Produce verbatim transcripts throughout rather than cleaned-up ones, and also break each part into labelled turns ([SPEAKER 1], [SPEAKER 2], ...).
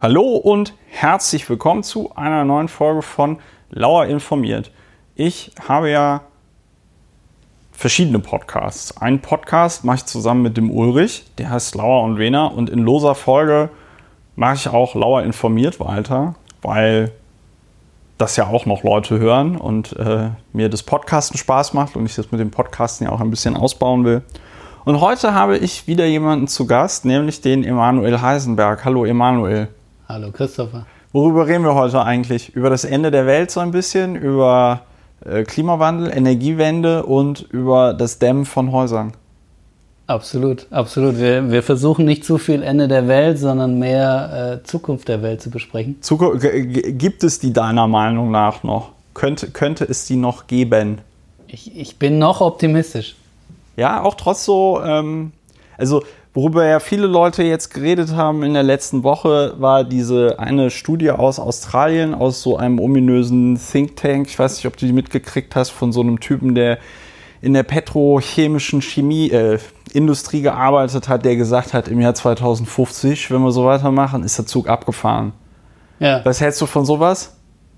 [SPEAKER 1] Hallo und herzlich willkommen zu einer neuen Folge von Lauer informiert. Ich habe ja verschiedene Podcasts. Einen Podcast mache ich zusammen mit dem Ulrich, der heißt Lauer und Wehner, und in loser Folge mache ich auch Lauer informiert weiter, weil das ja auch noch Leute hören und äh, mir das Podcasten Spaß macht und ich das mit dem Podcasten ja auch ein bisschen ausbauen will. Und heute habe ich wieder jemanden zu Gast, nämlich den Emanuel Heisenberg. Hallo Emanuel.
[SPEAKER 2] Hallo Christopher.
[SPEAKER 1] Worüber reden wir heute eigentlich? Über das Ende der Welt so ein bisschen, über äh, Klimawandel, Energiewende und über das Dämmen von Häusern.
[SPEAKER 2] Absolut, absolut. Wir, wir versuchen nicht zu viel Ende der Welt, sondern mehr äh, Zukunft der Welt zu besprechen.
[SPEAKER 1] Zukunft, g- gibt es die deiner Meinung nach noch? Könnte, könnte es die noch geben?
[SPEAKER 2] Ich, ich bin noch optimistisch.
[SPEAKER 1] Ja, auch trotz so, ähm, also worüber ja viele Leute jetzt geredet haben in der letzten Woche, war diese eine Studie aus Australien, aus so einem ominösen Think Tank. Ich weiß nicht, ob du die mitgekriegt hast, von so einem Typen, der in der petrochemischen Chemie, äh, Industrie gearbeitet hat, der gesagt hat, im Jahr zweitausendfünfzig, wenn wir so weitermachen, ist der Zug abgefahren. Ja. Was hältst du von sowas?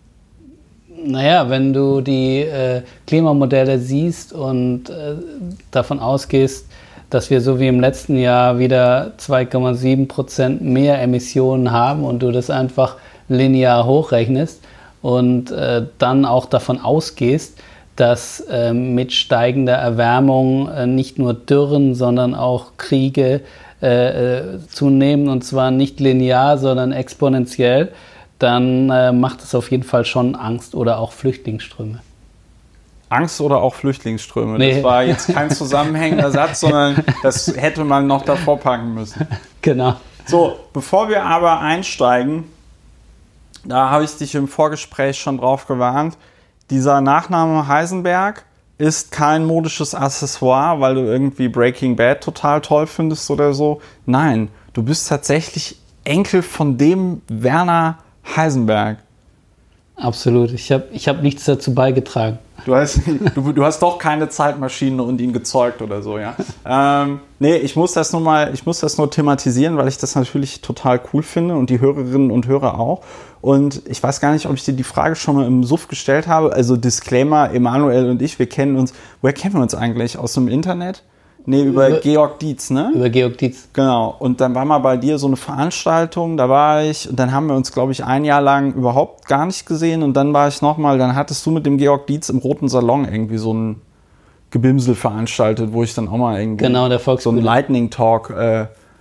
[SPEAKER 2] Naja, wenn du die äh, Klimamodelle siehst und äh, davon ausgehst, dass wir so wie im letzten Jahr wieder zwei Komma sieben Prozent mehr Emissionen haben und du das einfach linear hochrechnest und äh, dann auch davon ausgehst, dass äh, mit steigender Erwärmung äh, nicht nur Dürren, sondern auch Kriege äh, äh, zunehmen, und zwar nicht linear, sondern exponentiell, dann äh, macht es auf jeden Fall schon Angst oder auch Flüchtlingsströme.
[SPEAKER 1] Angst oder auch Flüchtlingsströme?
[SPEAKER 2] Nee.
[SPEAKER 1] Das war jetzt kein zusammenhängender Satz, sondern das hätte man noch davor packen müssen.
[SPEAKER 2] Genau.
[SPEAKER 1] So, bevor wir aber einsteigen, da habe ich dich im Vorgespräch schon drauf gewarnt, dieser Nachname Heisenberg ist kein modisches Accessoire, weil du irgendwie Breaking Bad total toll findest oder so. Nein, du bist tatsächlich Enkel von dem Werner Heisenberg.
[SPEAKER 2] Absolut. Ich habe ich hab nichts dazu beigetragen.
[SPEAKER 1] Du hast, du, du hast doch keine Zeitmaschine und ihn gezeugt oder so, ja? Ähm, nee, ich muss das nur mal, ich muss das nur thematisieren, weil ich das natürlich total cool finde und die Hörerinnen und Hörer auch. Und ich weiß gar nicht, ob ich dir die Frage schon mal im Suff gestellt habe. Also Disclaimer, Emanuel und ich, wir kennen uns, woher kennen wir uns eigentlich? Aus dem Internet? Nee, über, über Georg Dietz, ne?
[SPEAKER 2] Über Georg Dietz.
[SPEAKER 1] Genau. Und dann war mal bei dir so eine Veranstaltung, da war ich, und dann haben wir uns, glaube ich, ein Jahr lang überhaupt gar nicht gesehen. Und dann war ich nochmal, dann hattest du mit dem Georg Dietz im Roten Salon irgendwie so ein Gebimsel veranstaltet, wo ich dann auch mal irgendwie
[SPEAKER 2] genau, der
[SPEAKER 1] so einen Lightning Talk äh,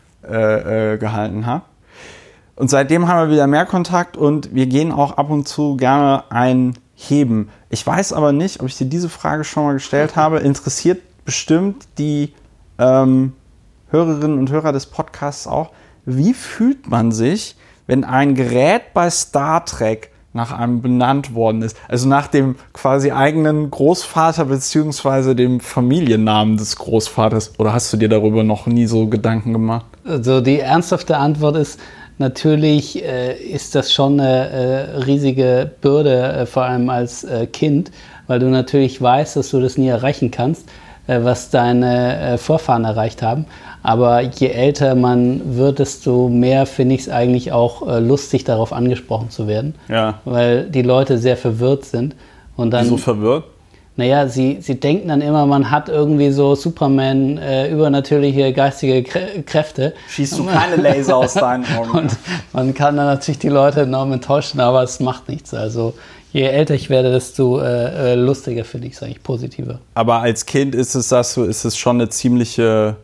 [SPEAKER 1] äh, äh, gehalten habe. Und seitdem haben wir wieder mehr Kontakt und wir gehen auch ab und zu gerne ein Heben. Ich weiß aber nicht, ob ich dir diese Frage schon mal gestellt habe. Interessiert bestimmt die ähm, Hörerinnen und Hörer des Podcasts auch. Wie fühlt man sich, wenn ein Gerät bei Star Trek nach einem benannt worden ist? Also nach dem quasi eigenen Großvater beziehungsweise dem Familiennamen des Großvaters. Oder hast du dir darüber noch nie so Gedanken gemacht?
[SPEAKER 2] Also die ernsthafte Antwort ist, natürlich äh, ist das schon eine äh, riesige Bürde, äh, vor allem als äh, Kind, weil du natürlich weißt, dass du das nie erreichen kannst, was deine Vorfahren erreicht haben. Aber je älter man wird, desto mehr finde ich es eigentlich auch lustig, darauf angesprochen zu werden.
[SPEAKER 1] Ja. Weil
[SPEAKER 2] die Leute sehr verwirrt sind. Und dann,
[SPEAKER 1] wieso verwirrt?
[SPEAKER 2] Naja, sie, sie denken dann immer, man hat irgendwie so Superman, äh, übernatürliche geistige Krä- Kräfte.
[SPEAKER 1] Schießt du keine Laser aus deinen Augen?
[SPEAKER 2] Und man kann dann natürlich die Leute enorm enttäuschen, aber es macht nichts. Also je älter ich werde, desto äh, lustiger finde ich es eigentlich, positiver.
[SPEAKER 1] Aber als Kind ist es, sagst du, ist es schon eine ziemliche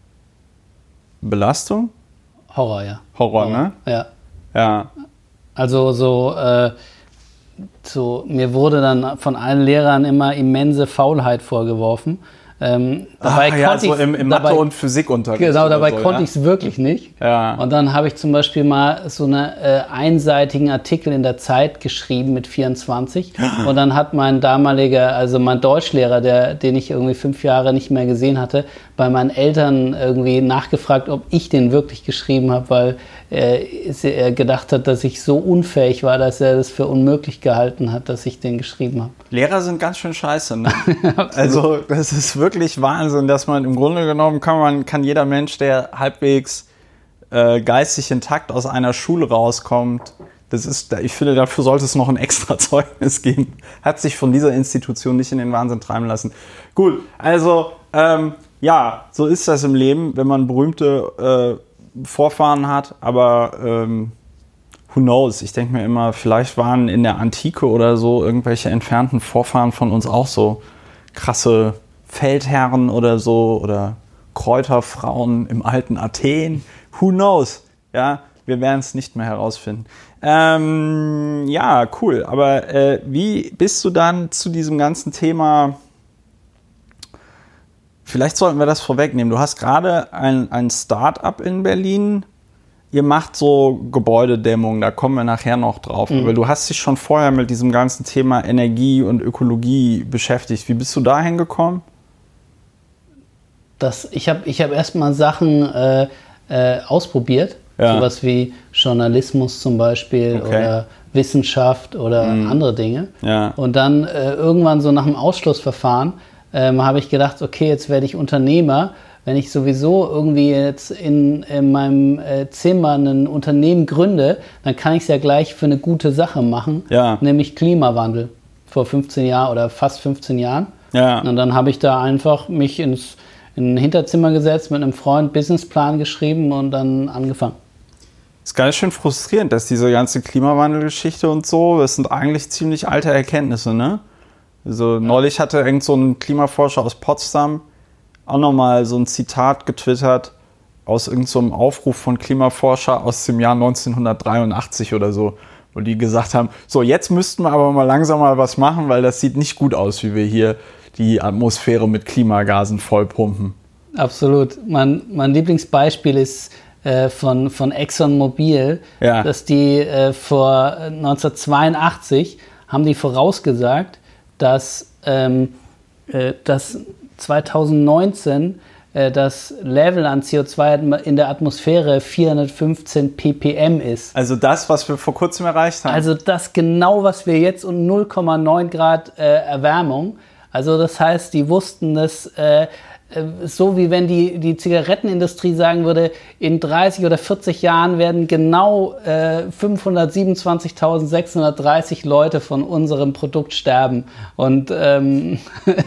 [SPEAKER 1] Belastung?
[SPEAKER 2] Horror, ja.
[SPEAKER 1] Horror, Horror. Ne?
[SPEAKER 2] Ja.
[SPEAKER 1] Ja.
[SPEAKER 2] Also so, äh, so, mir wurde dann von allen Lehrern immer immense Faulheit vorgeworfen. Ähm, dabei
[SPEAKER 1] Ach, ja,
[SPEAKER 2] konnte
[SPEAKER 1] so im, im
[SPEAKER 2] dabei,
[SPEAKER 1] Mathe- und Physikunterricht.
[SPEAKER 2] Genau, dabei
[SPEAKER 1] so,
[SPEAKER 2] konnte
[SPEAKER 1] ja?
[SPEAKER 2] ich es wirklich nicht.
[SPEAKER 1] Ja.
[SPEAKER 2] Und dann habe ich zum Beispiel mal so einen äh, einseitigen Artikel in der Zeit geschrieben mit vierundzwanzig. Und dann hat mein damaliger, also mein Deutschlehrer, der, den ich irgendwie fünf Jahre nicht mehr gesehen hatte, bei meinen Eltern irgendwie nachgefragt, ob ich den wirklich geschrieben habe, weil äh, er gedacht hat, dass ich so unfähig war, dass er das für unmöglich gehalten hat, dass ich den geschrieben habe.
[SPEAKER 1] Lehrer sind ganz schön scheiße, ne? Also das ist wirklich Wahnsinn, dass man im Grunde genommen kann, man, kann jeder Mensch, der halbwegs äh, geistig intakt aus einer Schule rauskommt, das ist, ich finde, dafür sollte es noch ein extra Zeugnis geben. Hat sich von dieser Institution nicht in den Wahnsinn treiben lassen. Gut, also ähm, ja, so ist das im Leben, wenn man berühmte äh, Vorfahren hat, aber ähm, who knows? Ich denke mir immer, vielleicht waren in der Antike oder so irgendwelche entfernten Vorfahren von uns auch so krasse Feldherren oder so oder Kräuterfrauen im alten Athen. Who knows? Ja, wir werden es nicht mehr herausfinden. Ähm, ja, cool. Aber äh, wie bist du dann zu diesem ganzen Thema? Vielleicht sollten wir das vorwegnehmen. Du hast gerade ein, ein Start-up in Berlin. Ihr macht so Gebäudedämmung, da kommen wir nachher noch drauf. Mhm. Aber du hast dich schon vorher mit diesem ganzen Thema Energie und Ökologie beschäftigt. Wie bist du dahin gekommen?
[SPEAKER 2] Das, ich habe ich hab erstmal Sachen äh, äh, ausprobiert. Ja. Sowas wie Journalismus zum Beispiel okay. oder Wissenschaft oder mhm. andere Dinge. Ja. Und dann äh, irgendwann so nach dem Ausschlussverfahren ähm, habe ich gedacht, okay, jetzt werde ich Unternehmer. Wenn ich sowieso irgendwie jetzt in, in meinem äh, Zimmer ein Unternehmen gründe, dann kann ich es ja gleich für eine gute Sache machen, ja. nämlich Klimawandel. Vor fünfzehn Jahren oder fast fünfzehn Jahren. Ja. Und dann habe ich da einfach mich ins in ein Hinterzimmer gesetzt, mit einem Freund Businessplan geschrieben und dann angefangen.
[SPEAKER 1] Ist ganz schön frustrierend, dass diese ganze Klimawandelgeschichte und so, das sind eigentlich ziemlich alte Erkenntnisse, ne? Also ja. Neulich hatte irgend so ein Klimaforscher aus Potsdam auch nochmal so ein Zitat getwittert aus irgend so einem Aufruf von Klimaforscher aus dem Jahr neunzehnhundertdreiundachtzig oder so, wo die gesagt haben, so jetzt müssten wir aber mal langsam mal was machen, weil das sieht nicht gut aus, wie wir hier die Atmosphäre mit Klimagasen vollpumpen.
[SPEAKER 2] Absolut. Mein, mein Lieblingsbeispiel ist äh, von, von ExxonMobil, ja. dass die äh, vor neunzehnhundertzweiundachtzig haben die vorausgesagt, dass, ähm, äh, dass zweitausendneunzehn äh, das Level an C O zwei in der Atmosphäre vierhundertfünfzehn ppm ist.
[SPEAKER 1] Also das, was wir vor kurzem erreicht haben?
[SPEAKER 2] Also das genau, was wir jetzt um null Komma neun Grad äh, Erwärmung. Also das heißt, die wussten, dass äh, so wie wenn die, die Zigarettenindustrie sagen würde, in dreißig oder vierzig Jahren werden genau äh, fünfhundertsiebenundzwanzigtausendsechshundertdreißig Leute von unserem Produkt sterben. Und ähm,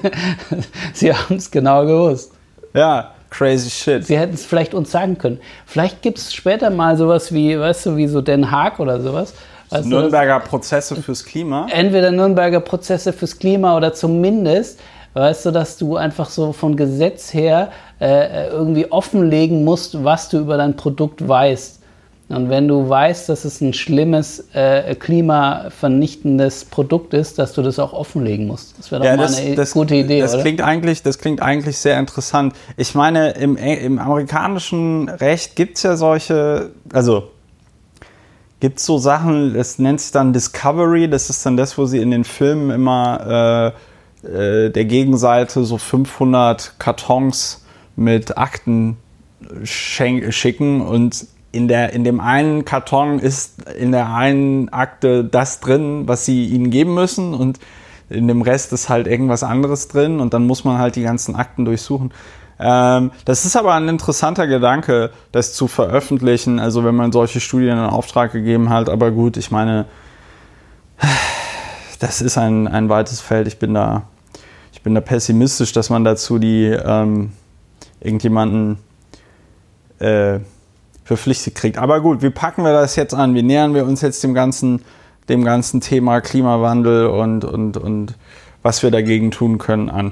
[SPEAKER 2] sie haben es genau gewusst.
[SPEAKER 1] Ja, crazy shit.
[SPEAKER 2] Sie hätten es vielleicht uns sagen können. Vielleicht gibt es später mal sowas wie, weißt du, wie so Den Haag oder sowas.
[SPEAKER 1] Also Nürnberger Prozesse fürs Klima?
[SPEAKER 2] Entweder Nürnberger Prozesse fürs Klima oder zumindest, weißt du, dass du einfach so von Gesetz her äh, irgendwie offenlegen musst, was du über dein Produkt weißt. Und wenn du weißt, dass es ein schlimmes, äh, klimavernichtendes Produkt ist, dass du das auch offenlegen musst. Das wäre doch ja, mal das, eine
[SPEAKER 1] das,
[SPEAKER 2] gute Idee,
[SPEAKER 1] das
[SPEAKER 2] oder?
[SPEAKER 1] Klingt eigentlich, das klingt eigentlich sehr interessant. Ich meine, im, im amerikanischen Recht gibt es ja solche, also gibt es so Sachen, das nennt sich dann Discovery, das ist dann das, wo sie in den Filmen immer äh, äh, der Gegenseite so fünfhundert Kartons mit Akten schenk- schicken und in, der, in dem einen Karton ist in der einen Akte das drin, was sie ihnen geben müssen und in dem Rest ist halt irgendwas anderes drin und dann muss man halt die ganzen Akten durchsuchen. Ähm, das ist aber ein interessanter Gedanke, das zu veröffentlichen, also wenn man solche Studien in Auftrag gegeben hat, aber gut, ich meine, das ist ein, ein weites Feld, ich bin da, ich bin da pessimistisch, dass man dazu die ähm, irgendjemanden äh, verpflichtet kriegt. Aber gut, wie packen wir das jetzt an? Wie nähern wir uns jetzt dem ganzen, dem ganzen Thema Klimawandel und, und, und was wir dagegen tun können an?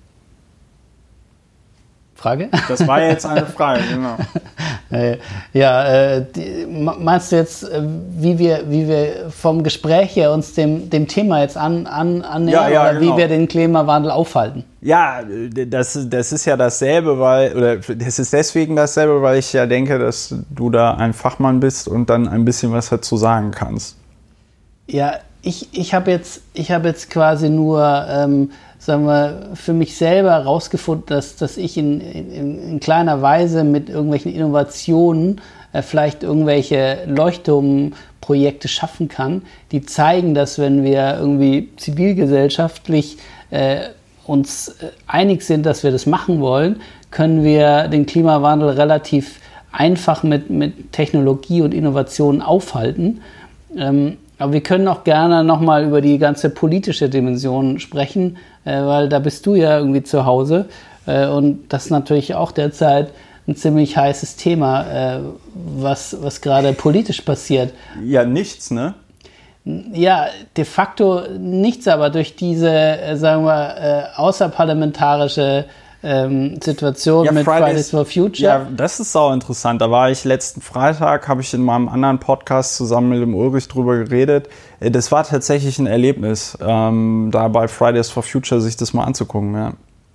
[SPEAKER 2] Frage?
[SPEAKER 1] Das war jetzt eine Frage, genau.
[SPEAKER 2] Ja, äh, die, meinst du jetzt, äh, wie wir, wie wir vom Gespräch her uns dem, dem Thema jetzt an, an, annähern ja, ja, oder genau. Wie wir den Klimawandel aufhalten?
[SPEAKER 1] Ja, das, das ist ja dasselbe, weil, oder das ist deswegen dasselbe, weil ich ja denke, dass du da ein Fachmann bist und dann ein bisschen was dazu sagen kannst.
[SPEAKER 2] Ja, ich, ich habe jetzt, ich hab jetzt quasi nur... Ähm, sagen wir, für mich selber herausgefunden, dass, dass ich in, in, in kleiner Weise mit irgendwelchen Innovationen äh, vielleicht irgendwelche Leuchtturmprojekte schaffen kann, die zeigen, dass wenn wir irgendwie zivilgesellschaftlich äh, uns äh, einig sind, dass wir das machen wollen, können wir den Klimawandel relativ einfach mit, mit Technologie und Innovationen aufhalten. Ähm, aber wir können auch gerne nochmal über die ganze politische Dimension sprechen, äh, weil da bist du ja irgendwie zu Hause. Äh, und das ist natürlich auch derzeit ein ziemlich heißes Thema, äh, was, was gerade politisch passiert.
[SPEAKER 1] Ja, nichts, ne?
[SPEAKER 2] Ja, de facto nichts, aber durch diese, äh, sagen wir, äh, außerparlamentarische ähm, Situation
[SPEAKER 1] ja,
[SPEAKER 2] mit
[SPEAKER 1] Fridays,
[SPEAKER 2] Fridays for Future.
[SPEAKER 1] Ja, das ist sau interessant. Da war ich letzten Freitag, habe ich in meinem anderen Podcast zusammen mit dem Ulrich drüber geredet. Das war tatsächlich ein Erlebnis, ähm, da bei Fridays for Future sich das mal anzugucken. Ja.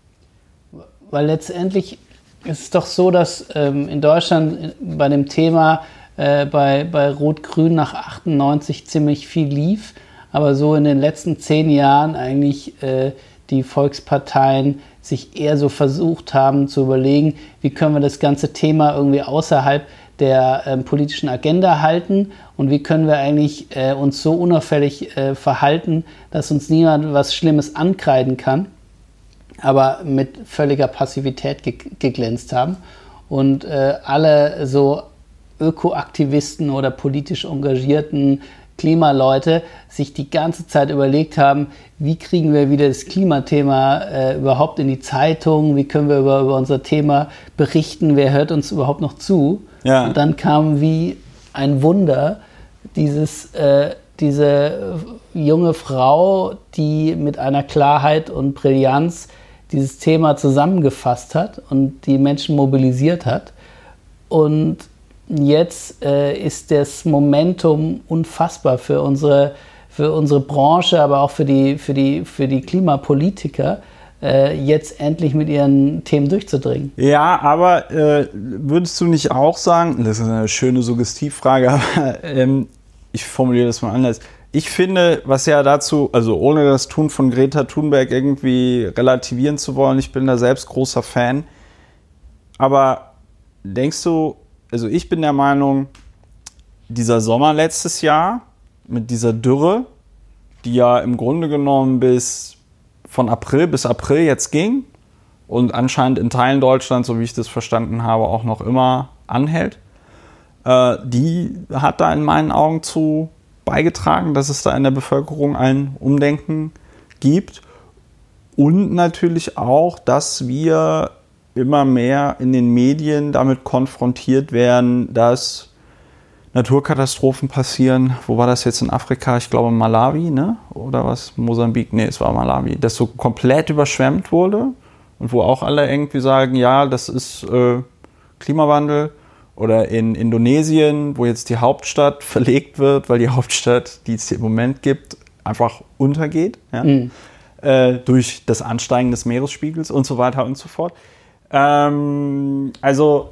[SPEAKER 2] Weil letztendlich ist es doch so, dass ähm, in Deutschland bei dem Thema äh, bei, bei Rot-Grün nach achtundneunzig ziemlich viel lief, aber so in den letzten zehn Jahren eigentlich äh, die Volksparteien sich eher so versucht haben zu überlegen, wie können wir das ganze Thema irgendwie außerhalb der ähm, politischen Agenda halten und wie können wir eigentlich äh, uns so unauffällig äh, verhalten, dass uns niemand was Schlimmes ankreiden kann, aber mit völliger Passivität ge- geglänzt haben. Und äh, alle so Ökoaktivisten oder politisch engagierten Klimaleute sich die ganze Zeit überlegt haben, wie kriegen wir wieder das Klimathema äh, überhaupt in die Zeitung, wie können wir über, über unser Thema berichten, wer hört uns überhaupt noch zu. Ja. Und dann kam wie ein Wunder dieses, äh, diese junge Frau, die mit einer Klarheit und Brillanz dieses Thema zusammengefasst hat und die Menschen mobilisiert hat. Und jetzt äh, ist das Momentum unfassbar für unsere, für unsere Branche, aber auch für die, für die, für die Klimapolitiker, äh, jetzt endlich mit ihren Themen durchzudringen.
[SPEAKER 1] Ja, aber äh, würdest du nicht auch sagen, das ist eine schöne Suggestivfrage, aber ähm, ich formuliere das mal anders. Ich finde, was ja dazu, also ohne das Tun von Greta Thunberg irgendwie relativieren zu wollen, ich bin da selbst großer Fan, aber denkst du, also ich bin der Meinung, dieser Sommer letztes Jahr mit dieser Dürre, die ja im Grunde genommen bis von April bis April jetzt ging und anscheinend in Teilen Deutschlands, so wie ich das verstanden habe, auch noch immer anhält, äh, die hat da in meinen Augen zu beigetragen, dass es da in der Bevölkerung ein Umdenken gibt und natürlich auch, dass wir immer mehr in den Medien damit konfrontiert werden, dass Naturkatastrophen passieren. Wo war das jetzt in Afrika? Ich glaube Malawi, ne? Oder was? Mosambik? Nee, es war Malawi. Das so komplett überschwemmt wurde und wo auch alle irgendwie sagen, ja, das ist äh, Klimawandel. Oder in Indonesien, wo jetzt die Hauptstadt verlegt wird, weil die Hauptstadt, die es im Moment gibt, einfach untergeht. Ja? Mhm. Äh, durch das Ansteigen des Meeresspiegels und so weiter und so fort. Ähm, also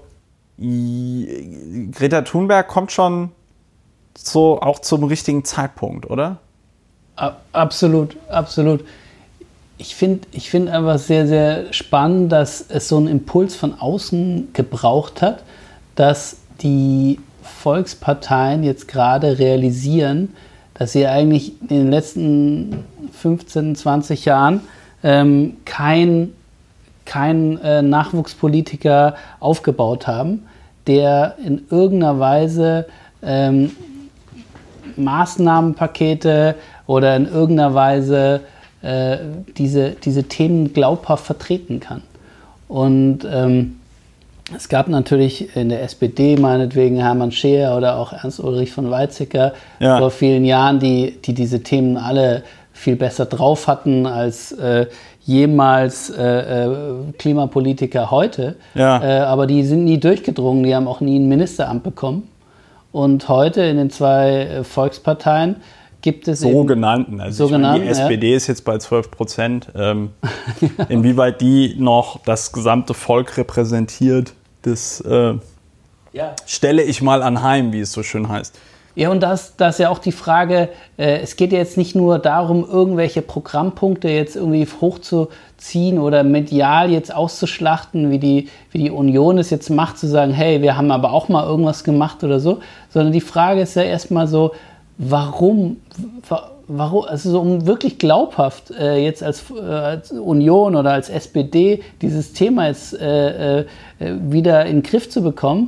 [SPEAKER 1] Greta Thunberg kommt schon so auch zum richtigen Zeitpunkt, oder?
[SPEAKER 2] Absolut, absolut. Ich finde ich find einfach sehr, sehr spannend, dass es so einen Impuls von außen gebraucht hat, dass die Volksparteien jetzt gerade realisieren, dass sie eigentlich in den letzten fünfzehn, zwanzig Jahren ähm, kein keinen äh, Nachwuchspolitiker aufgebaut haben, der in irgendeiner Weise ähm, Maßnahmenpakete oder in irgendeiner Weise äh, diese, diese Themen glaubhaft vertreten kann. Und ähm, es gab natürlich in der S P D meinetwegen Hermann Scheer oder auch Ernst-Ulrich von Weizsäcker ja. vor vielen Jahren, die, die diese Themen alle viel besser drauf hatten als äh, jemals äh, äh, Klimapolitiker heute. Ja. Äh, aber die sind nie durchgedrungen, die haben auch nie ein Ministeramt bekommen. Und heute in den zwei äh, Volksparteien gibt es
[SPEAKER 1] sogenannten, also ich meine, die S P D ja. ist jetzt bei zwölf Prozent. Ähm, inwieweit die noch das gesamte Volk repräsentiert, das äh, ja. stelle ich mal anheim, wie es so schön heißt.
[SPEAKER 2] Ja, und das, das ist ja auch die Frage, äh, es geht ja jetzt nicht nur darum, irgendwelche Programmpunkte jetzt irgendwie hochzuziehen oder medial jetzt auszuschlachten, wie die, wie die Union es jetzt macht, zu sagen, hey, wir haben aber auch mal irgendwas gemacht oder so, sondern die Frage ist ja erstmal so, warum, warum, also so um wirklich glaubhaft äh, jetzt als, äh, als Union oder als S P D dieses Thema jetzt äh, äh, wieder in den Griff zu bekommen,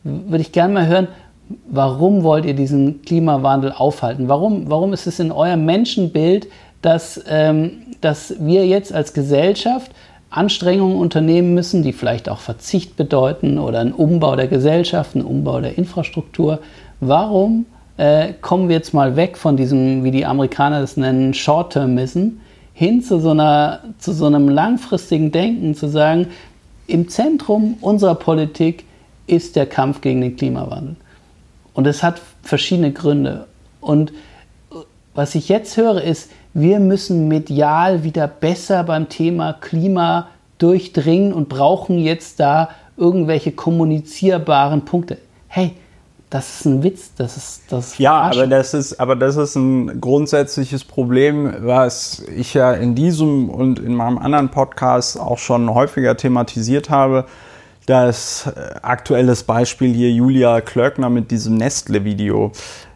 [SPEAKER 2] würde ich gerne mal hören, warum wollt ihr diesen Klimawandel aufhalten? Warum, warum ist es in eurem Menschenbild, dass, ähm, dass wir jetzt als Gesellschaft Anstrengungen unternehmen müssen, die vielleicht auch Verzicht bedeuten oder einen Umbau der Gesellschaft, einen Umbau der Infrastruktur? Warum äh, kommen wir jetzt mal weg von diesem, wie die Amerikaner das nennen, Short-Termism, hin zu so, einer, zu so einem langfristigen Denken, zu sagen, im Zentrum unserer Politik ist der Kampf gegen den Klimawandel. Und es hat verschiedene Gründe. Und was ich jetzt höre, ist, wir müssen medial wieder besser beim Thema Klima durchdringen und brauchen jetzt da irgendwelche kommunizierbaren Punkte. Hey, das ist ein Witz, das ist das.
[SPEAKER 1] Ja, aber das ist, aber das ist ein grundsätzliches Problem, was ich ja in diesem und in meinem anderen Podcast auch schon häufiger thematisiert habe. Das aktuelles Beispiel hier Julia Klöckner mit diesem Nestle-Video.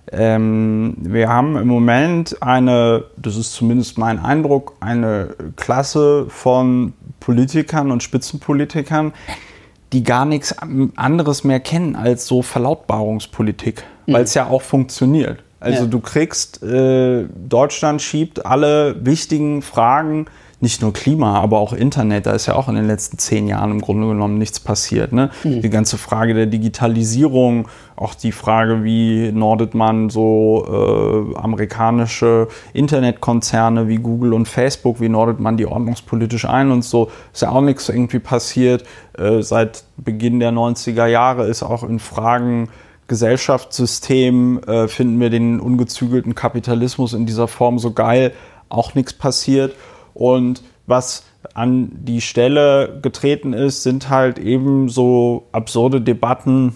[SPEAKER 1] Ähm, wir haben im Moment eine, das ist zumindest mein Eindruck, eine Klasse von Politikern und Spitzenpolitikern, die gar nichts anderes mehr kennen als so Verlautbarungspolitik, mhm. weil es ja auch funktioniert. Also ja. du kriegst, äh, Deutschland schiebt alle wichtigen Fragen, nicht nur Klima, aber auch Internet, da ist ja auch in den letzten zehn Jahren im Grunde genommen nichts passiert. Ne? Mhm. Die ganze Frage der Digitalisierung, auch die Frage, wie nordet man so äh, amerikanische Internetkonzerne wie Google und Facebook, wie nordet man die ordnungspolitisch ein und so, ist ja auch nichts irgendwie passiert. Äh, seit Beginn der neunziger Jahre ist auch in Fragen Gesellschaftssystem, äh, finden wir den ungezügelten Kapitalismus in dieser Form so geil, auch nichts passiert. Und was an die Stelle getreten ist, sind halt eben so absurde Debatten,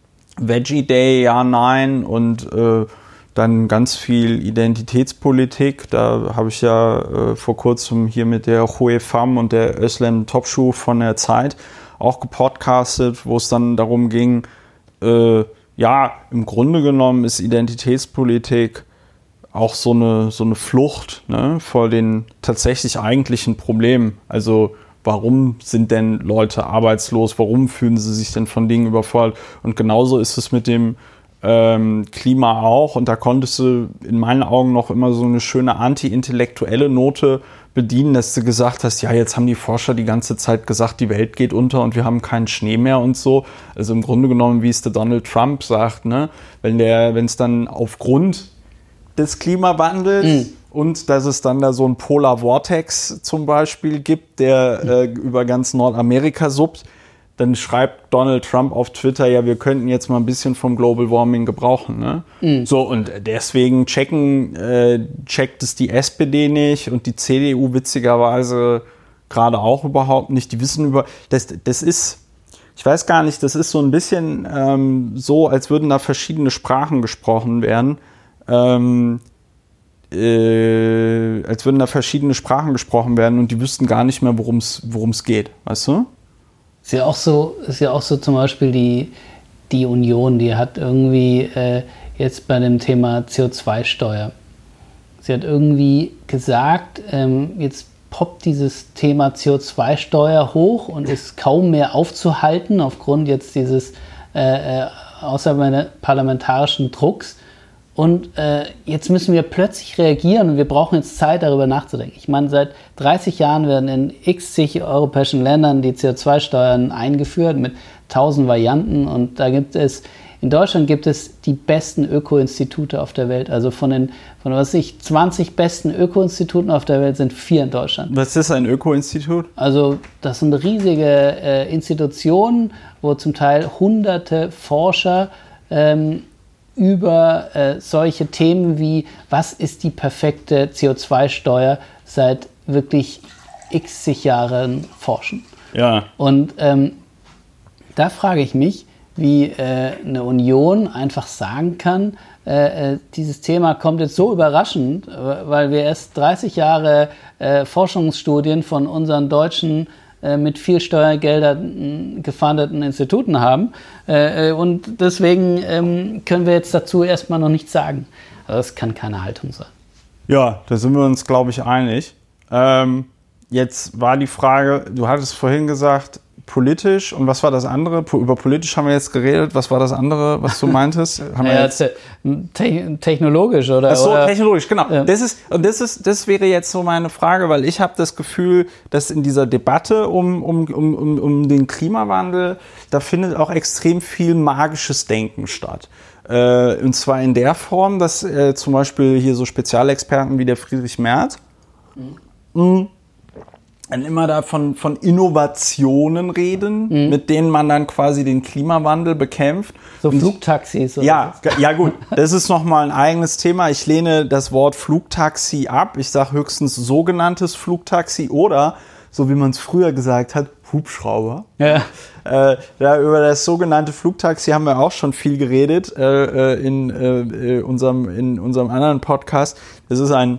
[SPEAKER 1] Veggie Day, ja, nein, und äh, dann ganz viel Identitätspolitik. Da habe ich ja äh, vor kurzem hier mit der Hue Pham und der Özlem Topçu von der Zeit auch gepodcastet, wo es dann darum ging, äh, ja, im Grunde genommen ist Identitätspolitik auch so eine, so eine Flucht, ne, vor den tatsächlich eigentlichen Problemen. Also warum sind denn Leute arbeitslos? Warum fühlen sie sich denn von Dingen überfordert? Und genauso ist es mit dem ähm, Klima auch. Und da konntest du in meinen Augen noch immer so eine schöne anti-intellektuelle Note bedienen, dass du gesagt hast, ja, jetzt haben die Forscher die ganze Zeit gesagt, die Welt geht unter und wir haben keinen Schnee mehr und so. Also im Grunde genommen, wie es der Donald Trump sagt, ne, wenn der, wenn es dann aufgrund des Klimawandels mhm. und dass es dann da so einen Polar Vortex zum Beispiel gibt, der mhm. äh, über ganz Nordamerika suppt, dann schreibt Donald Trump auf Twitter, ja, wir könnten jetzt mal ein bisschen vom Global Warming gebrauchen. Ne? Mhm. So, und deswegen checken, äh, checkt es die S P D nicht und die C D U witzigerweise gerade auch überhaupt nicht. Die wissen über, das, das ist, ich weiß gar nicht, das ist so ein bisschen ähm, so, als würden da verschiedene Sprachen gesprochen werden. Ähm, äh, als würden da verschiedene Sprachen gesprochen werden und die wüssten gar nicht mehr, worum es geht, weißt du?
[SPEAKER 2] Ist ja auch so, ist ja auch so zum Beispiel die, die Union, die hat irgendwie äh, jetzt bei dem Thema C O zwei Steuer, sie hat irgendwie gesagt, ähm, jetzt poppt dieses Thema C O zwei Steuer hoch und ist kaum mehr aufzuhalten aufgrund jetzt dieses äh, äh, außerparlamentarischen Drucks. Und äh, jetzt müssen wir plötzlich reagieren und wir brauchen jetzt Zeit, darüber nachzudenken. Ich meine, seit dreißig Jahren werden in x zig europäischen Ländern die C O zwei Steuern eingeführt mit tausend Varianten. Und da gibt es, in Deutschland gibt es die besten Öko-Institute auf der Welt. Also von den, von was weiß ich, zwanzig besten Öko-Instituten auf der Welt sind vier in Deutschland.
[SPEAKER 1] Was ist ein Öko-Institut?
[SPEAKER 2] Also das sind riesige äh, Institutionen, wo zum Teil hunderte Forscher ähm, über äh, solche Themen wie, was ist die perfekte C O zwei Steuer, seit wirklich x zig Jahren forschen.
[SPEAKER 1] Ja. Und
[SPEAKER 2] ähm, da frage ich mich, wie äh, eine Union einfach sagen kann, äh, äh, dieses Thema kommt jetzt so überraschend, weil wir erst dreißig Jahre äh, Forschungsstudien von unseren deutschen mit viel Steuergeldern gefundeten Instituten haben. Und deswegen können wir jetzt dazu erstmal noch nichts sagen. Also das kann keine Haltung sein.
[SPEAKER 1] Ja, da sind wir uns, glaube ich, einig. Ähm, jetzt war die Frage, du hattest vorhin gesagt, politisch und was war das andere? Po- über politisch haben wir jetzt geredet. Was war das andere, was du meintest? Haben wir
[SPEAKER 2] Ja,
[SPEAKER 1] jetzt
[SPEAKER 2] te te technologisch oder?
[SPEAKER 1] Ach so,
[SPEAKER 2] oder?
[SPEAKER 1] technologisch, genau.
[SPEAKER 2] Ja.
[SPEAKER 1] Das ist, und das ist, das wäre jetzt so meine Frage, weil ich habe das Gefühl, dass in dieser Debatte um, um, um, um, um den Klimawandel, da findet auch extrem viel magisches Denken statt. Äh, und zwar in der Form, dass äh, zum Beispiel hier so Spezialexperten wie der Friedrich Merz mhm. dann immer da von, von Innovationen reden, mhm. mit denen man dann quasi den Klimawandel bekämpft.
[SPEAKER 2] So Flugtaxis. Oder
[SPEAKER 1] ja, g- ja gut, das ist nochmal ein eigenes Thema. Ich lehne das Wort Flugtaxi ab. Ich sage höchstens sogenanntes Flugtaxi oder, so wie man es früher gesagt hat, Hubschrauber.
[SPEAKER 2] Ja.
[SPEAKER 1] Äh, da über das sogenannte Flugtaxi haben wir auch schon viel geredet äh, in, äh, unserem, in unserem anderen Podcast. Das ist ein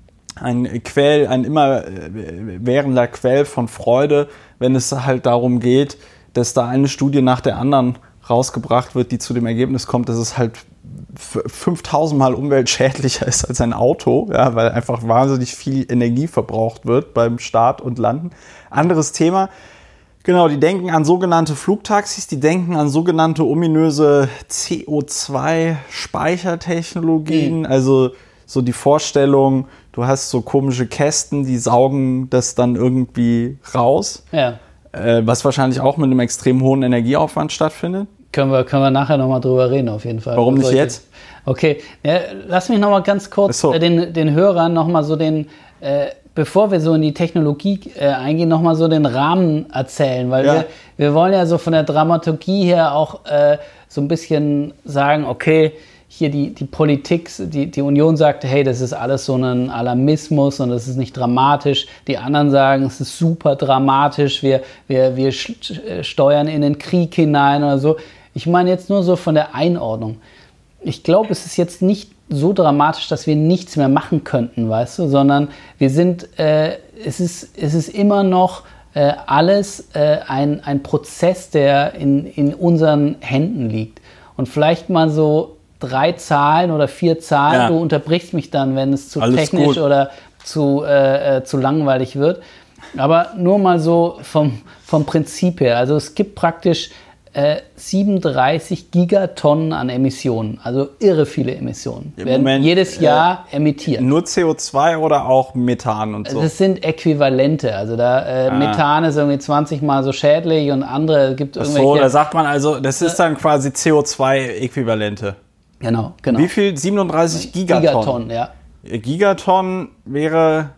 [SPEAKER 1] ein Quell, ein immer währender Quell von Freude, wenn es halt darum geht, dass da eine Studie nach der anderen rausgebracht wird, die zu dem Ergebnis kommt, dass es halt fünftausend Mal umweltschädlicher ist als ein Auto, ja, weil einfach wahnsinnig viel Energie verbraucht wird beim Start und Landen. Anderes Thema. Genau, die denken an sogenannte Flugtaxis, die denken an sogenannte ominöse C O zwei Speichertechnologien, mhm. also so die Vorstellung, du hast so komische Kästen, die saugen das dann irgendwie raus.
[SPEAKER 2] Ja.
[SPEAKER 1] Äh, was wahrscheinlich auch mit einem extrem hohen Energieaufwand stattfindet.
[SPEAKER 2] Können wir, können wir nachher nochmal drüber reden, auf jeden Fall.
[SPEAKER 1] Warum nicht
[SPEAKER 2] Solche.
[SPEAKER 1] jetzt?
[SPEAKER 2] Okay, ja, lass mich nochmal ganz kurz
[SPEAKER 1] so.
[SPEAKER 2] äh, den, den Hörern nochmal so den, äh, bevor wir so in die Technologie äh, eingehen, nochmal so den Rahmen erzählen. Weil
[SPEAKER 1] ja.
[SPEAKER 2] wir, wir wollen ja so von der Dramaturgie her auch äh, so ein bisschen sagen, okay, hier die, die Politik, die, die Union sagte, hey, das ist alles so ein Alarmismus und das ist nicht dramatisch. Die anderen sagen, es ist super dramatisch, wir, wir, wir steuern in den Krieg hinein oder so. Ich meine jetzt nur so von der Einordnung. Ich glaube, es ist jetzt nicht so dramatisch, dass wir nichts mehr machen könnten, weißt du, sondern wir sind, äh, es ist, es ist immer noch äh, alles äh, ein, ein Prozess, der in, in unseren Händen liegt. Und vielleicht mal so drei Zahlen oder vier Zahlen, ja. Du unterbrichst mich dann, wenn es zu
[SPEAKER 1] Alles
[SPEAKER 2] technisch
[SPEAKER 1] gut.
[SPEAKER 2] oder zu, äh, zu langweilig wird. Aber nur mal so vom, vom Prinzip her. Also es gibt praktisch äh, siebenunddreißig Gigatonnen an Emissionen, also irre viele Emissionen.
[SPEAKER 1] Im
[SPEAKER 2] werden
[SPEAKER 1] Moment,
[SPEAKER 2] jedes Jahr äh, emittiert.
[SPEAKER 1] Nur C O zwei oder auch Methan und so?
[SPEAKER 2] Das sind Äquivalente. Also da äh, ah. Methan ist irgendwie zwanzig Mal so schädlich und andere gibt es irgendwelche...
[SPEAKER 1] So, da sagt man also, das ist dann quasi C O zwei Äquivalente.
[SPEAKER 2] Genau, genau.
[SPEAKER 1] Wie viel? siebenunddreißig Gigatonnen?
[SPEAKER 2] Gigatonnen, ja.
[SPEAKER 1] Gigaton wäre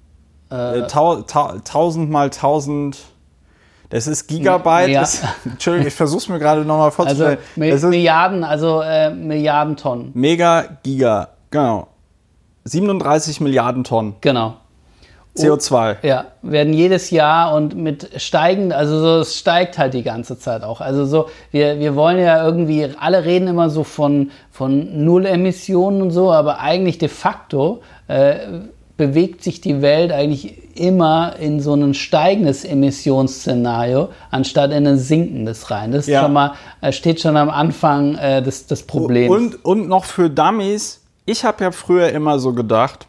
[SPEAKER 1] äh, tau, tau, tausend mal tausend. Das ist Gigabyte.
[SPEAKER 2] Ja.
[SPEAKER 1] Das, Entschuldigung, ich versuche es mir gerade nochmal vorzustellen.
[SPEAKER 2] Also Mi-
[SPEAKER 1] das ist
[SPEAKER 2] Milliarden, also äh, Milliarden Tonnen.
[SPEAKER 1] Mega Giga, genau. siebenunddreißig Milliarden Tonnen.
[SPEAKER 2] Genau.
[SPEAKER 1] C O zwei.
[SPEAKER 2] Ja, werden jedes Jahr und mit steigend, also so, es steigt halt die ganze Zeit auch. Also so, wir, wir wollen ja irgendwie, alle reden immer so von, von Null-Emissionen und so, aber eigentlich de facto äh, bewegt sich die Welt eigentlich immer in so ein steigendes Emissionsszenario, anstatt in ein sinkendes rein. Das
[SPEAKER 1] ja.
[SPEAKER 2] ist schon mal, steht schon am Anfang äh, des, des Problems.
[SPEAKER 1] Und, und noch für Dummies, ich habe ja früher immer so gedacht,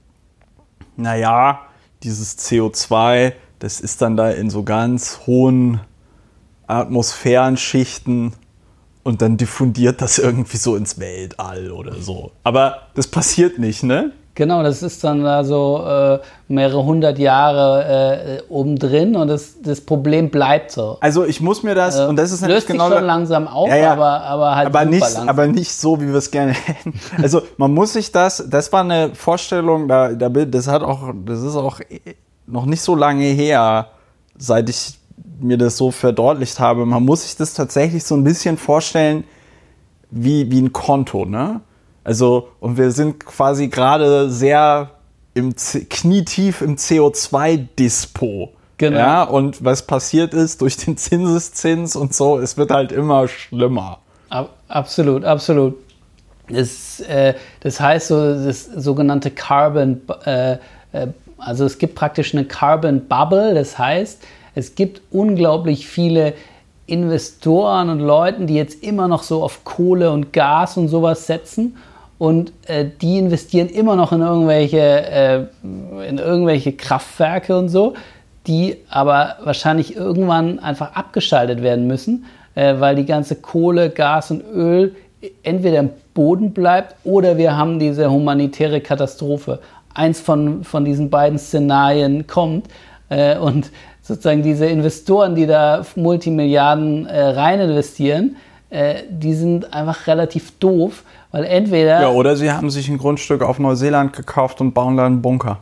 [SPEAKER 1] naja, dieses C O zwei, das ist dann da in so ganz hohen Atmosphärenschichten und dann diffundiert das irgendwie so ins Weltall oder so. Aber das passiert nicht, ne?
[SPEAKER 2] Genau, das ist dann da so äh, mehrere hundert Jahre äh, oben drin und das, das Problem bleibt so.
[SPEAKER 1] Also ich muss mir das,
[SPEAKER 2] äh,
[SPEAKER 1] und das ist nämlich
[SPEAKER 2] löst
[SPEAKER 1] genau...
[SPEAKER 2] sich schon langsam auf,
[SPEAKER 1] ja, ja,
[SPEAKER 2] aber, aber halt
[SPEAKER 1] aber
[SPEAKER 2] super
[SPEAKER 1] nicht,
[SPEAKER 2] langsam.
[SPEAKER 1] aber nicht so, wie wir es gerne hätten. Also man muss sich das, das war eine Vorstellung, da, da, das hat auch, das ist auch noch nicht so lange her, seit ich mir das so verdeutlicht habe. Man muss sich das tatsächlich so ein bisschen vorstellen wie, wie ein Konto, ne? Also, und wir sind quasi gerade sehr im C- knietief im C O zwei Dispo.
[SPEAKER 2] Genau.
[SPEAKER 1] Ja, und was passiert ist durch den Zinseszins und so, es wird halt immer schlimmer.
[SPEAKER 2] Ab, absolut, absolut. Das, äh, das heißt so, das sogenannte Carbon, äh, äh, also es gibt praktisch eine Carbon Bubble, das heißt, es gibt unglaublich viele Investoren und Leuten, die jetzt immer noch so auf Kohle und Gas und sowas setzen und äh, die investieren immer noch in irgendwelche, äh, in irgendwelche Kraftwerke und so, die aber wahrscheinlich irgendwann einfach abgeschaltet werden müssen, äh, weil die ganze Kohle, Gas und Öl entweder im Boden bleibt oder wir haben diese humanitäre Katastrophe. Eins von, von diesen beiden Szenarien kommt äh, und sozusagen diese Investoren, die da Multimilliarden äh, rein investieren, äh, die sind einfach relativ doof, weil entweder...
[SPEAKER 1] Ja, oder sie haben sich ein Grundstück auf Neuseeland gekauft und bauen da einen Bunker.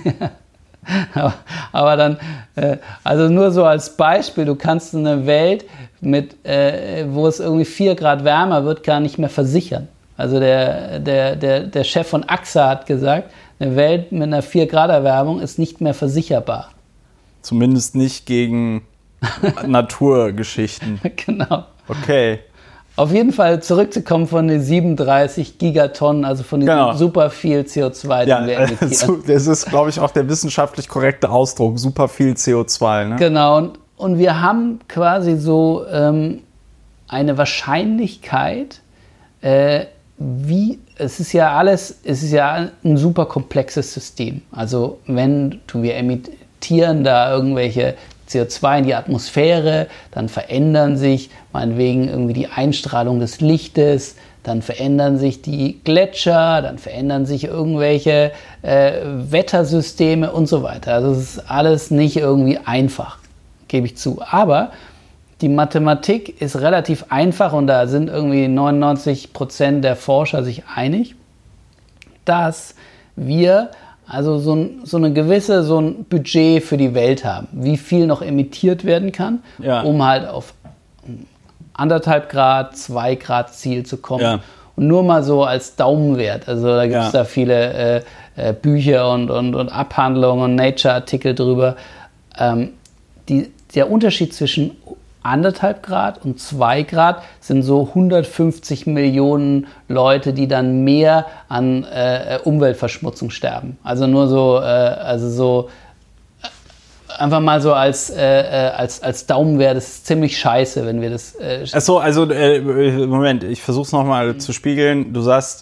[SPEAKER 2] aber, aber dann, äh, also nur so als Beispiel, du kannst eine Welt, mit, äh, wo es irgendwie vier Grad wärmer wird, gar nicht mehr versichern. Also der, der, der, der Chef von A X A hat gesagt, eine Welt mit einer vier Grad Erwärmung ist nicht mehr versicherbar.
[SPEAKER 1] Zumindest nicht gegen Naturgeschichten.
[SPEAKER 2] Genau.
[SPEAKER 1] Okay.
[SPEAKER 2] Auf jeden Fall zurückzukommen von den siebenunddreißig Gigatonnen, also von diesem
[SPEAKER 1] genau.
[SPEAKER 2] super viel C O zwei, den
[SPEAKER 1] ja,
[SPEAKER 2] wir emittieren.
[SPEAKER 1] Das ist, glaube ich, auch der wissenschaftlich korrekte Ausdruck. Super viel C O zwei. Ne?
[SPEAKER 2] Genau. Und, und wir haben quasi so ähm, eine Wahrscheinlichkeit, äh, wie, es ist ja alles, es ist ja ein super komplexes System. Also wenn du, wir emittieren da irgendwelche C O zwei in die Atmosphäre, dann verändern sich meinetwegen irgendwie die Einstrahlung des Lichtes, dann verändern sich die Gletscher, dann verändern sich irgendwelche äh, Wettersysteme und so weiter. Also es ist alles nicht irgendwie einfach, gebe ich zu. Aber die Mathematik ist relativ einfach und da sind irgendwie neunundneunzig Prozent der Forscher sich einig, dass wir also so, ein, so eine gewisse, so ein Budget für die Welt haben, wie viel noch emittiert werden kann, ja. um halt auf anderthalb Grad, zwei Grad Ziel zu kommen. Ja. Und nur mal so als Daumenwert. Also da gibt es ja. da viele äh, Bücher und, und, und Abhandlungen und Nature-Artikel drüber. Ähm, die, der Unterschied zwischen anderthalb Grad und zwei Grad sind so hundertfünfzig Millionen Leute, die dann mehr an äh, Umweltverschmutzung sterben. Also nur so, äh, also so äh, einfach mal so als, äh, als, als Daumenwert. Das ist ziemlich scheiße, wenn wir das... Äh,
[SPEAKER 1] Achso, also äh, Moment, ich versuche es nochmal mhm. zu spiegeln. Du sagst,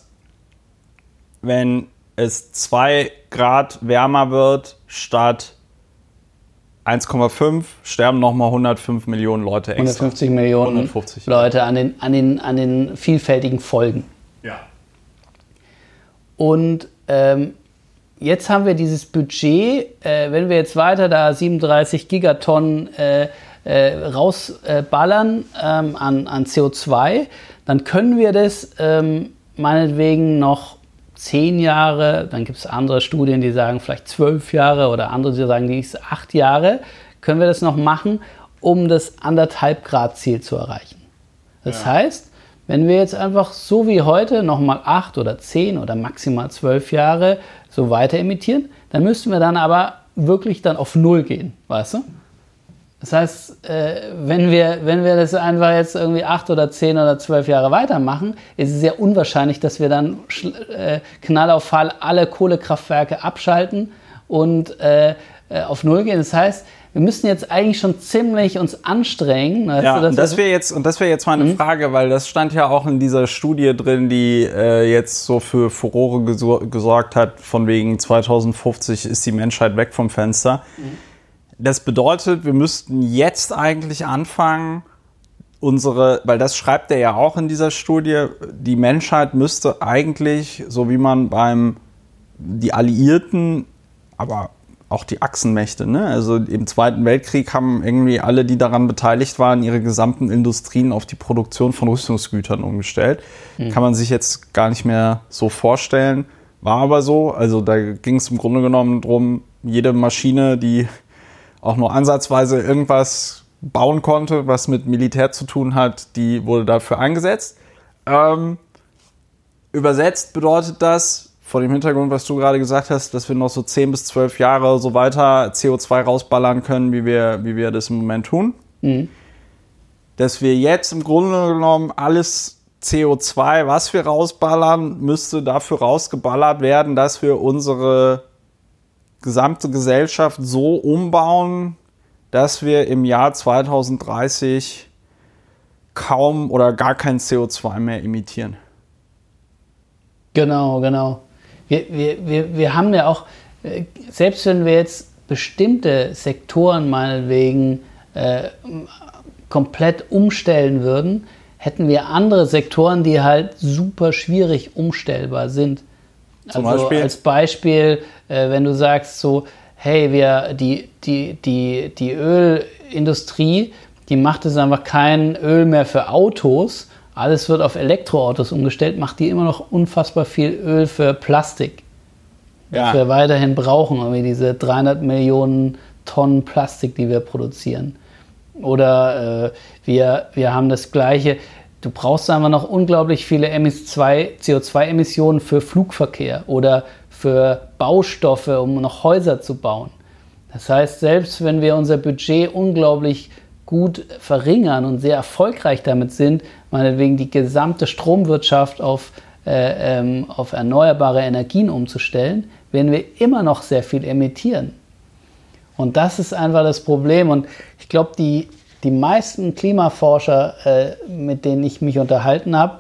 [SPEAKER 1] wenn es zwei Grad wärmer wird statt eins Komma fünf, sterben nochmal hundertfünf Millionen Leute extra.
[SPEAKER 2] hundertfünfzig Millionen hundertfünfzig Leute an den, an, den, an den vielfältigen Folgen.
[SPEAKER 1] Ja.
[SPEAKER 2] Und ähm, jetzt haben wir dieses Budget, äh, wenn wir jetzt weiter da siebenunddreißig Gigatonnen äh, äh, rausballern äh, ähm, an, an C O zwei, dann können wir das ähm, meinetwegen noch zehn Jahre, dann gibt es andere Studien, die sagen vielleicht zwölf Jahre oder andere, die sagen, die ist acht Jahre, können wir das noch machen, um das anderthalb Grad Ziel zu erreichen. Das ja. heißt, wenn wir jetzt einfach so wie heute nochmal acht oder zehn oder maximal zwölf Jahre so weiter emittieren, dann müssten wir dann aber wirklich dann auf Null gehen, weißt du? Das heißt, äh, wenn wir, wenn wir das einfach jetzt irgendwie acht oder zehn oder zwölf Jahre weitermachen, ist es sehr unwahrscheinlich, dass wir dann äh, Knall auf Fall alle Kohlekraftwerke abschalten und äh, auf Null gehen. Das heißt, wir müssen jetzt eigentlich schon ziemlich uns anstrengen. Weißt
[SPEAKER 1] ja,
[SPEAKER 2] du,
[SPEAKER 1] und das wäre jetzt, und das wäre jetzt mal eine mhm. Frage, weil das stand ja auch in dieser Studie drin, die äh, jetzt so für Furore gesor- gesorgt hat, von wegen zweitausendfünfzig ist die Menschheit weg vom Fenster. Mhm. Das bedeutet, wir müssten jetzt eigentlich anfangen, unsere, weil das schreibt er ja auch in dieser Studie, die Menschheit müsste eigentlich, so wie man beim, die Alliierten, aber auch die Achsenmächte, ne? Also im Zweiten Weltkrieg haben irgendwie alle, die daran beteiligt waren, ihre gesamten Industrien auf die Produktion von Rüstungsgütern umgestellt. Mhm. Kann man sich jetzt gar nicht mehr so vorstellen, war aber so. Also da ging es im Grunde genommen drum, jede Maschine, die auch nur ansatzweise irgendwas bauen konnte, was mit Militär zu tun hat, die wurde dafür eingesetzt. Ähm, übersetzt bedeutet das, vor dem Hintergrund, was du gerade gesagt hast, dass wir noch so zehn bis zwölf Jahre so weiter C O zwei rausballern können, wie wir, wie wir das im Moment tun. Mhm. Dass wir jetzt im Grunde genommen alles C O zwei, was wir rausballern, müsste dafür rausgeballert werden, dass wir unsere gesamte Gesellschaft so umbauen, dass wir im Jahr zweitausenddreißig kaum oder gar kein C O zwei mehr emittieren.
[SPEAKER 2] Genau, genau. Wir, wir, wir, wir haben ja auch, selbst wenn wir jetzt bestimmte Sektoren meinetwegen äh, komplett umstellen würden, hätten wir andere Sektoren, die halt super schwierig umstellbar sind.
[SPEAKER 1] Zum
[SPEAKER 2] also
[SPEAKER 1] Beispiel?
[SPEAKER 2] Als Beispiel, äh, wenn du sagst so, hey, wir, die, die, die, die Ölindustrie, die macht jetzt einfach kein Öl mehr für Autos, alles wird auf Elektroautos umgestellt, macht die immer noch unfassbar viel Öl für Plastik,
[SPEAKER 1] Ja.
[SPEAKER 2] das wir weiterhin brauchen, irgendwie diese dreihundert Millionen Tonnen Plastik, die wir produzieren. Oder äh, wir, wir haben das Gleiche, du brauchst einfach noch unglaublich viele C O zwei Emissionen für Flugverkehr oder für Baustoffe, um noch Häuser zu bauen. Das heißt, selbst wenn wir unser Budget unglaublich gut verringern und sehr erfolgreich damit sind, meinetwegen die gesamte Stromwirtschaft auf, äh, ähm, auf erneuerbare Energien umzustellen, werden wir immer noch sehr viel emittieren. Und das ist einfach das Problem. Und ich glaube, die, die meisten Klimaforscher, äh, mit denen ich mich unterhalten habe,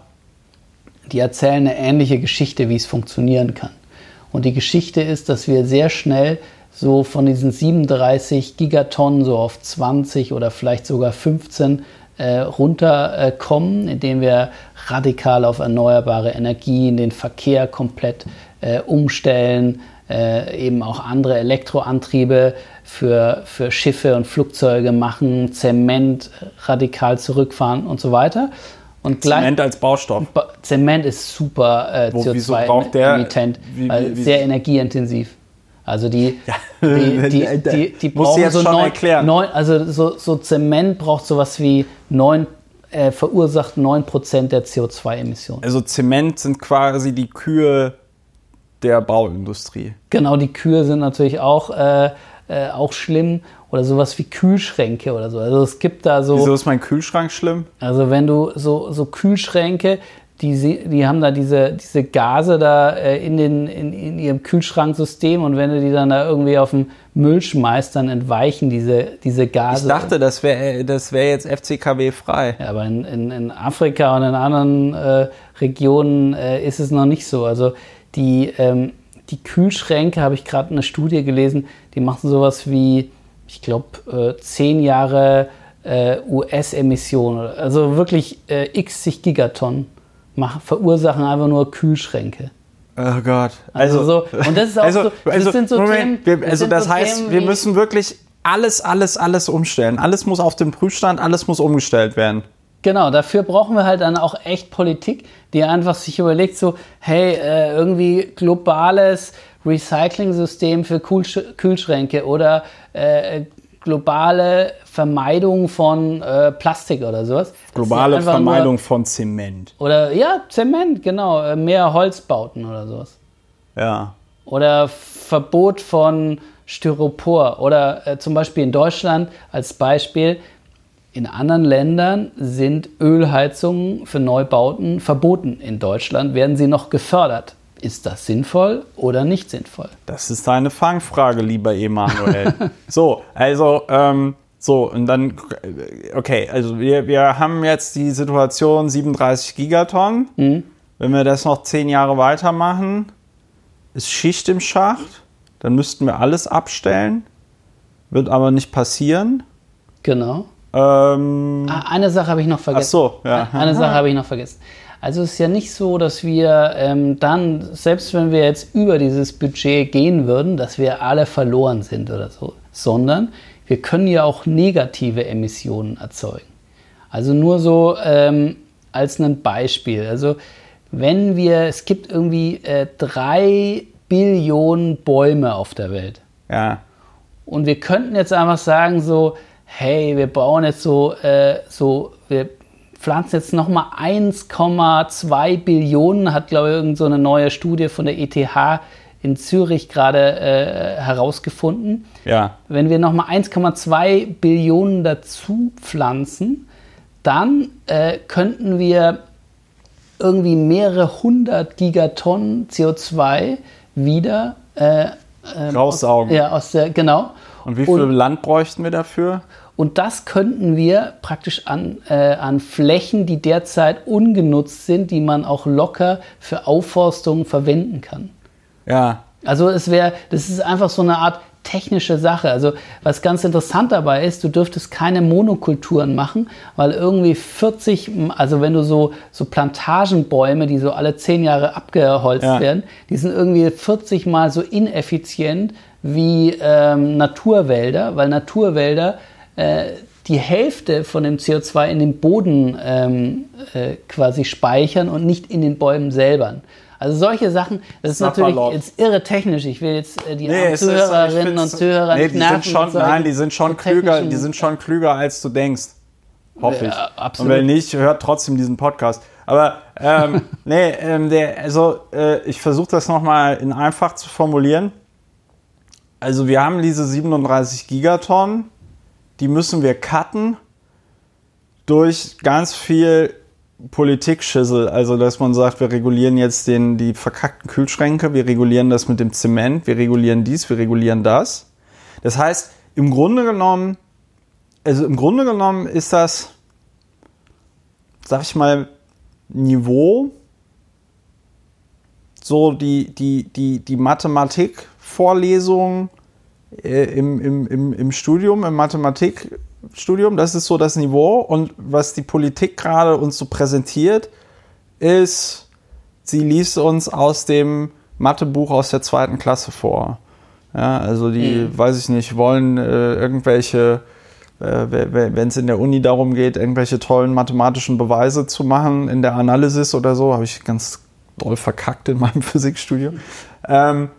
[SPEAKER 2] die erzählen eine ähnliche Geschichte, wie es funktionieren kann. Und die Geschichte ist, dass wir sehr schnell so von diesen siebenunddreißig Gigatonnen so auf zwanzig oder vielleicht sogar fünfzehn äh, runterkommen, äh, indem wir radikal auf erneuerbare Energien, den Verkehr komplett äh, umstellen, äh, eben auch andere Elektroantriebe für, für Schiffe und Flugzeuge machen, Zement radikal zurückfahren und so weiter. Und
[SPEAKER 1] Zement als Baustoff.
[SPEAKER 2] Ba- Zement ist super äh,
[SPEAKER 1] Wo-
[SPEAKER 2] C O
[SPEAKER 1] wieso braucht der-
[SPEAKER 2] zwei-emittent,
[SPEAKER 1] wie- wie-
[SPEAKER 2] also
[SPEAKER 1] wie-
[SPEAKER 2] sehr energieintensiv. Also die,
[SPEAKER 1] Ja.
[SPEAKER 2] die, die, die, die
[SPEAKER 1] Musst du
[SPEAKER 2] brauchen
[SPEAKER 1] jetzt
[SPEAKER 2] so
[SPEAKER 1] schon
[SPEAKER 2] neun,
[SPEAKER 1] erklären.
[SPEAKER 2] neun, also so, so Zement braucht sowas wie neun, äh, verursacht neun Prozent der C O zwei Emissionen.
[SPEAKER 1] Also Zement sind quasi die Kühe der Bauindustrie.
[SPEAKER 2] Genau, die Kühe sind natürlich auch, äh, äh, auch schlimm oder sowas wie Kühlschränke oder so. Also es gibt da so...
[SPEAKER 1] Wieso ist mein Kühlschrank schlimm?
[SPEAKER 2] Also wenn du so, so Kühlschränke, die, sie- die haben da diese, diese Gase da äh, in, den, in, in ihrem Kühlschranksystem und wenn du die dann da irgendwie auf den Müll schmeißt, dann entweichen diese, diese Gase.
[SPEAKER 1] Ich dachte, das wäre das wär jetzt F C K W-frei.
[SPEAKER 2] Ja, aber in, in, in Afrika und in anderen äh, Regionen äh, ist es noch nicht so. Also die, ähm, die Kühlschränke, habe ich gerade eine Studie gelesen, die machen sowas wie, ich glaube, äh, zehn Jahre äh, U S-Emissionen. Also wirklich äh, x zig Gigatonnen machen, verursachen einfach nur Kühlschränke.
[SPEAKER 1] Oh Gott.
[SPEAKER 2] Also, so, und das ist auch
[SPEAKER 1] also,
[SPEAKER 2] so, das
[SPEAKER 1] also,
[SPEAKER 2] sind so
[SPEAKER 1] Moment,
[SPEAKER 2] Themen,
[SPEAKER 1] wir,
[SPEAKER 2] das
[SPEAKER 1] also
[SPEAKER 2] sind
[SPEAKER 1] das
[SPEAKER 2] so
[SPEAKER 1] heißt,
[SPEAKER 2] Themen
[SPEAKER 1] wir
[SPEAKER 2] wie-
[SPEAKER 1] müssen wirklich alles, alles, alles umstellen. Alles muss auf den Prüfstand, alles muss umgestellt werden.
[SPEAKER 2] Genau, dafür brauchen wir halt dann auch echt Politik, die einfach sich überlegt, so, hey, äh, irgendwie globales Recycling-System für Kühlsch Kühlschränke oder äh, globale Vermeidung von äh, Plastik oder sowas. Das
[SPEAKER 1] Globale
[SPEAKER 2] ist einfach
[SPEAKER 1] Vermeidung
[SPEAKER 2] nur,
[SPEAKER 1] von Zement.
[SPEAKER 2] oder ja, Zement, genau, äh, mehr Holzbauten oder sowas.
[SPEAKER 1] Ja.
[SPEAKER 2] Oder Verbot von Styropor. Oder äh, zum Beispiel in Deutschland als Beispiel, in anderen Ländern sind Ölheizungen für Neubauten verboten. In Deutschland werden sie noch gefördert. Ist das sinnvoll oder nicht sinnvoll?
[SPEAKER 1] Das ist eine Fangfrage, lieber Emanuel. So, also, ähm, so, und dann, okay, also wir, wir haben jetzt die Situation siebenunddreißig Gigatonnen.
[SPEAKER 2] Mhm.
[SPEAKER 1] Wenn wir das noch zehn Jahre weitermachen, ist Schicht im Schacht. Dann müssten wir alles abstellen. Wird aber nicht passieren.
[SPEAKER 2] Genau.
[SPEAKER 1] Ähm,
[SPEAKER 2] Ah, eine Sache habe ich noch vergessen.
[SPEAKER 1] ach so, ja.
[SPEAKER 2] Eine Sache habe ich noch vergessen. Also es ist ja nicht so, dass wir ähm, dann, selbst wenn wir jetzt über dieses Budget gehen würden, dass wir alle verloren sind oder so, sondern wir können ja auch negative Emissionen erzeugen. Also nur so ähm, als ein Beispiel. Also wenn wir, es gibt irgendwie äh, drei Billionen Bäume auf der Welt.
[SPEAKER 1] Ja.
[SPEAKER 2] Und wir könnten jetzt einfach sagen so, hey, wir bauen jetzt so, äh, so wir pflanzen jetzt nochmal eins Komma zwei Billionen, hat glaube ich irgend so eine neue Studie von der E T H in Zürich gerade äh, herausgefunden.
[SPEAKER 1] Ja.
[SPEAKER 2] Wenn wir nochmal eins Komma zwei Billionen dazu pflanzen, dann äh, könnten wir irgendwie mehrere hundert Gigatonnen C O zwei wieder äh, ähm,
[SPEAKER 1] Raussaugen.
[SPEAKER 2] Aus, ja, aus der, genau.
[SPEAKER 1] Und wie viel Land bräuchten wir dafür?
[SPEAKER 2] Und das könnten wir praktisch an, äh, an Flächen, die derzeit ungenutzt sind, die man auch locker für Aufforstung verwenden kann.
[SPEAKER 1] Ja.
[SPEAKER 2] Also es wäre, das ist einfach so eine Art technische Sache. Also was ganz interessant dabei ist, du dürftest keine Monokulturen machen, weil irgendwie vierzig, also wenn du so, so Plantagenbäume, die so alle zehn Jahre abgeholzt ja. werden, die sind irgendwie vierzig Mal so ineffizient wie ähm, Naturwälder, weil Naturwälder äh, die Hälfte von dem C O zwei in den Boden ähm, äh, quasi speichern und nicht in den Bäumen selber. Also solche Sachen, das ist natürlich jetzt irre technisch. Ich will jetzt äh, die
[SPEAKER 1] nee,
[SPEAKER 2] Zuhörerinnen
[SPEAKER 1] ist,
[SPEAKER 2] und Zuhörer
[SPEAKER 1] nee,
[SPEAKER 2] nicht
[SPEAKER 1] die
[SPEAKER 2] nerven.
[SPEAKER 1] Sind schon, nein, die sind schon klüger, die sind schon klüger, als du denkst. Hoffe ich.
[SPEAKER 2] Ja, absolut.
[SPEAKER 1] Und wenn nicht, hört trotzdem diesen Podcast. Aber ähm, nee, ähm, der, also äh, ich versuche das nochmal in einfach zu formulieren. Also wir haben diese siebenunddreißig Gigatonnen, die müssen wir cutten durch ganz viel Politik-Schissel. Also dass man sagt, wir regulieren jetzt den, die verkackten Kühlschränke, wir regulieren das mit dem Zement, wir regulieren dies, wir regulieren das. Das heißt, im Grunde genommen, also im Grunde genommen ist das, sag ich mal, Niveau, so die, die, die, die Mathematik-Vorlesung äh, im, im, im, im Studium, im Mathematikstudium, das ist so das Niveau. Und was die Politik gerade uns so präsentiert, ist, sie liest uns aus dem Mathebuch aus der zweiten Klasse vor. Ja, also die, mhm. weiß ich nicht, wollen äh, irgendwelche, äh, wenn es in der Uni darum geht, irgendwelche tollen mathematischen Beweise zu machen in der Analysis oder so, habe ich ganz doll verkackt in meinem Physikstudium. Ähm,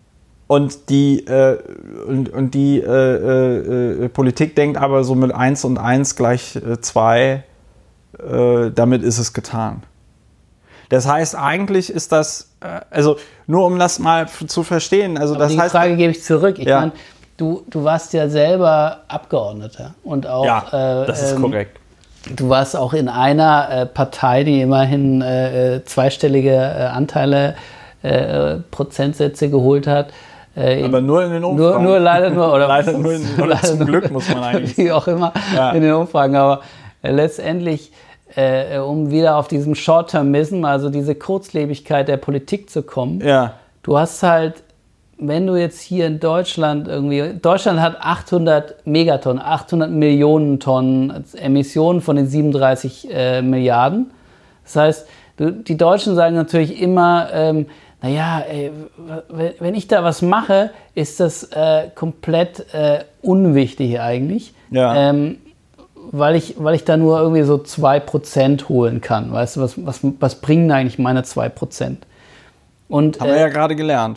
[SPEAKER 1] und die, äh, und, und die äh, äh, Politik denkt aber so mit eins und eins gleich zwei, äh, damit ist es getan. Das heißt, eigentlich ist das, äh, also nur um das mal f- zu verstehen. Also
[SPEAKER 2] aber
[SPEAKER 1] das
[SPEAKER 2] die
[SPEAKER 1] heißt,
[SPEAKER 2] Frage gebe ich zurück. Ich
[SPEAKER 1] ja.
[SPEAKER 2] meine, du, du warst ja selber Abgeordneter und auch.
[SPEAKER 1] Ja, das
[SPEAKER 2] äh,
[SPEAKER 1] ist
[SPEAKER 2] ähm,
[SPEAKER 1] korrekt.
[SPEAKER 2] Du warst auch in einer äh, Partei, die immerhin äh, zweistellige äh, Anteile, äh, Prozentsätze geholt hat. Äh,
[SPEAKER 1] Aber nur in den Umfragen.
[SPEAKER 2] Nur, nur leider nur, oder
[SPEAKER 1] leider nur in, oder
[SPEAKER 2] leider
[SPEAKER 1] zum
[SPEAKER 2] nur,
[SPEAKER 1] Glück muss man eigentlich.
[SPEAKER 2] Wie auch immer, ja. in den Umfragen. Aber äh, letztendlich, äh, um wieder auf diesen Short-Termism, also diese Kurzlebigkeit der Politik zu kommen,
[SPEAKER 1] ja.
[SPEAKER 2] du hast halt, wenn du jetzt hier in Deutschland irgendwie, Deutschland hat achthundert Megatonnen, achthundert Millionen Tonnen Emissionen von den siebenunddreißig äh, Milliarden. Das heißt, du, die Deutschen sagen natürlich immer, ähm, naja, ey, wenn ich da was mache, ist das äh, komplett äh, unwichtig eigentlich,
[SPEAKER 1] ja.
[SPEAKER 2] ähm, weil ich, weil ich da nur irgendwie so zwei Prozent holen kann. Weißt du, was, was, was bringen eigentlich meine zwei Prozent? Und,
[SPEAKER 1] Haben äh, wir ja gerade gelernt.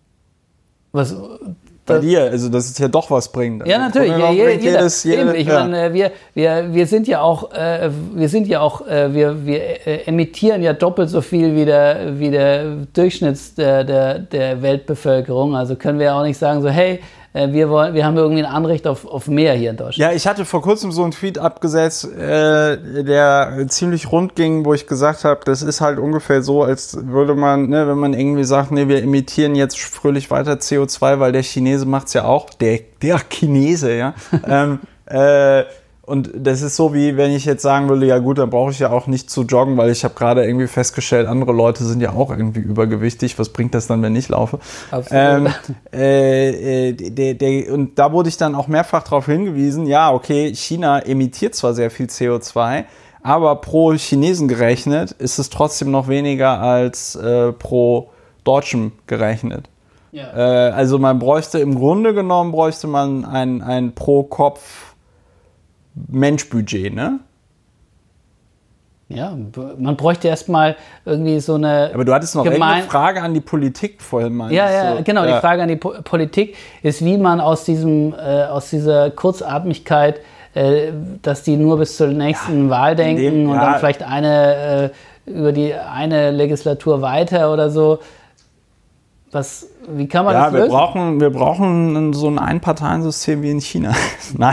[SPEAKER 2] Was,
[SPEAKER 1] Bei dir, also dass es ja doch was bringt. Also
[SPEAKER 2] ja, natürlich. Ja, jeder,
[SPEAKER 1] jedes, jede,
[SPEAKER 2] eben, ich
[SPEAKER 1] ja.
[SPEAKER 2] meine, wir, wir, wir sind ja auch, äh, wir sind ja auch, äh, wir, wir äh, emittieren ja doppelt so viel wie der, wie der Durchschnitts der, der, der Weltbevölkerung. Also können wir ja auch nicht sagen so, hey, äh, wir wollen, wir haben irgendwie ein Anrecht auf, auf mehr hier in Deutschland.
[SPEAKER 1] Ja, ich hatte vor kurzem so einen Tweet abgesetzt, äh, der ziemlich rund ging, wo ich gesagt habe, das ist halt ungefähr so, als würde man, ne, wenn man irgendwie sagt, ne, wir emittieren jetzt fröhlich weiter C O zwei, weil der Chinese macht's ja auch, der, der Chinese, ja. ähm, äh, und das ist so, wie wenn ich jetzt sagen würde, ja gut, dann brauche ich ja auch nicht zu joggen, weil ich habe gerade irgendwie festgestellt, andere Leute sind ja auch irgendwie übergewichtig. Was bringt das dann, wenn ich laufe? Ähm, äh, äh, der, der, und da wurde ich dann auch mehrfach darauf hingewiesen, ja, okay, China emittiert zwar sehr viel C O zwei, aber pro Chinesen gerechnet ist es trotzdem noch weniger als äh, pro Deutschen gerechnet. Ja. Äh, also man bräuchte, im Grunde genommen bräuchte man ein, ein pro Kopf Menschbudget, ne?
[SPEAKER 2] Ja, man bräuchte erstmal irgendwie so eine.
[SPEAKER 1] Aber du hattest noch
[SPEAKER 2] gemein-
[SPEAKER 1] eine Frage an die Politik vorhin mal.
[SPEAKER 2] Ja, ja,
[SPEAKER 1] so,
[SPEAKER 2] genau.
[SPEAKER 1] Ja.
[SPEAKER 2] Die Frage an die po- Politik ist, wie man aus diesem, äh, aus dieser Kurzatmigkeit, äh, dass die nur bis zur nächsten ja, Wahl denken dem, und ja. dann vielleicht eine äh, über die eine Legislatur weiter oder so. Was, wie kann man
[SPEAKER 1] ja,
[SPEAKER 2] das
[SPEAKER 1] wir
[SPEAKER 2] lösen?
[SPEAKER 1] Brauchen, wir brauchen so ein Einparteiensystem wie in China. Nein.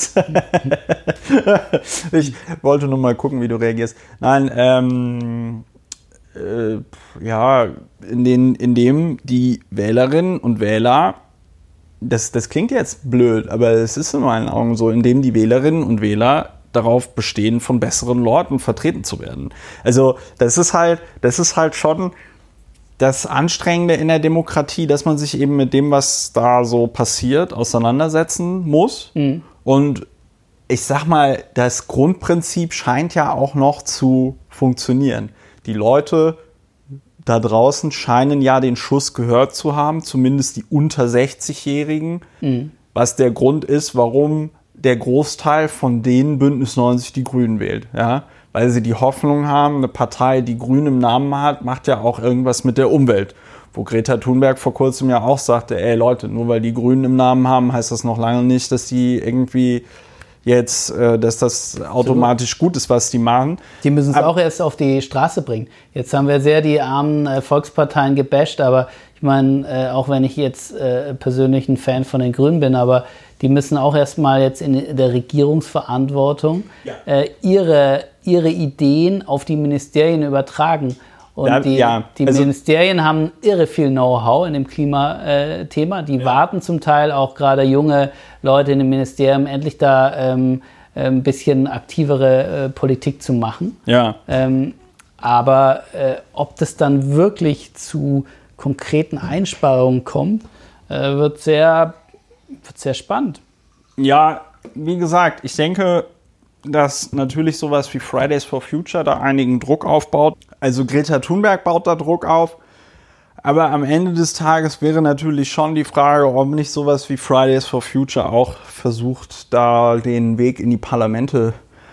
[SPEAKER 1] Ich wollte nur mal gucken, wie du reagierst. Nein, ähm, äh, ja, in, den, in dem die Wählerinnen und Wähler, das, das klingt jetzt blöd, aber es ist in meinen Augen so, in dem die Wählerinnen und Wähler darauf bestehen, von besseren Leuten vertreten zu werden. Also das ist halt, das ist halt schon das Anstrengende in der Demokratie, dass man sich eben mit dem, was da so passiert, auseinandersetzen muss. Mhm. Und ich sag mal, das Grundprinzip scheint ja auch noch zu funktionieren. Die Leute da draußen scheinen ja den Schuss gehört zu haben, zumindest die unter sechzig-Jährigen, mhm. was der Grund ist, warum der Großteil von denen Bündnis neunzig die Grünen wählt. Ja? Weil sie die Hoffnung haben, eine Partei, die Grün im Namen hat, macht ja auch irgendwas mit der Umwelt. Wo Greta Thunberg vor kurzem ja auch sagte, ey Leute, nur weil die Grünen im Namen haben, heißt das noch lange nicht, dass die irgendwie jetzt, äh, dass das automatisch so gut ist, was die machen.
[SPEAKER 2] Die müssen es auch erst auf die Straße bringen. Jetzt haben wir sehr die armen äh, Volksparteien gebasht, aber ich meine, äh, auch wenn ich jetzt äh, persönlich ein Fan von den Grünen bin, aber die müssen auch erstmal jetzt in der Regierungsverantwortung ja. äh, ihre, ihre Ideen auf die Ministerien übertragen. Und ja, die, ja. die also, Ministerien haben irre viel Know-how in dem Klimathema. Die ja. warten zum Teil auch gerade junge Leute in den Ministerien, endlich da ähm, ein bisschen aktivere äh, Politik zu machen.
[SPEAKER 1] Ja.
[SPEAKER 2] Ähm, aber äh, ob das dann wirklich zu konkreten Einsparungen kommt, äh, wird sehr, wird sehr spannend.
[SPEAKER 1] Ja, wie gesagt, ich denke, dass natürlich sowas wie Fridays for Future da einigen Druck aufbaut. Also Greta Thunberg baut da Druck auf. Aber am Ende des Tages wäre natürlich schon die Frage, ob nicht sowas wie Fridays for Future auch versucht, da den Weg in die Parlamente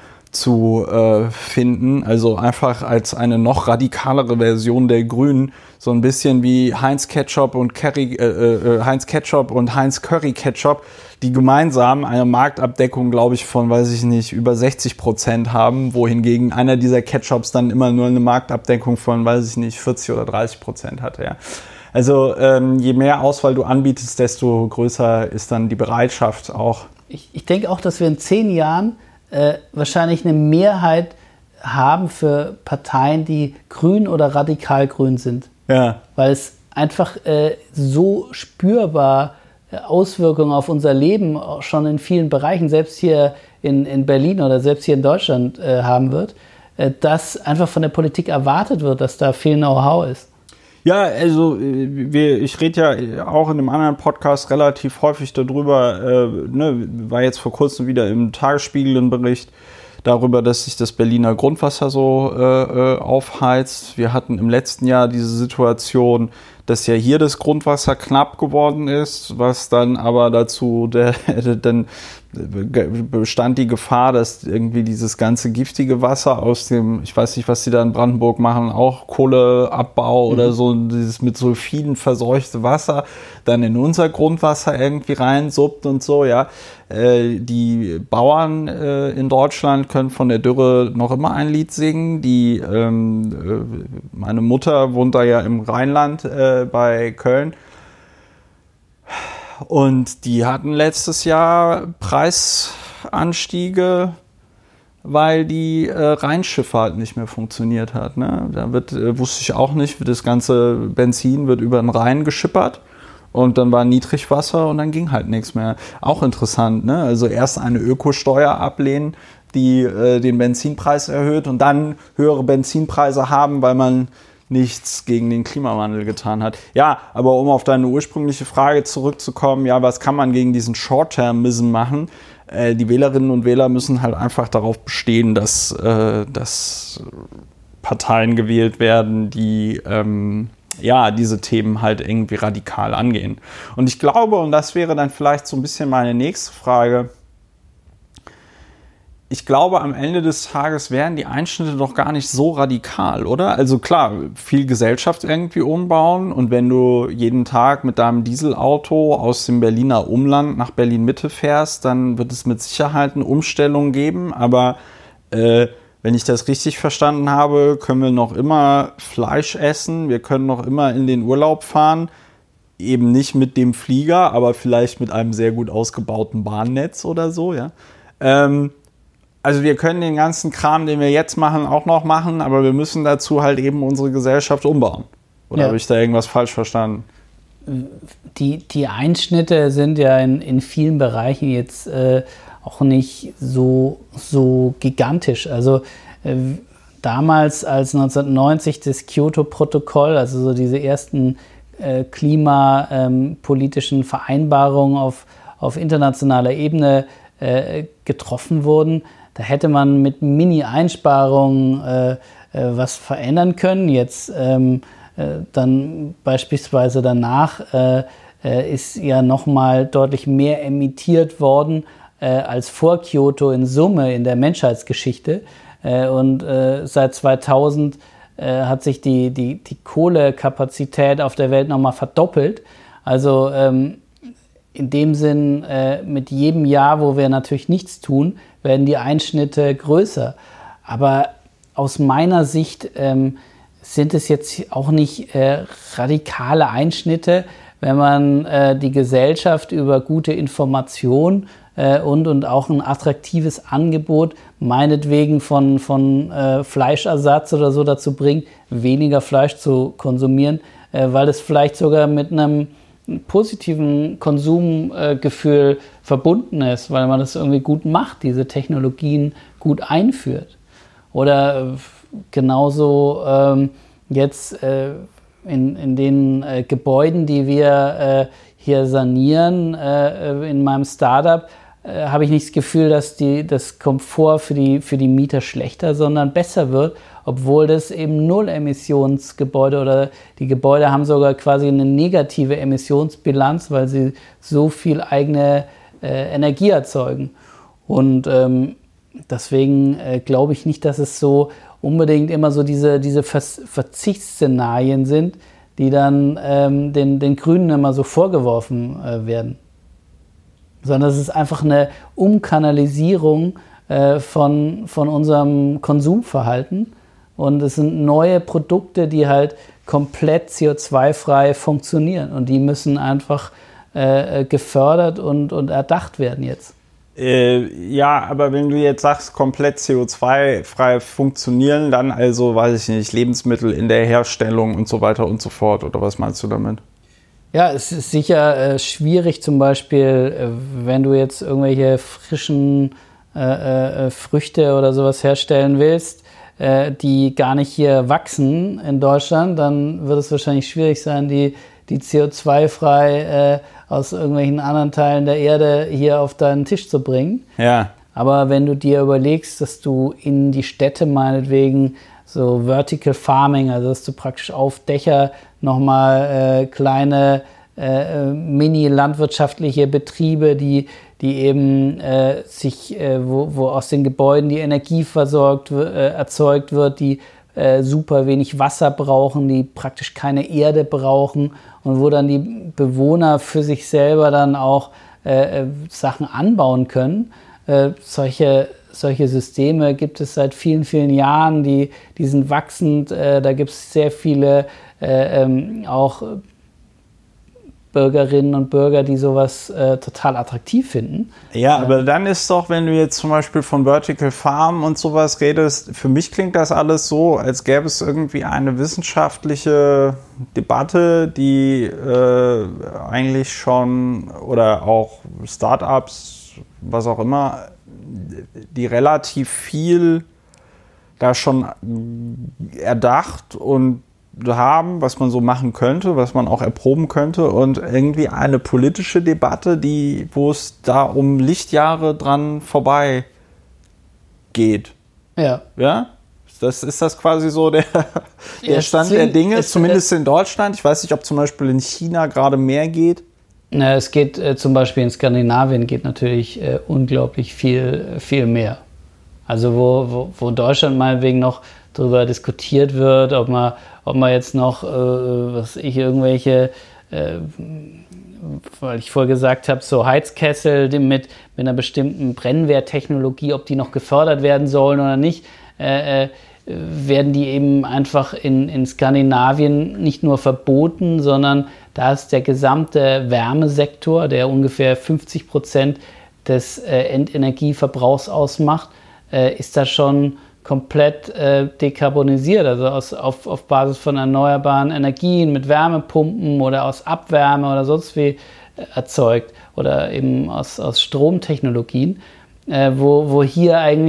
[SPEAKER 1] zu äh, finden. Also einfach als eine noch radikalere Version der Grünen. So ein bisschen wie Heinz Ketchup und Curry, äh, äh, Heinz Ketchup und Heinz Curry Ketchup, die gemeinsam eine Marktabdeckung, glaube ich, von, weiß ich nicht, über sechzig Prozent haben, wohingegen einer dieser Ketchups dann immer nur eine Marktabdeckung von, weiß ich nicht, vierzig oder dreißig Prozent hatte. Ja. Also ähm, je mehr Auswahl du anbietest, desto größer ist dann die Bereitschaft auch.
[SPEAKER 2] Ich, ich denke auch, dass wir in zehn Jahren äh, wahrscheinlich eine Mehrheit haben für Parteien, die grün oder radikal grün sind.
[SPEAKER 1] Ja.
[SPEAKER 2] Weil es einfach äh, so spürbar Auswirkungen auf unser Leben schon in vielen Bereichen, selbst hier in, in Berlin oder selbst hier in Deutschland äh, haben wird, äh, dass einfach von der Politik erwartet wird, dass da viel Know-how ist.
[SPEAKER 1] Ja, also wir, ich rede ja auch in einem anderen Podcast relativ häufig darüber, äh, ne, war jetzt vor kurzem wieder im Tagesspiegel ein Bericht darüber, dass sich das Berliner Grundwasser so äh, aufheizt. Wir hatten im letzten Jahr diese Situation, dass ja hier das Grundwasser knapp geworden ist, was dann aber dazu, der, dann bestand die Gefahr, dass irgendwie dieses ganze giftige Wasser aus dem, ich weiß nicht, was die da in Brandenburg machen, auch Kohleabbau mhm. oder so, dieses mit Sulfiden verseuchte Wasser, dann in unser Grundwasser irgendwie reinsuppt und so, ja. Äh, die Bauern äh, in Deutschland können von der Dürre noch immer ein Lied singen. Die, ähm, äh, meine Mutter wohnt da ja im Rheinland äh, bei Köln. Und die hatten letztes Jahr Preisanstiege, weil die äh, Rheinschifffahrt nicht mehr funktioniert hat. Ne? Da wird, äh, wusste ich auch nicht, das ganze Benzin wird über den Rhein geschippert und dann war Niedrigwasser und dann ging halt nichts mehr. Auch interessant, ne? Also erst eine Ökosteuer ablehnen, die äh, den Benzinpreis erhöht und dann höhere Benzinpreise haben, weil man nichts gegen den Klimawandel getan hat. Ja, aber um auf deine ursprüngliche Frage zurückzukommen, ja, was kann man gegen diesen Short-Termism machen? Äh, die Wählerinnen und Wähler müssen halt einfach darauf bestehen, dass, äh, dass Parteien gewählt werden, die ähm, ja, diese Themen halt irgendwie radikal angehen. Und ich glaube, und das wäre dann vielleicht so ein bisschen meine nächste Frage, ich glaube, am Ende des Tages wären die Einschnitte doch gar nicht so radikal, oder? Also klar, viel Gesellschaft irgendwie umbauen und wenn du jeden Tag mit deinem Dieselauto aus dem Berliner Umland nach Berlin-Mitte fährst, dann wird es mit Sicherheit eine Umstellung geben, aber äh, wenn ich das richtig verstanden habe, können wir noch immer Fleisch essen, wir können noch immer in den Urlaub fahren, eben nicht mit dem Flieger, aber vielleicht mit einem sehr gut ausgebauten Bahnnetz oder so, ja. Ähm, Also wir können den ganzen Kram, den wir jetzt machen, auch noch machen, aber wir müssen dazu halt eben unsere Gesellschaft umbauen. Oder ja. Habe ich da irgendwas falsch verstanden?
[SPEAKER 2] Die, die Einschnitte sind ja in, in vielen Bereichen jetzt äh, auch nicht so, so gigantisch. Also äh, damals, als neunzehnhundertneunzig das Kyoto-Protokoll, also so diese ersten äh, klimapolitischen ähm, Vereinbarungen auf, auf internationaler Ebene äh, getroffen wurden, da hätte man mit Mini-Einsparungen äh, äh, was verändern können. Jetzt ähm, äh, dann beispielsweise danach äh, äh, ist ja nochmal deutlich mehr emittiert worden äh, als vor Kyoto in Summe in der Menschheitsgeschichte. Äh, und äh, seit zweitausend äh, hat sich die, die, die Kohlekapazität auf der Welt nochmal verdoppelt. Also ähm, in dem Sinn, äh, mit jedem Jahr, wo wir natürlich nichts tun, werden die Einschnitte größer. Aber aus meiner Sicht ähm, sind es jetzt auch nicht äh, radikale Einschnitte, wenn man äh, die Gesellschaft über gute Information äh, und, und auch ein attraktives Angebot, meinetwegen von, von äh, Fleischersatz oder so, dazu bringt, weniger Fleisch zu konsumieren, äh, weil es vielleicht sogar mit einem positiven Konsumgefühl äh, verbunden ist, weil man das irgendwie gut macht, diese Technologien gut einführt. Oder äh, genauso ähm, jetzt äh, in, in den äh, Gebäuden, die wir äh, hier sanieren, äh, in meinem Startup, äh, habe ich nicht das Gefühl, dass die, das Komfort für die, für die Mieter schlechter, sondern besser wird, obwohl das eben Null-Emissionsgebäude oder die Gebäude haben sogar quasi eine negative Emissionsbilanz, weil sie so viel eigene äh, Energie erzeugen. Und ähm, deswegen äh, glaube ich nicht, dass es so unbedingt immer so diese, diese Ver- Verzichtsszenarien sind, die dann ähm, den, den Grünen immer so vorgeworfen äh, werden. Sondern es ist einfach eine Umkanalisierung äh, von, von unserem Konsumverhalten. Und es sind neue Produkte, die halt komplett C O zwei frei funktionieren. Und die müssen einfach äh, gefördert und, und erdacht werden jetzt.
[SPEAKER 1] Äh, ja, aber wenn du jetzt sagst, komplett C O zwei frei funktionieren, dann also, weiß ich nicht, Lebensmittel in der Herstellung und so weiter und so fort. Oder was meinst du damit?
[SPEAKER 2] Ja, es ist sicher äh, schwierig, zum Beispiel, äh, wenn du jetzt irgendwelche frischen äh, äh, Früchte oder sowas herstellen willst, die gar nicht hier wachsen in Deutschland, dann wird es wahrscheinlich schwierig sein, die, die C O zwei frei äh, aus irgendwelchen anderen Teilen der Erde hier auf deinen Tisch zu bringen.
[SPEAKER 1] Ja.
[SPEAKER 2] Aber wenn du dir überlegst, dass du in die Städte meinetwegen so Vertical Farming, also dass du praktisch auf Dächer nochmal äh, kleine äh, mini-landwirtschaftliche Betriebe, die die eben äh, sich, äh, wo, wo aus den Gebäuden die Energie versorgt, äh, erzeugt wird, die äh, super wenig Wasser brauchen, die praktisch keine Erde brauchen und wo dann die Bewohner für sich selber dann auch äh, Sachen anbauen können. Äh, solche, solche Systeme gibt es seit vielen, vielen Jahren, die, die sind wachsend, äh, da gibt es sehr viele äh, ähm, auch Bürgerinnen und Bürger, die sowas äh, total attraktiv finden.
[SPEAKER 1] Ja, aber dann ist doch, wenn du jetzt zum Beispiel von Vertical Farm und sowas redest, für mich klingt das alles so, als gäbe es irgendwie eine wissenschaftliche Debatte, die äh, eigentlich schon, oder auch Startups, was auch immer, die relativ viel da schon erdacht und haben, was man so machen könnte, was man auch erproben könnte und irgendwie eine politische Debatte, die, wo es da um Lichtjahre dran vorbei geht.
[SPEAKER 2] Ja.
[SPEAKER 1] Ja? Das ist das quasi so der, der
[SPEAKER 2] Ja,
[SPEAKER 1] Stand
[SPEAKER 2] zwing-
[SPEAKER 1] der Dinge,
[SPEAKER 2] es-
[SPEAKER 1] zumindest in Deutschland. Ich weiß nicht, ob zum Beispiel in China gerade mehr geht.
[SPEAKER 2] Na, es geht äh, zum Beispiel in Skandinavien geht natürlich äh, unglaublich viel, viel mehr. Also wo, wo, wo Deutschland meinetwegen noch darüber diskutiert wird, ob man, ob man jetzt noch, äh, was ich, irgendwelche, äh, weil ich vorher gesagt habe, so Heizkessel die mit, mit einer bestimmten Brennwerttechnologie, ob die noch gefördert werden sollen oder nicht, äh, äh, werden die eben einfach in, in Skandinavien nicht nur verboten, sondern da ist der gesamte Wärmesektor, der ungefähr fünfzig Prozent des äh, Endenergieverbrauchs ausmacht, äh, ist da schon komplett äh, dekarbonisiert, also aus, auf, auf Basis von erneuerbaren Energien mit Wärmepumpen oder aus Abwärme oder sonst wie äh, erzeugt oder eben aus, aus Stromtechnologien, äh, wo, wo hier eigentlich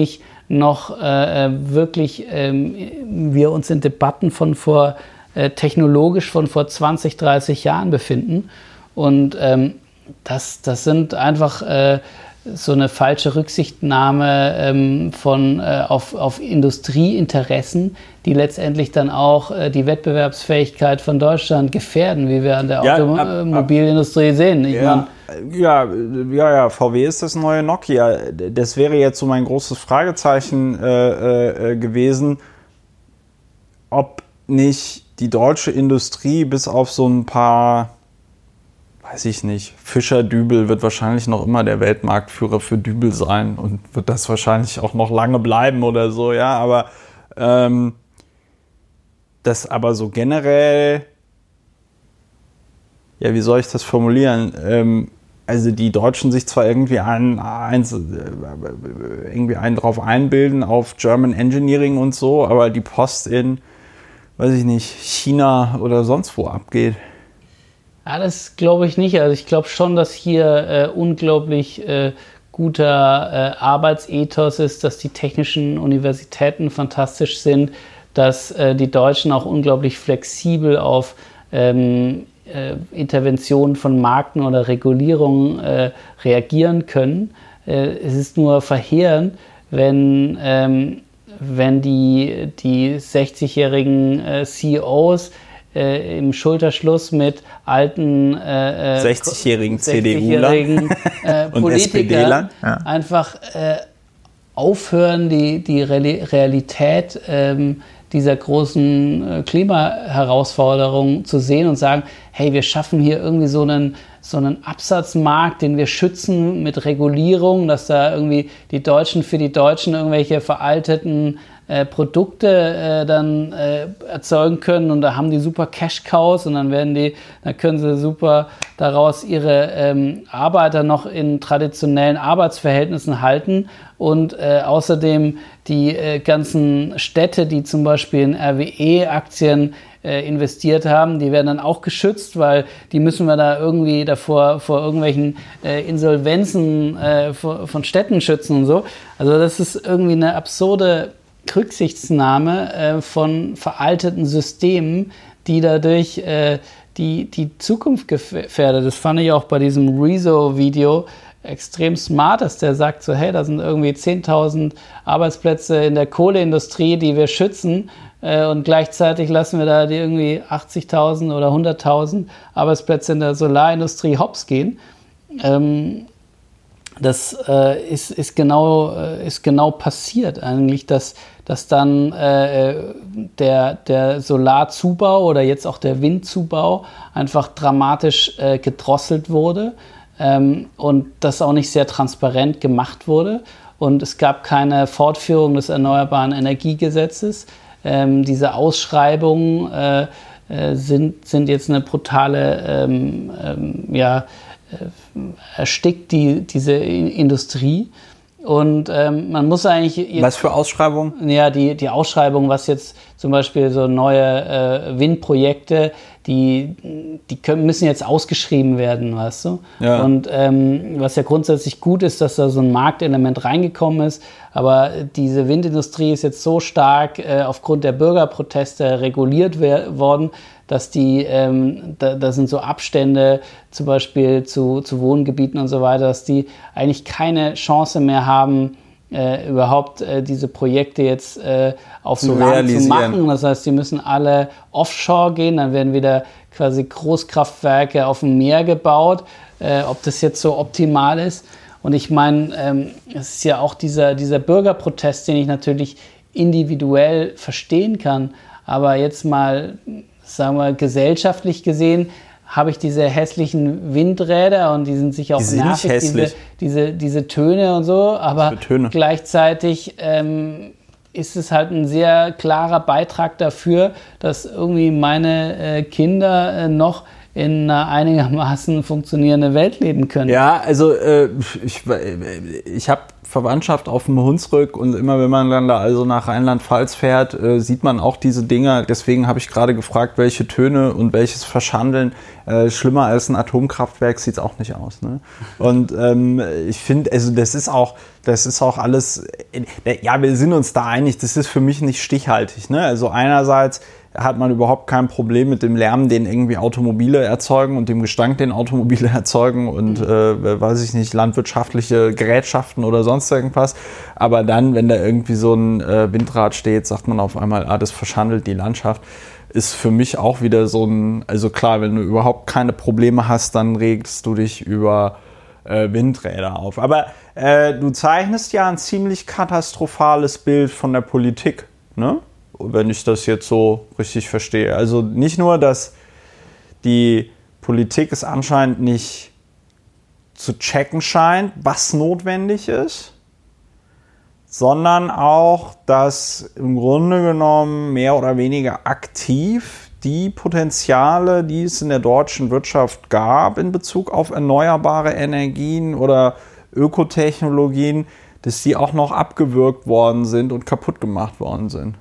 [SPEAKER 2] noch äh, wirklich ähm, wir uns in Debatten von vor äh, technologisch von vor zwanzig, dreißig Jahren befinden. Und ähm, das, das sind einfach äh, so eine falsche Rücksichtnahme ähm, von, äh, auf, auf Industrieinteressen, die letztendlich dann auch äh, die Wettbewerbsfähigkeit von Deutschland gefährden, wie wir an der ja, Automobilindustrie sehen. Ich
[SPEAKER 1] ja, mein, ja, ja, ja, V W ist das neue Nokia. Das wäre jetzt so mein großes Fragezeichen äh, äh, gewesen, ob nicht die deutsche Industrie bis auf so ein paar, weiß ich nicht, Fischer Dübel wird wahrscheinlich noch immer der Weltmarktführer für Dübel sein und wird das wahrscheinlich auch noch lange bleiben oder so, ja, aber ähm, das aber so generell, ja, wie soll ich das formulieren? Ähm, also die Deutschen sich zwar irgendwie einen, einen, irgendwie einen drauf einbilden auf German Engineering und so, aber die Post in, weiß ich nicht, China oder sonst wo abgeht.
[SPEAKER 2] Ja, das glaube ich nicht. Also ich glaube schon, dass hier äh, unglaublich äh, guter äh, Arbeitsethos ist, dass die technischen Universitäten fantastisch sind, dass äh, die Deutschen auch unglaublich flexibel auf ähm, äh, Interventionen von Marken oder Regulierungen äh, reagieren können. Äh, es ist nur verheerend, wenn, ähm, wenn die, die sechzigjährigen äh, C E Os Äh, im Schulterschluss mit alten äh,
[SPEAKER 1] sechzigjährigen C D U-Lern
[SPEAKER 2] äh,
[SPEAKER 1] und S P D-Lern
[SPEAKER 2] ja. einfach äh, aufhören, die, die Realität ähm, dieser großen äh, Klimaherausforderung zu sehen und sagen, hey, wir schaffen hier irgendwie so einen, so einen Absatzmarkt, den wir schützen mit Regulierung, dass da irgendwie die Deutschen für die Deutschen irgendwelche veralteten Äh, Produkte äh, dann äh, erzeugen können und da haben die super Cash-Cows und dann werden die, dann können sie super daraus ihre ähm, Arbeiter noch in traditionellen Arbeitsverhältnissen halten und äh, außerdem die äh, ganzen Städte, die zum Beispiel in R W E-Aktien äh, investiert haben, die werden dann auch geschützt, weil die müssen wir da irgendwie davor vor irgendwelchen äh, Insolvenzen äh, vor, von Städten schützen und so. Also das ist irgendwie eine absurde Rücksichtsnahme äh, von veralteten Systemen, die dadurch äh, die, die Zukunft gefährdet. Das fand ich auch bei diesem Rezo-Video extrem smart, dass der sagt so, hey, da sind irgendwie zehntausend Arbeitsplätze in der Kohleindustrie, die wir schützen äh, und gleichzeitig lassen wir da die irgendwie achtzigtausend oder hunderttausend Arbeitsplätze in der Solarindustrie hops gehen. Ähm, Das äh, ist, ist, genau, äh, ist genau passiert eigentlich, dass, dass dann äh, der, der Solarzubau oder jetzt auch der Windzubau einfach dramatisch äh, gedrosselt wurde ähm, und das auch nicht sehr transparent gemacht wurde. Und es gab keine Fortführung des Erneuerbaren Energiegesetzes. Ähm, diese Ausschreibungen äh, äh, sind, sind jetzt eine brutale ähm, ähm, ja, erstickt die, diese Industrie und ähm, man muss eigentlich jetzt,
[SPEAKER 1] was für Ausschreibungen?
[SPEAKER 2] Ja, die, die Ausschreibung, was jetzt zum Beispiel so neue äh, Windprojekte, die, die können, müssen jetzt ausgeschrieben werden, weißt du? Ja. Und ähm, was ja grundsätzlich gut ist, dass da so ein Marktelement reingekommen ist, aber diese Windindustrie ist jetzt so stark äh, aufgrund der Bürgerproteste reguliert wer- worden, dass die, ähm, da, da sind so Abstände zum Beispiel zu, zu Wohngebieten und so weiter, dass die eigentlich keine Chance mehr haben, äh, überhaupt äh, diese Projekte jetzt äh, auf dem Land zu machen. Das heißt, die müssen alle offshore gehen, dann werden wieder quasi Großkraftwerke auf dem Meer gebaut, äh, ob das jetzt so optimal ist. Und ich meine, ähm, es ist ja auch dieser, dieser Bürgerprotest, den ich natürlich individuell verstehen kann, aber jetzt mal, sagen wir, gesellschaftlich gesehen, habe ich diese hässlichen Windräder und die sind sicher auch
[SPEAKER 1] die sind
[SPEAKER 2] nervig, diese, diese, diese Töne und so, aber gleichzeitig ähm, ist es halt ein sehr klarer Beitrag dafür, dass irgendwie meine äh, Kinder äh, noch in einer einigermaßen funktionierenden Welt leben können.
[SPEAKER 1] Ja, also äh, ich, ich habe Verwandtschaft auf dem Hunsrück und immer wenn man dann da also nach Rheinland-Pfalz fährt, äh, sieht man auch diese Dinge. Deswegen habe ich gerade gefragt, welche Töne und welches Verschandeln. Äh, schlimmer als ein Atomkraftwerk sieht es auch nicht aus. Ne? Und ähm, ich finde, also das ist auch, das ist auch alles, äh, ja, wir sind uns da einig, das ist für mich nicht stichhaltig. Ne? Also einerseits hat man überhaupt kein Problem mit dem Lärm, den irgendwie Automobile erzeugen und dem Gestank, den Automobile erzeugen und, äh, weiß ich nicht, landwirtschaftliche Gerätschaften oder sonst irgendwas. Aber dann, wenn da irgendwie so ein äh, Windrad steht, sagt man auf einmal, ah, das verschandelt die Landschaft. Ist für mich auch wieder so ein, also klar, wenn du überhaupt keine Probleme hast, dann regst du dich über äh, Windräder auf. Aber äh, du zeichnest ja ein ziemlich katastrophales Bild von der Politik, ne? Wenn ich das jetzt so richtig verstehe. Also nicht nur, dass die Politik es anscheinend nicht zu checken scheint, was notwendig ist, sondern auch, dass im Grunde genommen mehr oder weniger aktiv die Potenziale, die es in der deutschen Wirtschaft gab in Bezug auf erneuerbare Energien oder Ökotechnologien, dass die auch noch abgewürgt worden sind und kaputt gemacht worden sind.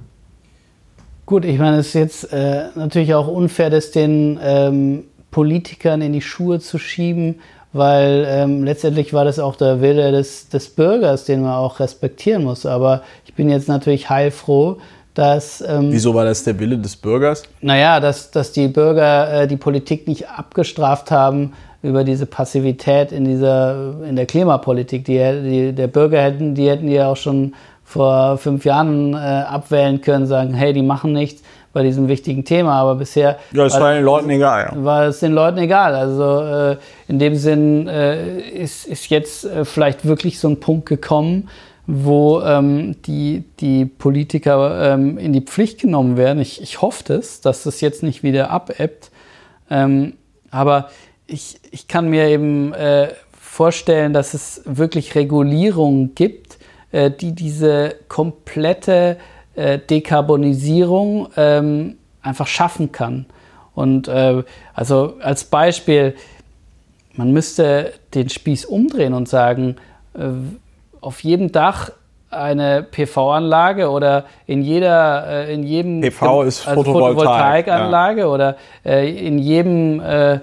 [SPEAKER 2] Gut, ich meine, es ist jetzt äh, natürlich auch unfair, das den ähm, Politikern in die Schuhe zu schieben, weil ähm, letztendlich war das auch der Wille des, des Bürgers, den man auch respektieren muss. Aber ich bin jetzt natürlich heilfroh, dass... Ähm,
[SPEAKER 1] Wieso war das der Wille des Bürgers?
[SPEAKER 2] Naja, dass, dass die Bürger äh, die Politik nicht abgestraft haben über diese Passivität in, dieser, in der Klimapolitik. Die, die, der Bürger hätten, die hätten ja auch schon vor fünf Jahren äh, abwählen können, sagen, hey, die machen nichts bei diesem wichtigen Thema, aber bisher
[SPEAKER 1] ja, es war, war den Leuten egal. Ja.
[SPEAKER 2] War es den Leuten egal. Also äh, in dem Sinn äh, ist, ist jetzt äh, vielleicht wirklich so ein Punkt gekommen, wo ähm, die, die Politiker ähm, in die Pflicht genommen werden. Ich, ich hoffe das, dass das jetzt nicht wieder abebbt. Ähm, aber ich, ich kann mir eben äh, vorstellen, dass es wirklich Regulierungen gibt, die diese komplette äh, Dekarbonisierung ähm, einfach schaffen kann. Und äh, also als Beispiel, man müsste den Spieß umdrehen und sagen, äh, auf jedem Dach eine P V-Anlage oder in jeder, äh, in jedem
[SPEAKER 1] P V ist
[SPEAKER 2] also
[SPEAKER 1] Photovoltaik,
[SPEAKER 2] Photovoltaikanlage
[SPEAKER 1] ja.
[SPEAKER 2] oder äh, in jedem äh,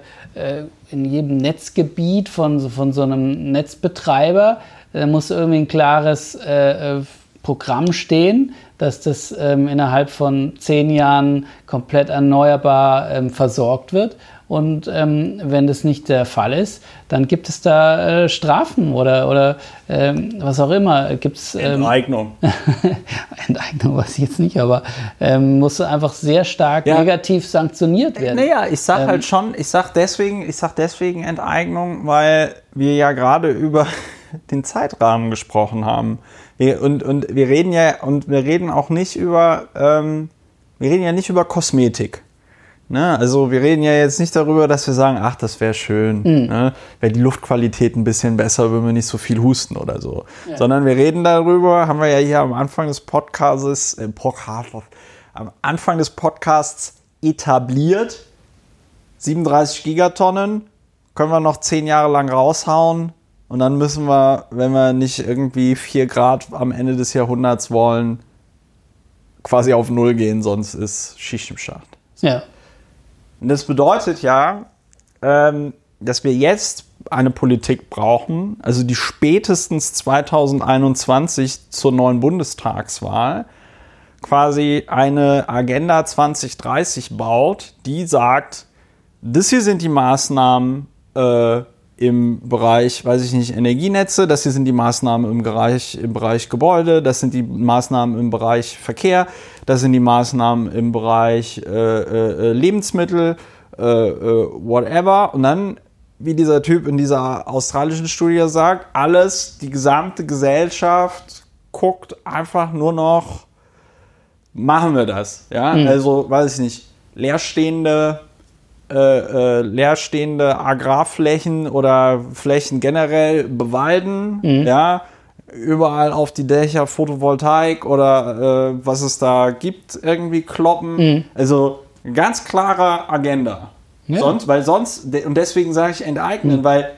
[SPEAKER 2] in jedem Netzgebiet von, von so einem Netzbetreiber. Da muss irgendwie ein klares äh, Programm stehen, dass das ähm, innerhalb von zehn Jahren komplett erneuerbar ähm, versorgt wird. Und ähm, wenn das nicht der Fall ist, dann gibt es da äh, Strafen oder, oder ähm, was auch immer. Gibt's, ähm,
[SPEAKER 1] Enteignung.
[SPEAKER 2] Enteignung weiß ich jetzt nicht, aber ähm, muss einfach sehr stark ja. negativ sanktioniert werden.
[SPEAKER 1] Naja, ich sag
[SPEAKER 2] ähm,
[SPEAKER 1] halt schon, ich sag deswegen, ich sag deswegen Enteignung, weil wir ja gerade über den Zeitrahmen gesprochen haben. Wir, und, und wir reden ja, und wir reden auch nicht über, ähm, wir reden ja nicht über Kosmetik. Ne? Also wir reden ja jetzt nicht darüber, dass wir sagen, ach, das wäre schön, mhm. ne? Wäre die Luftqualität ein bisschen besser, würden wir nicht so viel husten oder so. Ja. Sondern wir reden darüber, haben wir ja hier am Anfang des Podcasts, äh, Podcast, am Anfang des Podcasts etabliert, siebenunddreißig Gigatonnen, können wir noch zehn Jahre lang raushauen. Und dann müssen wir, wenn wir nicht irgendwie vier Grad am Ende des Jahrhunderts wollen, quasi auf Null gehen, sonst ist Schicht im Schacht.
[SPEAKER 2] Ja.
[SPEAKER 1] Und das bedeutet ja, ähm, dass wir jetzt eine Politik brauchen, also die spätestens zwanzig einundzwanzig zur neuen Bundestagswahl quasi eine Agenda zwanzig dreißig baut, die sagt, das hier sind die Maßnahmen, äh, im Bereich, weiß ich nicht, Energienetze, das hier sind die Maßnahmen im Bereich, im Bereich Gebäude, das sind die Maßnahmen im Bereich Verkehr, das sind die Maßnahmen im Bereich äh, äh, Lebensmittel, äh, äh, whatever. Und dann, wie dieser Typ in dieser australischen Studie sagt, alles, die gesamte Gesellschaft guckt einfach nur noch, machen wir das. Ja? Mhm. Also, weiß ich nicht, leerstehende Äh, äh, leerstehende Agrarflächen oder Flächen generell bewalden, mhm. ja, überall auf die Dächer Photovoltaik oder äh, was es da gibt, irgendwie kloppen. Mhm. Also ganz klare Agenda. Ja. Sonst, weil sonst, und deswegen sage ich enteignen, mhm. weil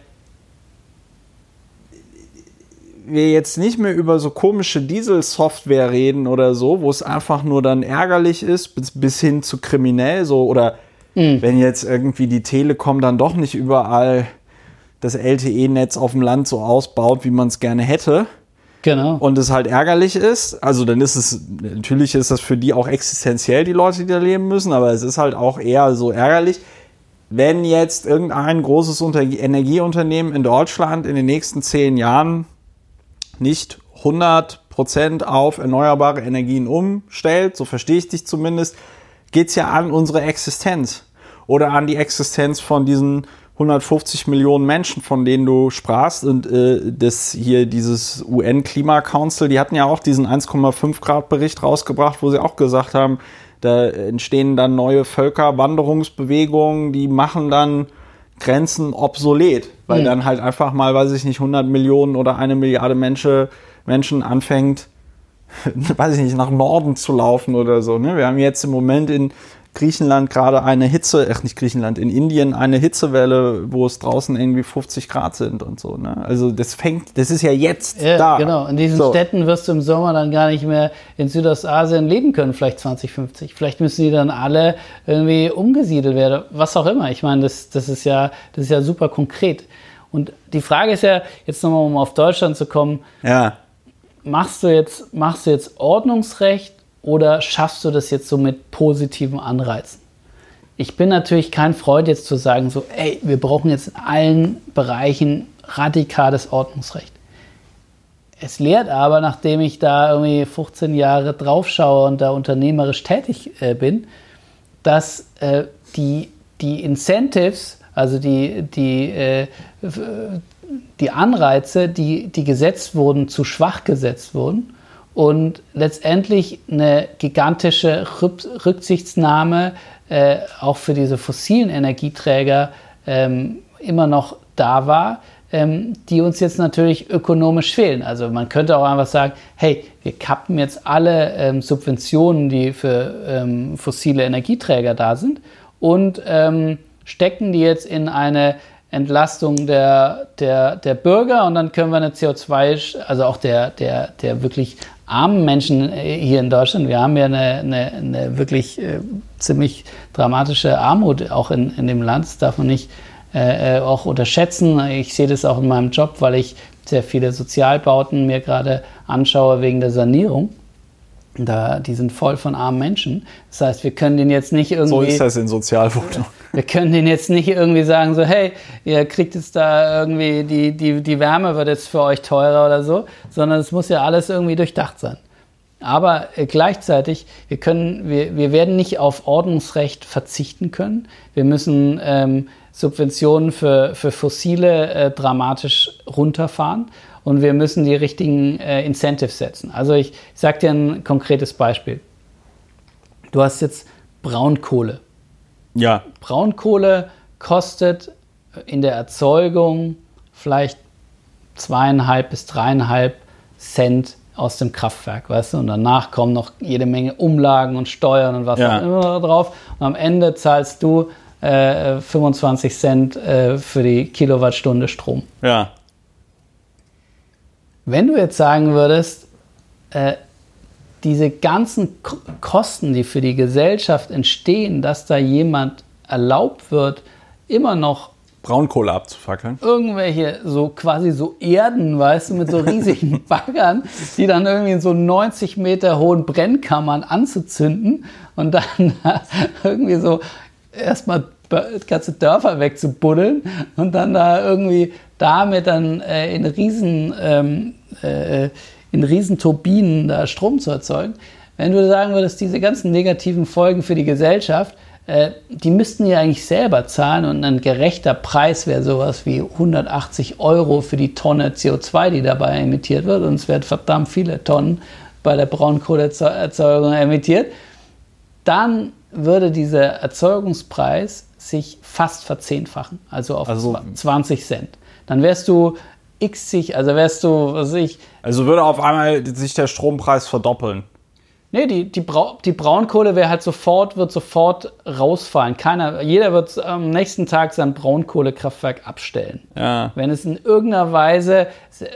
[SPEAKER 1] wir jetzt nicht mehr über so komische Diesel-Software reden oder so, wo es einfach nur dann ärgerlich ist, bis, bis hin zu kriminell, so, oder mhm. wenn jetzt irgendwie die Telekom dann doch nicht überall das L T E-Netz auf dem Land so ausbaut, wie man es gerne hätte. Genau. Und es halt ärgerlich ist, also dann ist es, natürlich ist das für die auch existenziell, die Leute, die da leben müssen, aber es ist halt auch eher so ärgerlich, wenn jetzt irgendein großes Unter- Energieunternehmen in Deutschland in den nächsten zehn Jahren nicht hundert Prozent auf erneuerbare Energien umstellt, so verstehe ich dich zumindest, geht es ja an unsere Existenz oder an die Existenz von diesen hundertfünfzig Millionen Menschen, von denen du sprachst, und äh, das hier, dieses U N-Klima-Council, die hatten ja auch diesen eins Komma fünf Grad Bericht rausgebracht, wo sie auch gesagt haben, da entstehen dann neue Völkerwanderungsbewegungen, die machen dann Grenzen obsolet, weil mhm. dann halt einfach mal, weiß ich nicht, hundert Millionen oder eine Milliarde Menschen, Menschen anfängt, weiß ich nicht, nach Norden zu laufen oder so. Ne? Wir haben jetzt im Moment in Griechenland gerade eine Hitze, ach nicht Griechenland, in Indien eine Hitzewelle, wo es draußen irgendwie fünfzig Grad sind und so. Ne? Also das fängt, das ist ja jetzt ja, da.
[SPEAKER 2] Genau, in diesen so. Städten wirst du im Sommer dann gar nicht mehr in Südostasien leben können, vielleicht zwanzig fünfzig. Vielleicht müssen die dann alle irgendwie umgesiedelt werden, was auch immer. Ich meine, das, das, ist ja, das ist ja super konkret. Und die Frage ist ja, jetzt nochmal, um auf Deutschland zu kommen, ja. machst du jetzt, machst du jetzt Ordnungsrecht oder schaffst du das jetzt so mit positiven Anreizen? Ich bin natürlich kein Freund jetzt zu sagen, so, ey, wir brauchen jetzt in allen Bereichen radikales Ordnungsrecht. Es lehrt aber, nachdem ich da irgendwie fünfzehn Jahre drauf schaue und da unternehmerisch tätig äh, bin, dass äh, die, die Incentives, also die, die, äh, die Anreize, die, die gesetzt wurden, zu schwach gesetzt wurden, und letztendlich eine gigantische Rücksichtnahme äh, auch für diese fossilen Energieträger ähm, immer noch da war, ähm, die uns jetzt natürlich ökonomisch fehlen. Also man könnte auch einfach sagen, hey, wir kappen jetzt alle ähm, Subventionen, die für ähm, fossile Energieträger da sind, und ähm, stecken die jetzt in eine Entlastung der, der, der Bürger, und dann können wir eine C O zwei, also auch der, der, der wirklich armen Menschen hier in Deutschland, wir haben ja eine, eine, eine wirklich äh, ziemlich dramatische Armut auch in, in dem Land, das darf man nicht äh, auch unterschätzen. Ich sehe das auch in meinem Job, weil ich sehr viele Sozialbauten mir gerade anschaue wegen der Sanierung. Da, die sind voll von armen Menschen. Das heißt, wir können denen jetzt nicht irgendwie...
[SPEAKER 1] So ist das in Sozialwohnungen.
[SPEAKER 2] Wir können denen jetzt nicht irgendwie sagen, so, hey, ihr kriegt jetzt da irgendwie, die, die, die Wärme wird jetzt für euch teurer oder so, sondern es muss ja alles irgendwie durchdacht sein. Aber äh, gleichzeitig, wir, können, wir, wir werden nicht auf Ordnungsrecht verzichten können. Wir müssen ähm, Subventionen für, für Fossile äh, dramatisch runterfahren. Und wir müssen die richtigen äh, Incentives setzen. Also ich, ich sage dir ein konkretes Beispiel. Du hast jetzt Braunkohle.
[SPEAKER 1] Ja.
[SPEAKER 2] Braunkohle kostet in der Erzeugung vielleicht zweieinhalb bis dreieinhalb Cent aus dem Kraftwerk, weißt du? Und danach kommen noch jede Menge Umlagen und Steuern und was ja. auch immer drauf. Und am Ende zahlst du äh, fünfundzwanzig Cent äh, für die Kilowattstunde Strom.
[SPEAKER 1] Ja.
[SPEAKER 2] Wenn du jetzt sagen würdest, äh, diese ganzen K- Kosten, die für die Gesellschaft entstehen, dass da jemand erlaubt wird, immer noch
[SPEAKER 1] Braunkohle abzufackeln.
[SPEAKER 2] Irgendwelche so quasi so Erden, weißt du, mit so riesigen Baggern, die dann irgendwie in so neunzig Meter hohen Brennkammern anzuzünden und dann irgendwie so erstmal ganze Dörfer wegzubuddeln und dann da irgendwie damit dann äh, in riesen ähm, äh, in riesen Turbinen da Strom zu erzeugen. Wenn du sagen würdest, diese ganzen negativen Folgen für die Gesellschaft, äh, die müssten ja eigentlich selber zahlen, und ein gerechter Preis wäre sowas wie hundertachtzig Euro für die Tonne C O zwei, die dabei emittiert wird, und es werden verdammt viele Tonnen bei der Braunkohleerzeugung emittiert, dann würde dieser Erzeugungspreis sich fast verzehnfachen, also auf also, zwanzig Cent. Dann wärst du x-zig, also wärst du, was weiß ich...
[SPEAKER 1] Also würde auf einmal sich der Strompreis verdoppeln.
[SPEAKER 2] Nee, die, die, Brau- die Braunkohle wäre halt sofort, wird sofort rausfallen. Keiner, jeder wird am nächsten Tag sein Braunkohlekraftwerk abstellen.
[SPEAKER 1] Ja.
[SPEAKER 2] Wenn es in irgendeiner Weise,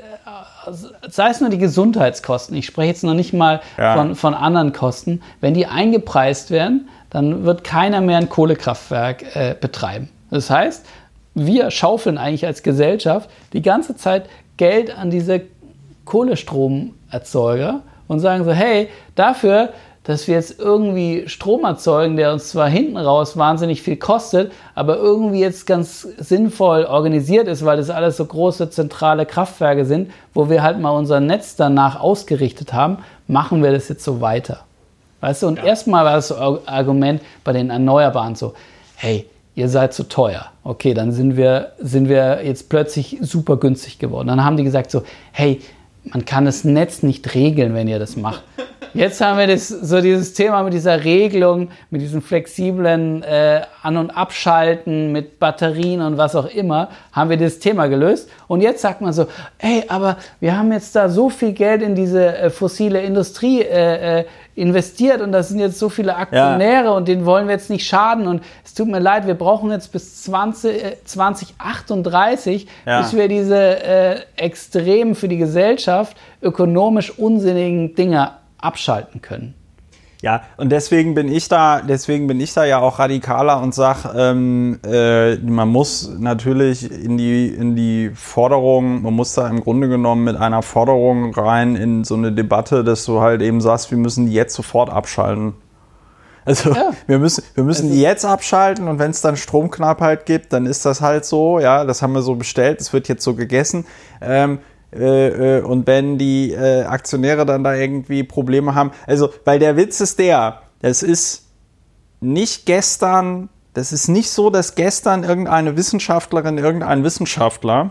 [SPEAKER 2] sei es nur die Gesundheitskosten, ich spreche jetzt noch nicht mal
[SPEAKER 1] Ja.
[SPEAKER 2] von, von anderen Kosten, wenn die eingepreist werden, dann wird keiner mehr ein Kohlekraftwerk äh, betreiben. Das heißt, wir schaufeln eigentlich als Gesellschaft die ganze Zeit Geld an diese Kohlestromerzeuger und sagen so, hey, dafür, dass wir jetzt irgendwie Strom erzeugen, der uns zwar hinten raus wahnsinnig viel kostet, aber irgendwie jetzt ganz sinnvoll organisiert ist, weil das alles so große zentrale Kraftwerke sind, wo wir halt mal unser Netz danach ausgerichtet haben, machen wir das jetzt so weiter. Weißt du, und ja. erstmal war das so Argument bei den Erneuerbaren so, hey, ihr seid zu teuer. Okay, dann sind wir, sind wir jetzt plötzlich super günstig geworden. Dann haben die gesagt so, hey, man kann das Netz nicht regeln, wenn ihr das macht. Jetzt haben wir das, so dieses Thema mit dieser Regelung, mit diesem flexiblen äh, An- und Abschalten, mit Batterien und was auch immer, haben wir das Thema gelöst. Und jetzt sagt man so, ey, aber wir haben jetzt da so viel Geld in diese äh, fossile Industrie äh, äh, investiert und das sind jetzt so viele Aktionäre ja. und denen wollen wir jetzt nicht schaden und es tut mir leid, wir brauchen jetzt bis zwanzig, äh, zwanzig achtunddreißig, ja. bis wir diese äh, extrem für die Gesellschaft ökonomisch unsinnigen Dinge abschalten können.
[SPEAKER 1] Ja, und deswegen bin ich da, deswegen bin ich da ja auch radikaler und sage, ähm, äh, man muss natürlich in die, in die Forderung, man muss da im Grunde genommen mit einer Forderung rein in so eine Debatte, dass du halt eben sagst, wir müssen die jetzt sofort abschalten. Also ja. wir müssen, wir müssen die jetzt abschalten und wenn es dann Stromknappheit gibt, dann ist das halt so, ja, das haben wir so bestellt, es wird jetzt so gegessen. Ähm, Äh, äh, und wenn die äh, Aktionäre dann da irgendwie Probleme haben, also, weil der Witz ist der, das ist nicht gestern, das ist nicht so, dass gestern irgendeine Wissenschaftlerin, irgendein Wissenschaftler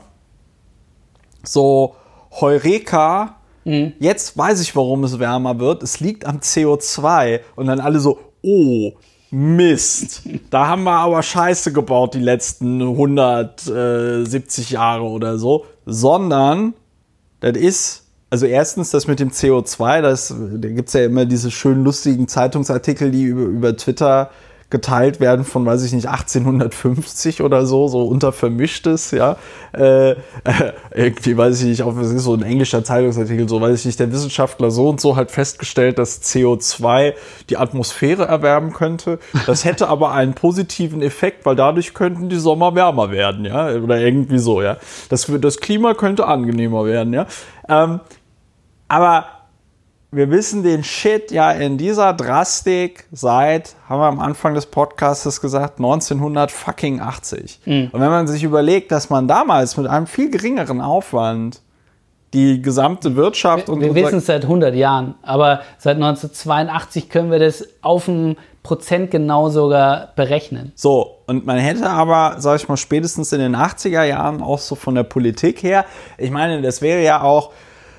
[SPEAKER 1] so Heureka, mhm. jetzt weiß ich, warum es wärmer wird, es liegt am C O zwei und dann alle so, oh, Mist, da haben wir aber Scheiße gebaut die letzten hundertsiebzig Jahre oder so, sondern das ist, also erstens das mit dem C O zwei, das, da gibt es ja immer diese schönen lustigen Zeitungsartikel, die über, über Twitter geteilt werden von, weiß ich nicht, achtzehnhundertfünfzig oder so, so untervermischtes, ja. Äh, äh, irgendwie, weiß ich nicht, auch es ist so ein englischer Zeitungsartikel, so, weiß ich nicht, der Wissenschaftler so und so hat festgestellt, dass C O zwei die Atmosphäre erwärmen könnte. Das hätte aber einen positiven Effekt, weil dadurch könnten die Sommer wärmer werden, ja, oder irgendwie so, ja. Das, das Klima könnte angenehmer werden, ja. Ähm, aber wir wissen den Shit ja in dieser Drastik seit, haben wir am Anfang des Podcasts gesagt, neunzehnhundertachtzig. Mhm. Und wenn man sich überlegt, dass man damals mit einem viel geringeren Aufwand die gesamte Wirtschaft...
[SPEAKER 2] Wir,
[SPEAKER 1] und
[SPEAKER 2] wir wissen es seit hundert Jahren, aber seit neunzehnhundertzweiundachtzig können wir das auf ein Prozent genau sogar berechnen.
[SPEAKER 1] So, und man hätte aber, sag ich mal, spätestens in den achtziger Jahren auch so von der Politik her, ich meine, das wäre ja auch...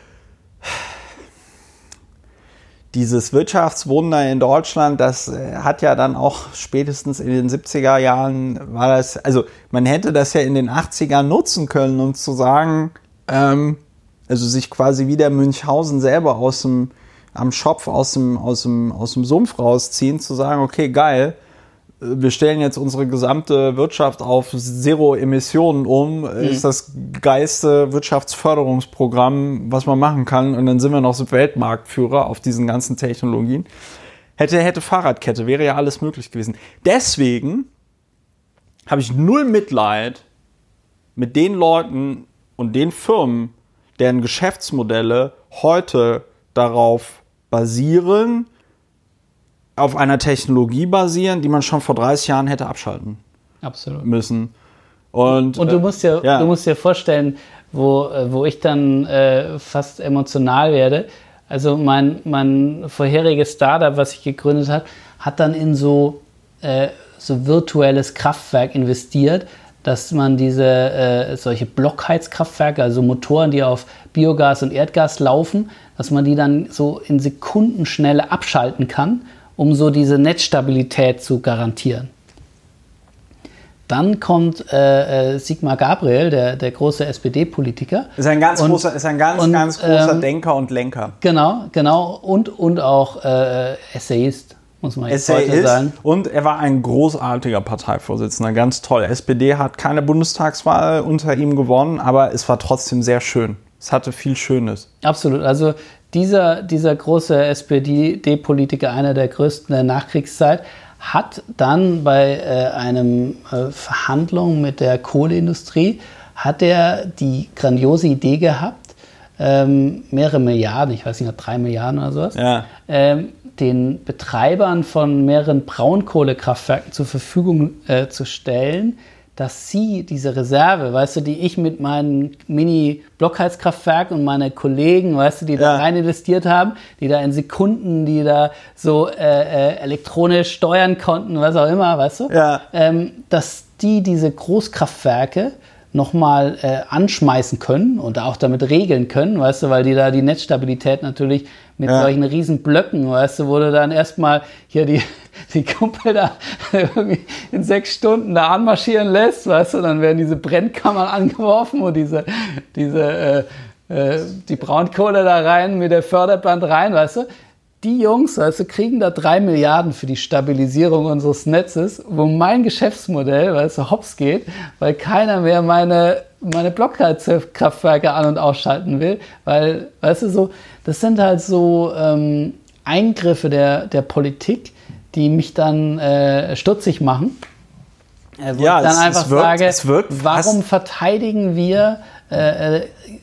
[SPEAKER 1] Dieses Wirtschaftswunder in Deutschland, das hat ja dann auch spätestens in den siebziger Jahren, war das, also man hätte das ja in den achtzigern nutzen können, um zu sagen, ähm, also sich quasi wieder Münchhausen selber aus dem, am Schopf aus dem, aus dem, aus dem Sumpf rausziehen, zu sagen, okay, geil, wir stellen jetzt unsere gesamte Wirtschaft auf Zero-Emissionen um, mhm. ist das geilste Wirtschaftsförderungsprogramm, was man machen kann. Und dann sind wir noch so Weltmarktführer auf diesen ganzen Technologien. Hätte, hätte Fahrradkette, wäre ja alles möglich gewesen. Deswegen habe ich null Mitleid mit den Leuten und den Firmen, deren Geschäftsmodelle heute darauf basieren, auf einer Technologie basieren, die man schon vor dreißig Jahren hätte abschalten
[SPEAKER 2] Absolut.
[SPEAKER 1] müssen. Und,
[SPEAKER 2] und du musst dir, ja. du musst dir vorstellen, wo, wo ich dann äh, fast emotional werde. Also mein, mein vorheriges Startup, was ich gegründet habe, hat dann in so, äh, so virtuelles Kraftwerk investiert, dass man diese äh, solche Blockheizkraftwerke, also Motoren, die auf Biogas und Erdgas laufen, dass man die dann so in Sekundenschnelle abschalten kann, um so diese Netzstabilität zu garantieren. dann kommt äh, äh, Sigmar Gabriel, der, der große S P D-Politiker.
[SPEAKER 1] Ist ein ganz
[SPEAKER 2] und,
[SPEAKER 1] großer, ist ein ganz,
[SPEAKER 2] und,
[SPEAKER 1] ganz großer
[SPEAKER 2] ähm,
[SPEAKER 1] Denker und Lenker.
[SPEAKER 2] Genau, genau. Und, und auch äh, Essayist, muss man jetzt
[SPEAKER 1] Essayist,
[SPEAKER 2] heute sagen.
[SPEAKER 1] Und er war ein großartiger Parteivorsitzender, ganz toll. S P D hat keine Bundestagswahl unter ihm gewonnen, aber es war trotzdem sehr schön. Es hatte viel Schönes.
[SPEAKER 2] Absolut. Also dieser, dieser große S P D-Politiker, einer der größten der Nachkriegszeit, hat dann bei äh, einem äh, Verhandlung mit der Kohleindustrie, hat er die grandiose Idee gehabt, ähm, mehrere Milliarden, ich weiß nicht, drei Milliarden oder sowas,
[SPEAKER 1] Ja.
[SPEAKER 2] ähm, den Betreibern von mehreren Braunkohlekraftwerken zur Verfügung äh, zu stellen, dass sie diese Reserve, weißt du, die ich mit meinen Mini-Blockheizkraftwerken und meine Kollegen, weißt du, die da
[SPEAKER 1] Ja.
[SPEAKER 2] rein investiert haben, die da in Sekunden, die da so äh, äh, elektronisch steuern konnten, was auch immer, weißt du,
[SPEAKER 1] Ja.
[SPEAKER 2] ähm, dass die diese Großkraftwerke nochmal äh, anschmeißen können und auch damit regeln können, weißt du, weil die da die Netzstabilität natürlich mit
[SPEAKER 1] Ja.
[SPEAKER 2] solchen riesen Blöcken, weißt du, wo du dann erstmal hier die, die Kuppel da irgendwie in sechs Stunden da anmarschieren lässt, weißt du, dann werden diese Brennkammern angeworfen und diese, diese äh, äh, die Braunkohle da rein mit der Förderband rein, weißt du. Die Jungs, weißt du, kriegen da drei Milliarden für die Stabilisierung unseres Netzes, wo mein Geschäftsmodell, weißt du, hops geht, weil keiner mehr meine, meine Blockheizkraftwerke an- und ausschalten will, weil, weißt du, so, das sind halt so ähm, Eingriffe der, der Politik, die mich dann äh, stutzig machen. Äh, wo
[SPEAKER 1] Ja,
[SPEAKER 2] ich dann
[SPEAKER 1] es-
[SPEAKER 2] einfach
[SPEAKER 1] es wirkt-
[SPEAKER 2] sage,
[SPEAKER 1] es wirkt
[SPEAKER 2] warum
[SPEAKER 1] fast-
[SPEAKER 2] verteidigen wir äh, äh,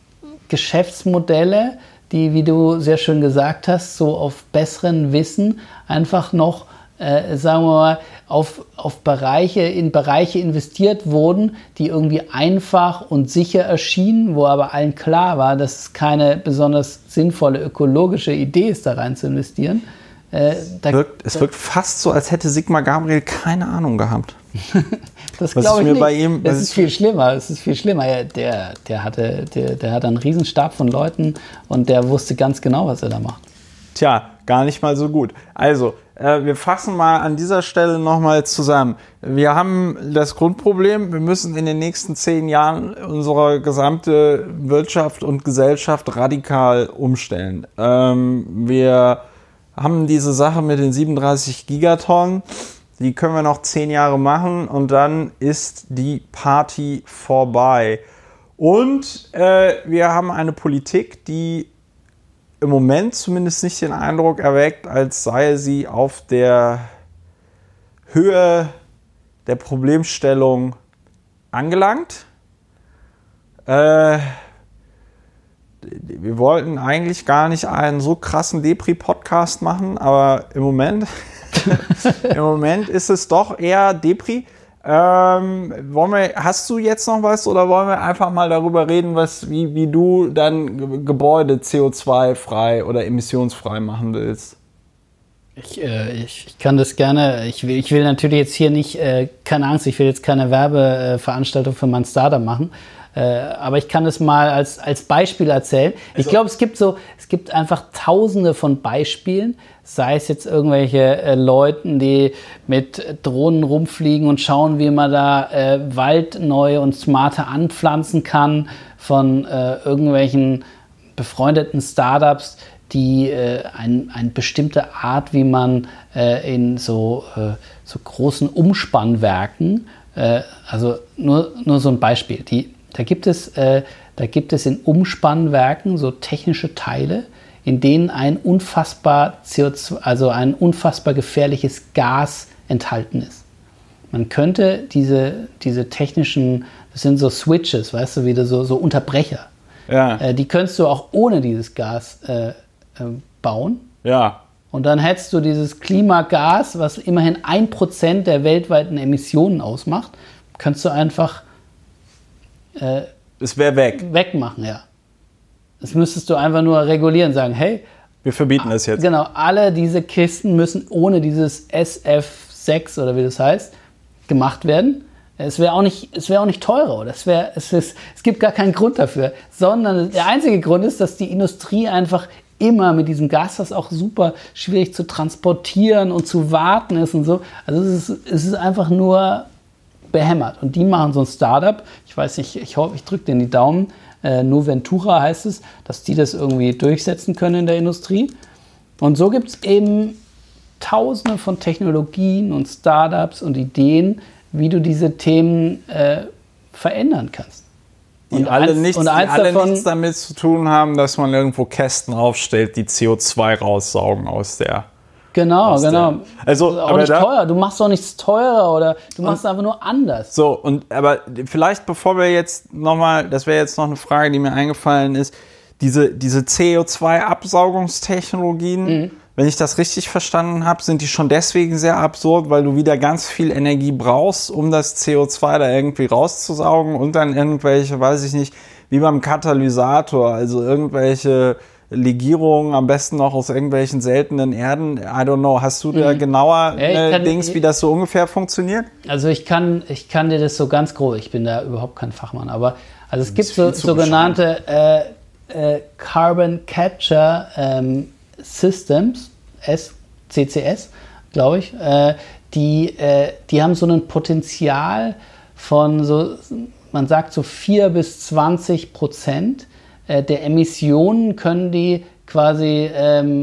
[SPEAKER 2] Geschäftsmodelle, die, wie du sehr schön gesagt hast, so auf besseren Wissen einfach noch, äh, sagen wir mal, auf, auf Bereiche, in Bereiche investiert wurden, die irgendwie einfach und sicher erschienen, wo aber allen klar war, dass es keine besonders sinnvolle ökologische Idee ist, da rein zu investieren. Äh, da,
[SPEAKER 1] Wirkt, es wirkt fast so, als hätte Sigmar Gabriel keine Ahnung gehabt.
[SPEAKER 2] Das
[SPEAKER 1] Was
[SPEAKER 2] glaube
[SPEAKER 1] ist
[SPEAKER 2] ich
[SPEAKER 1] mir
[SPEAKER 2] nicht.
[SPEAKER 1] bei ihm-
[SPEAKER 2] Das
[SPEAKER 1] was
[SPEAKER 2] ist
[SPEAKER 1] ist-
[SPEAKER 2] viel schlimmer. Es ist viel schlimmer. Ja, der, der hatte, der, der hat einen Riesenstab von Leuten und der wusste ganz genau, was er da macht.
[SPEAKER 1] Tja, gar nicht mal so gut. Also, äh, wir fassen mal an dieser Stelle nochmal zusammen. Wir haben das Grundproblem, wir müssen in den nächsten zehn Jahren unsere gesamte Wirtschaft und Gesellschaft radikal umstellen. Ähm, wir haben diese Sache mit den siebenunddreißig Gigatonnen. Die können wir noch zehn Jahre machen und dann ist die Party vorbei. Und äh, wir haben eine Politik, die im Moment zumindest nicht den Eindruck erweckt, als sei sie auf der Höhe der Problemstellung angelangt. Äh, wir wollten eigentlich gar nicht einen so krassen Depri-Podcast machen, aber im Moment, im Moment ist es doch eher Depri. Ähm, wollen wir, hast du jetzt noch was oder wollen wir einfach mal darüber reden, was, wie, wie du dann Ge- Gebäude C O zwei frei oder emissionsfrei machen willst?
[SPEAKER 2] Ich, äh, ich, ich kann das gerne, ich will, ich will natürlich jetzt hier nicht, äh, keine Angst, ich will jetzt keine Werbeveranstaltung für mein Startup machen, äh, aber ich kann das mal als, als Beispiel erzählen. Ich
[SPEAKER 1] Also-
[SPEAKER 2] glaube, es gibt so, es gibt einfach tausende von Beispielen, sei es jetzt irgendwelche äh, Leuten, die mit Drohnen rumfliegen und schauen, wie man da äh, Wald neu und smarter anpflanzen kann, von äh, irgendwelchen befreundeten Startups, die äh, ein, eine bestimmte Art, wie man äh, in so, äh, so großen Umspannwerken, äh, also nur, nur so ein Beispiel, die, da, gibt es, äh, da gibt es in Umspannwerken so technische Teile, in denen ein unfassbar C O zwei, also ein unfassbar gefährliches Gas enthalten ist. Man könnte diese, diese technischen, das sind so Switches, weißt du, wieder so, so Unterbrecher.
[SPEAKER 1] Ja,
[SPEAKER 2] Äh, die könntest du auch ohne dieses Gas äh, äh, bauen.
[SPEAKER 1] ja,
[SPEAKER 2] Und dann hättest du dieses Klimagas, was immerhin ein Prozent der weltweiten Emissionen ausmacht, könntest du einfach äh,
[SPEAKER 1] es wäre weg.
[SPEAKER 2] wegmachen, ja. Das müsstest du einfach nur regulieren, sagen, hey,
[SPEAKER 1] Wir verbieten es jetzt.
[SPEAKER 2] genau, alle diese Kisten müssen ohne dieses S F sechs oder wie das heißt, gemacht werden. Es wäre auch nicht, es wäre auch nicht teurer, oder? Es wäre, es ist, es gibt gar keinen Grund dafür, sondern der einzige Grund ist, dass die Industrie einfach immer mit diesem Gas, das auch super schwierig zu transportieren und zu warten ist und so. Also es ist, es ist einfach nur behämmert. Und die machen so ein Startup, ich weiß nicht, ich hoffe, ich drücke denen die Daumen, äh, Nuventura heißt es, dass die das irgendwie durchsetzen können in der Industrie. Und so gibt es eben tausende von Technologien und Startups und Ideen, wie du diese Themen äh, verändern kannst.
[SPEAKER 1] Die
[SPEAKER 2] Und
[SPEAKER 1] alle,
[SPEAKER 2] eins,
[SPEAKER 1] nichts,
[SPEAKER 2] und
[SPEAKER 1] die
[SPEAKER 2] eins
[SPEAKER 1] alle
[SPEAKER 2] davon,
[SPEAKER 1] nichts damit zu tun haben, dass man irgendwo Kästen aufstellt, die C O zwei raussaugen aus der...
[SPEAKER 2] Genau,
[SPEAKER 1] aus
[SPEAKER 2] genau.
[SPEAKER 1] Der, also,
[SPEAKER 2] auch
[SPEAKER 1] aber
[SPEAKER 2] nicht
[SPEAKER 1] da,
[SPEAKER 2] teuer. Du machst doch nichts teurer oder du machst es einfach nur anders.
[SPEAKER 1] So, und aber vielleicht bevor wir jetzt nochmal, das wäre jetzt noch eine Frage, die mir eingefallen ist, diese, diese C O zwei Absaugungstechnologien, mhm. wenn ich das richtig verstanden habe, sind die schon deswegen sehr absurd, weil du wieder ganz viel Energie brauchst, um das C O zwei da irgendwie rauszusaugen und dann irgendwelche, weiß ich nicht, wie beim Katalysator, also irgendwelche Legierungen, am besten noch aus irgendwelchen seltenen Erden. I don't know. Hast du da genauer
[SPEAKER 2] ja, kann,
[SPEAKER 1] Dings, wie das so ungefähr funktioniert?
[SPEAKER 2] Also ich kann, ich kann dir das so ganz grob, ich bin da überhaupt kein Fachmann, aber also es gibt so sogenannte äh, äh, Carbon Capture ähm, Systems, C C S, glaube ich, äh, die, äh, die haben so ein Potenzial von so, man sagt so vier bis zwanzig Prozent der Emissionen können die quasi ähm,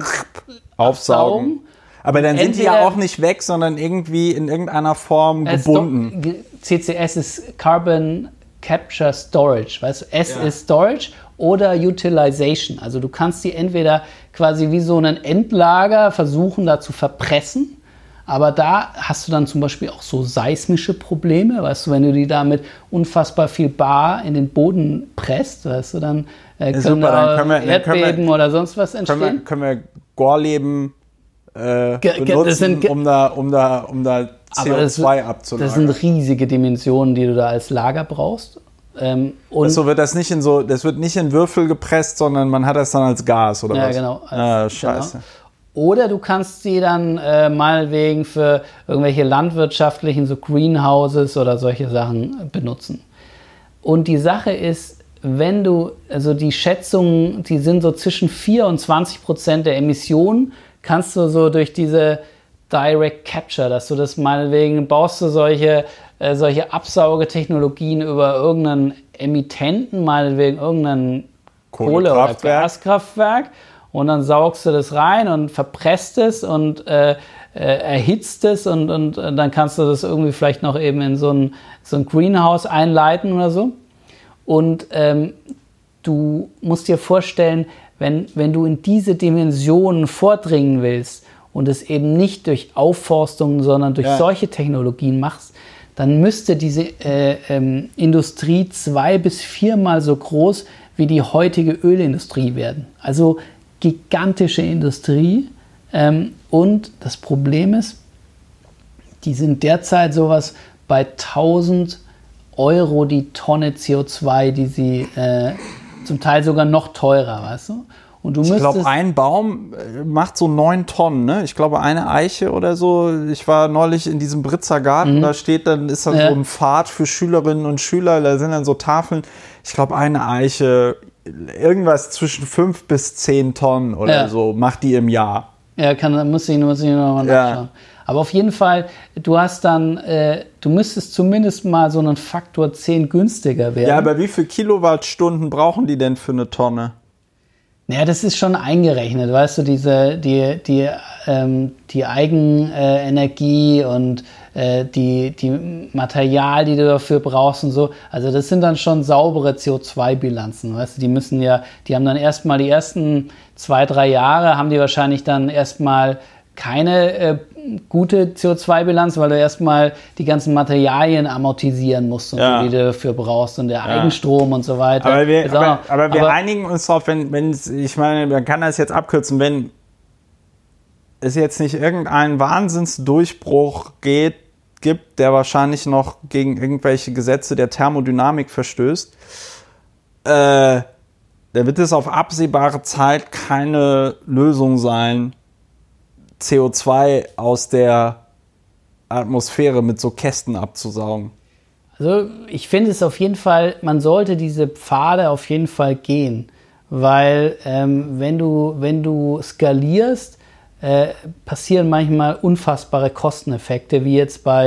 [SPEAKER 1] aufsaugen. Aber dann sind die ja auch nicht weg, sondern irgendwie in irgendeiner Form gebunden.
[SPEAKER 2] Doch, C C S ist Carbon Capture Storage, weißt du? S
[SPEAKER 1] ja.
[SPEAKER 2] ist Storage oder Utilization. Also du kannst die entweder quasi wie so ein Endlager versuchen, da zu verpressen. Aber da hast du dann zum Beispiel auch so seismische Probleme, weißt du, wenn du die da mit unfassbar viel Bar in den Boden presst, weißt du, dann äh, können
[SPEAKER 1] super,
[SPEAKER 2] da
[SPEAKER 1] dann können wir,
[SPEAKER 2] Erdbeben
[SPEAKER 1] dann können wir,
[SPEAKER 2] oder sonst was entstehen.
[SPEAKER 1] Können wir, können wir Gorleben äh,
[SPEAKER 2] Ge- ge-
[SPEAKER 1] benutzen,
[SPEAKER 2] sind,
[SPEAKER 1] um da, um da, um da C O zwei abzulagern.
[SPEAKER 2] Das sind riesige Dimensionen, die du da als Lager brauchst. Ähm, und
[SPEAKER 1] so wird das nicht in so, das wird nicht in Würfel gepresst, sondern man hat das dann als Gas oder
[SPEAKER 2] ja,
[SPEAKER 1] was?
[SPEAKER 2] Genau, als,
[SPEAKER 1] ah, scheiße.
[SPEAKER 2] Genau. Oder du kannst sie dann äh, meinetwegen für irgendwelche landwirtschaftlichen, so Greenhouses oder solche Sachen benutzen. Und die Sache ist, wenn du, also die Schätzungen, die sind so zwischen vier und zwanzig Prozent der Emissionen, kannst du so durch diese Direct Capture, dass du das meinetwegen, baust du solche, äh, solche Absaugetechnologien über irgendeinen Emittenten, meinetwegen irgendein Kohle- oder Gaskraftwerk, und dann saugst du das rein und verpresst es und äh, äh, erhitzt es und, und, und dann kannst du das irgendwie vielleicht noch eben in so ein, so ein Greenhouse einleiten oder so. Und ähm, du musst dir vorstellen, wenn, wenn du in diese Dimensionen vordringen willst und es eben nicht durch Aufforstung, sondern durch ja. solche Technologien machst, dann müsste diese äh, ähm, Industrie zwei- bis viermal so groß wie die heutige Ölindustrie werden. Also gigantische Industrie. Ähm, und das Problem ist, die sind derzeit sowas bei tausend Euro die Tonne C O zwei, die sie äh, zum Teil sogar noch teurer, weißt du? Und du
[SPEAKER 1] ich glaube, ein Baum macht so neun Tonnen, ne? Ich glaube, eine Eiche oder so. Ich war neulich in diesem Britzer Garten, mhm. da steht dann, ist dann ja. so ein Pfad für Schülerinnen und Schüler, da sind dann so Tafeln. Ich glaube, eine Eiche, irgendwas zwischen fünf bis zehn Tonnen oder ja. so, macht die im Jahr.
[SPEAKER 2] Ja, kann, muss ich, muss ich nochmal nachschauen. Ja. Aber auf jeden Fall, du hast dann, äh, du müsstest zumindest mal so einen Faktor zehn günstiger werden.
[SPEAKER 1] Ja, aber wie viele Kilowattstunden brauchen die denn für eine Tonne?
[SPEAKER 2] Naja, das ist schon eingerechnet, weißt du, diese, die, die, ähm, die Eigenenergie äh, und äh, die, die Material, die du dafür brauchst und so. Also das sind dann schon saubere C O zwei Bilanzen, weißt du, die müssen ja, die haben dann erstmal die ersten zwei, drei Jahre, haben die wahrscheinlich dann erstmal keine äh, gute C O zwei Bilanz, weil du erstmal die ganzen Materialien amortisieren musst, und ja. so, die du dafür brauchst und der ja. Eigenstrom und so weiter.
[SPEAKER 1] Aber wir, aber,
[SPEAKER 2] aber,
[SPEAKER 1] aber wir
[SPEAKER 2] aber,
[SPEAKER 1] einigen uns darauf, wenn, wenn ich meine, man kann das jetzt abkürzen, wenn es jetzt nicht irgendeinen Wahnsinnsdurchbruch geht, gibt, der wahrscheinlich noch gegen irgendwelche Gesetze der Thermodynamik verstößt, äh, da wird es auf absehbare Zeit keine Lösung sein, C O zwei aus der Atmosphäre mit so Kästen abzusaugen.
[SPEAKER 2] Also ich finde es auf jeden Fall, man sollte diese Pfade auf jeden Fall gehen, weil ähm, wenn du, wenn du skalierst, äh, passieren manchmal unfassbare Kosteneffekte, wie jetzt bei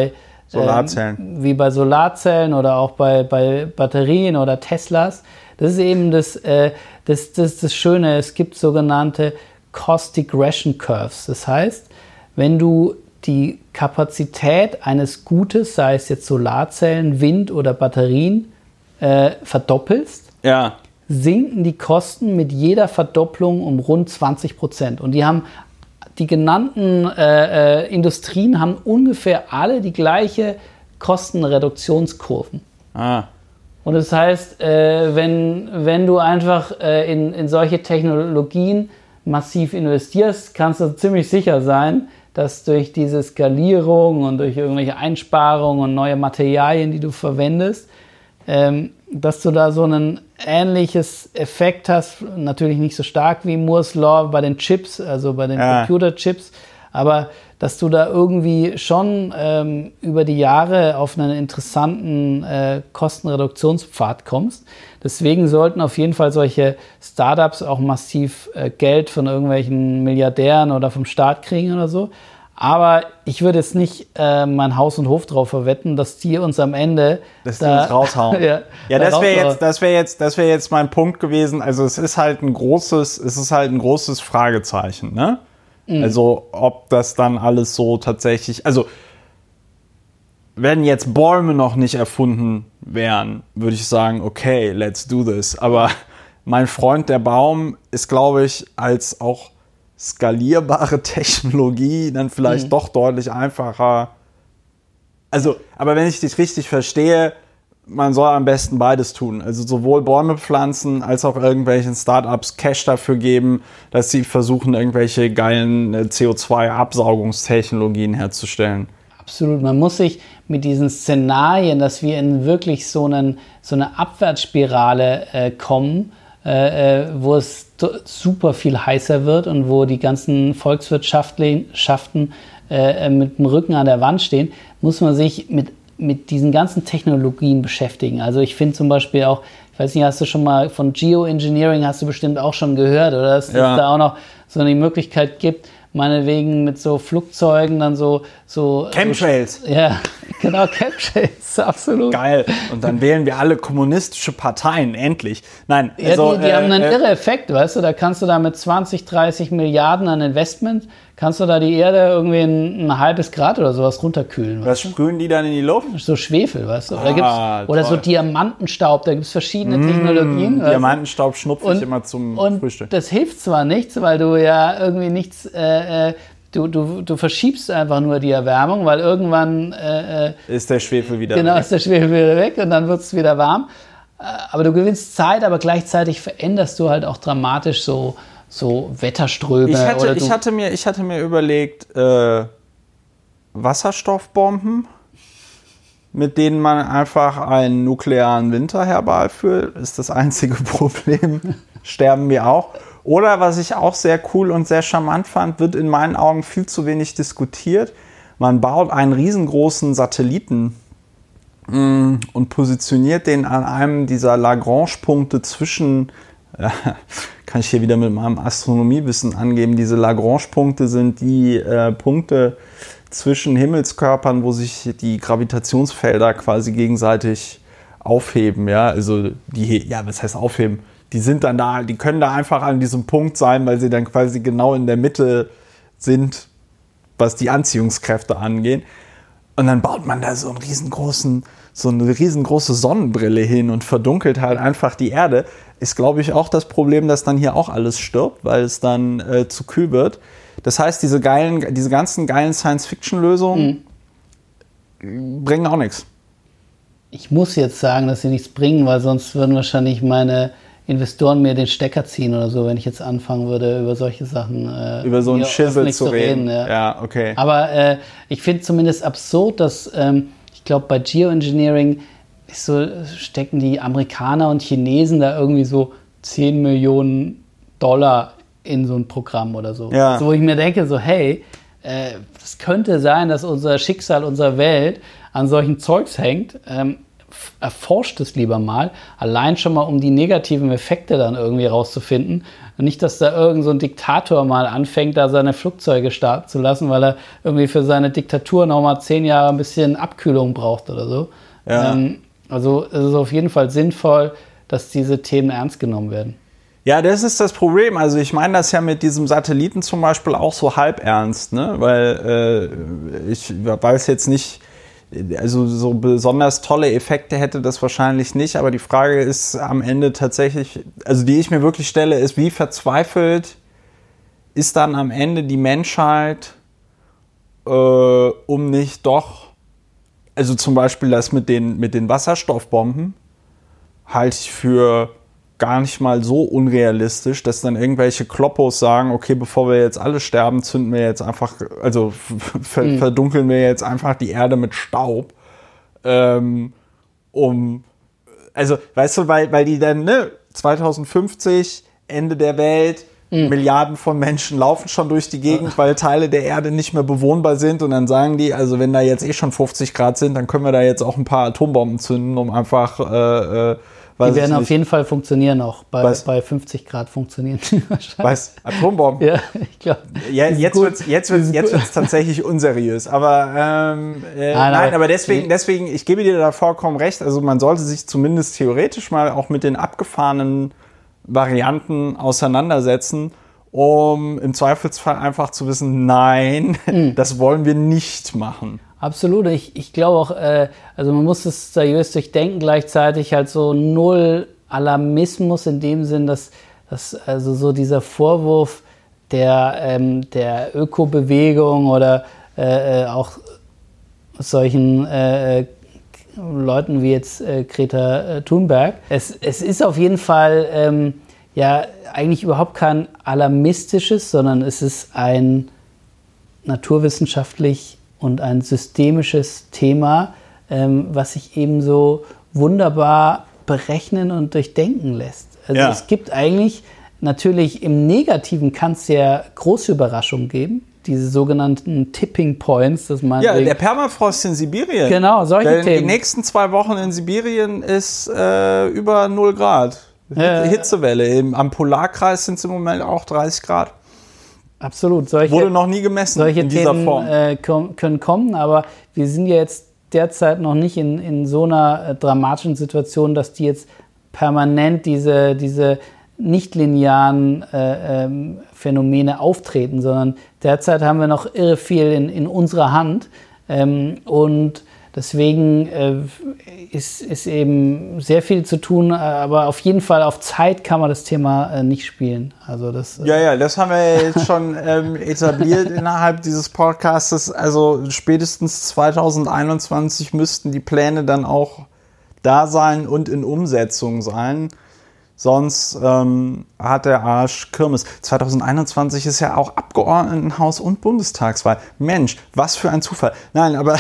[SPEAKER 1] Solarzellen.
[SPEAKER 2] Ähm, wie bei Solarzellen oder auch bei, bei Batterien oder Teslas. Das ist eben das, äh, das, das, das Schöne, es gibt sogenannte Cost-Regression Curves. Das heißt, wenn du die Kapazität eines Gutes, sei es jetzt Solarzellen, Wind oder Batterien, äh, verdoppelst,
[SPEAKER 1] ja.
[SPEAKER 2] sinken die Kosten mit jeder Verdopplung um rund zwanzig Prozent. Und die haben die genannten äh, äh, Industrien haben ungefähr alle die gleiche Kostenreduktionskurven.
[SPEAKER 1] Ah.
[SPEAKER 2] Und das heißt, äh, wenn, wenn du einfach äh, in, in solche Technologien massiv investierst, kannst du ziemlich sicher sein, dass durch diese Skalierung und durch irgendwelche Einsparungen und neue Materialien, die du verwendest, ähm, dass du da so ein ähnliches Effekt hast, natürlich nicht so stark wie Moore's Law bei den Chips, also bei den ja. Computerchips, aber dass du da irgendwie schon ähm, über die Jahre auf einen interessanten äh, Kostenreduktionspfad kommst. Deswegen sollten auf jeden Fall solche Startups auch massiv äh, Geld von irgendwelchen Milliardären oder vom Staat kriegen oder so. Aber ich würde jetzt nicht äh, mein Haus und Hof drauf verwetten, dass die uns am Ende
[SPEAKER 1] dass da, die uns raushauen.
[SPEAKER 2] ja,
[SPEAKER 1] ja, da das wäre jetzt, das wäre jetzt, das wäre jetzt mein Punkt gewesen. Also es ist halt ein großes, es ist halt ein großes Fragezeichen, ne? Mhm. Also ob das dann alles so tatsächlich, also wenn jetzt Bäume noch nicht erfunden wären, würde ich sagen, okay, let's do this. Aber mein Freund der Baum ist, glaube ich, als auch skalierbare Technologie dann vielleicht mhm. doch deutlich einfacher. Also, aber wenn ich dich richtig verstehe, man soll am besten beides tun. Also sowohl Bäume pflanzen, als auch irgendwelchen Startups Cash dafür geben, dass sie versuchen, irgendwelche geilen C O zwei Absaugungstechnologien herzustellen.
[SPEAKER 2] Absolut. Man muss sich mit diesen Szenarien, dass wir in wirklich so, einen, so eine Abwärtsspirale äh, kommen, äh, wo es super viel heißer wird und wo die ganzen Volkswirtschaften äh, mit dem Rücken an der Wand stehen, muss man sich mit, mit diesen ganzen Technologien beschäftigen. Also ich finde zum Beispiel auch, ich weiß nicht, hast du schon mal von Geoengineering, hast du bestimmt auch schon gehört, oder dass ja. es da auch noch so eine Möglichkeit gibt, meinetwegen mit so Flugzeugen dann so... so
[SPEAKER 1] Chemtrails.
[SPEAKER 2] So, ja, genau, Chemtrails, absolut.
[SPEAKER 1] Geil. Und dann wählen wir alle kommunistische Parteien, endlich. Nein,
[SPEAKER 2] also, ja, die, die
[SPEAKER 1] äh,
[SPEAKER 2] haben einen
[SPEAKER 1] äh,
[SPEAKER 2] irre Effekt, weißt du, da kannst du da mit zwanzig, dreißig Milliarden an Investment, kannst du da die Erde irgendwie ein, ein halbes Grad oder sowas runterkühlen.
[SPEAKER 1] Was sprühen die dann in die Luft?
[SPEAKER 2] So Schwefel, weißt du. Oder,
[SPEAKER 1] ah,
[SPEAKER 2] gibt's, oder so Diamantenstaub, da gibt es verschiedene mmh, Technologien.
[SPEAKER 1] Diamantenstaub schnupfe ich immer zum
[SPEAKER 2] und
[SPEAKER 1] Frühstück.
[SPEAKER 2] Das hilft zwar nichts, weil du ja irgendwie nichts... Äh, Du, du, du verschiebst einfach nur die Erwärmung, weil irgendwann äh,
[SPEAKER 1] ist der Schwefel wieder
[SPEAKER 2] genau,
[SPEAKER 1] weg.
[SPEAKER 2] ist der Schwefel wieder weg und dann wird es wieder warm. Aber du gewinnst Zeit, aber gleichzeitig veränderst du halt auch dramatisch so, so Wetterströme.
[SPEAKER 1] Ich hatte,
[SPEAKER 2] oder
[SPEAKER 1] ich hatte, mir, ich hatte mir überlegt, äh, Wasserstoffbomben, mit denen man einfach einen nuklearen Winter herbeiführt, ist das einzige Problem. Sterben wir auch. Oder was ich auch sehr cool und sehr charmant fand, wird in meinen Augen viel zu wenig diskutiert. Man baut einen riesengroßen Satelliten mh, und positioniert den an einem dieser Lagrange-Punkte zwischen, äh, kann ich hier wieder mit meinem Astronomiewissen angeben, diese Lagrange-Punkte sind die äh, Punkte zwischen Himmelskörpern, wo sich die Gravitationsfelder quasi gegenseitig aufheben. Ja, also die, ja, was heißt aufheben? Die sind dann da, die können da einfach an diesem Punkt sein, weil sie dann quasi genau in der Mitte sind, was die Anziehungskräfte angeht. Und dann baut man da so einen riesengroßen, so eine riesengroße Sonnenbrille hin und verdunkelt halt einfach die Erde. Ist, glaube ich, auch das Problem, dass dann hier auch alles stirbt, weil es dann äh, zu kühl wird. Das heißt, diese geilen, diese ganzen geilen Science-Fiction-Lösungen mhm. bringen auch nichts.
[SPEAKER 2] Ich muss jetzt sagen, dass sie nichts bringen, weil sonst würden wahrscheinlich meine Investoren mir den Stecker ziehen oder so, wenn ich jetzt anfangen würde, über solche Sachen äh,
[SPEAKER 1] über so einen Schissel zu reden.
[SPEAKER 2] reden ja.
[SPEAKER 1] ja, okay.
[SPEAKER 2] Aber äh, ich finde zumindest absurd, dass ähm, ich glaube, bei Geoengineering ist so, stecken die Amerikaner und Chinesen da irgendwie so zehn Millionen Dollar in so ein Programm oder so.
[SPEAKER 1] Ja.
[SPEAKER 2] So, wo ich mir denke, so hey, äh, das könnte sein, dass unser Schicksal unserer Welt an solchen Zeugs hängt. Ähm, erforscht es lieber mal, allein schon mal, um die negativen Effekte dann irgendwie rauszufinden. Und nicht, dass da irgend so ein Diktator mal anfängt, da seine Flugzeuge starten zu lassen, weil er irgendwie für seine Diktatur noch mal zehn Jahre ein bisschen Abkühlung braucht oder so. Ja. Ähm, also es ist auf jeden Fall sinnvoll, dass diese Themen ernst genommen werden.
[SPEAKER 1] Ja, das ist das Problem. Also ich meine das ja mit diesem Satelliten zum Beispiel auch so halb ernst, ne? Weil äh, ich weiß jetzt nicht, also so besonders tolle Effekte hätte das wahrscheinlich nicht, aber die Frage ist am Ende tatsächlich, also die ich mir wirklich stelle, ist, wie verzweifelt ist dann am Ende die Menschheit, äh, um nicht doch, also zum Beispiel das mit den, mit den Wasserstoffbomben, halte ich für gar nicht mal so unrealistisch, dass dann irgendwelche Kloppos sagen, okay, bevor wir jetzt alle sterben, zünden wir jetzt einfach, also ver- mhm. verdunkeln wir jetzt einfach die Erde mit Staub, ähm, um, also, weißt du, weil, weil die dann, ne, zwanzig fünfzig, Ende der Welt, mhm. Milliarden von Menschen laufen schon durch die Gegend, weil Teile der Erde nicht mehr bewohnbar sind und dann sagen die, also wenn da jetzt eh schon fünfzig Grad sind, dann können wir da jetzt auch ein paar Atombomben zünden, um einfach, äh, äh,
[SPEAKER 2] die werden auf jeden Fall funktionieren auch. Bei, bei fünfzig Grad funktionieren die wahrscheinlich.
[SPEAKER 1] Was? Atombomben?
[SPEAKER 2] Ja, ich glaube.
[SPEAKER 1] Ja, jetzt wird es jetzt wird's, jetzt wird's tatsächlich unseriös. Aber, ähm, äh, nein, nein, aber deswegen, deswegen, ich gebe dir da vollkommen recht. Also man sollte sich zumindest theoretisch mal auch mit den abgefahrenen Varianten auseinandersetzen, um im Zweifelsfall einfach zu wissen, nein, mhm. das wollen wir nicht machen.
[SPEAKER 2] Absolut. Ich, ich glaube auch, äh, also man muss es seriös durchdenken, gleichzeitig halt so null Alarmismus in dem Sinn, dass, dass also so dieser Vorwurf der, ähm, der Ökobewegung oder äh, auch solchen äh, Leuten wie jetzt äh, Greta äh, Thunberg. Es, es ist auf jeden Fall ähm, ja eigentlich überhaupt kein alarmistisches, sondern es ist ein naturwissenschaftlich und ein systemisches Thema, ähm, was sich eben so wunderbar berechnen und durchdenken lässt. Also ja. Es gibt eigentlich, natürlich im Negativen kann es ja große Überraschungen geben, diese sogenannten Tipping Points. Dass man
[SPEAKER 1] ja, der Permafrost in Sibirien.
[SPEAKER 2] Genau, solche
[SPEAKER 1] Denn
[SPEAKER 2] Themen.
[SPEAKER 1] Die nächsten zwei Wochen in Sibirien ist äh, über null Grad. Ja. Hitzewelle. Im, am Polarkreis sind es im Moment auch dreißig Grad.
[SPEAKER 2] Absolut. Solche,
[SPEAKER 1] Wurde noch nie gemessen
[SPEAKER 2] solche
[SPEAKER 1] in dieser
[SPEAKER 2] Themen,
[SPEAKER 1] Form.
[SPEAKER 2] Äh, können kommen, aber wir sind ja jetzt derzeit noch nicht in, in so einer äh, dramatischen Situation, dass die jetzt permanent diese, diese nicht-linearen äh, ähm, Phänomene auftreten, sondern derzeit haben wir noch irre viel in, in unserer Hand ähm, und deswegen äh, ist, ist eben sehr viel zu tun, aber auf jeden Fall auf Zeit kann man das Thema äh, nicht spielen. Also das, äh ja,
[SPEAKER 1] ja, das haben wir jetzt schon ähm, etabliert innerhalb dieses Podcasts. Also spätestens zwanzig einundzwanzig müssten die Pläne dann auch da sein und in Umsetzung sein. Sonst ähm, hat der Arsch Kirmes. zwanzig einundzwanzig ist ja auch Abgeordnetenhaus und Bundestagswahl. Mensch, was für ein Zufall. Nein, aber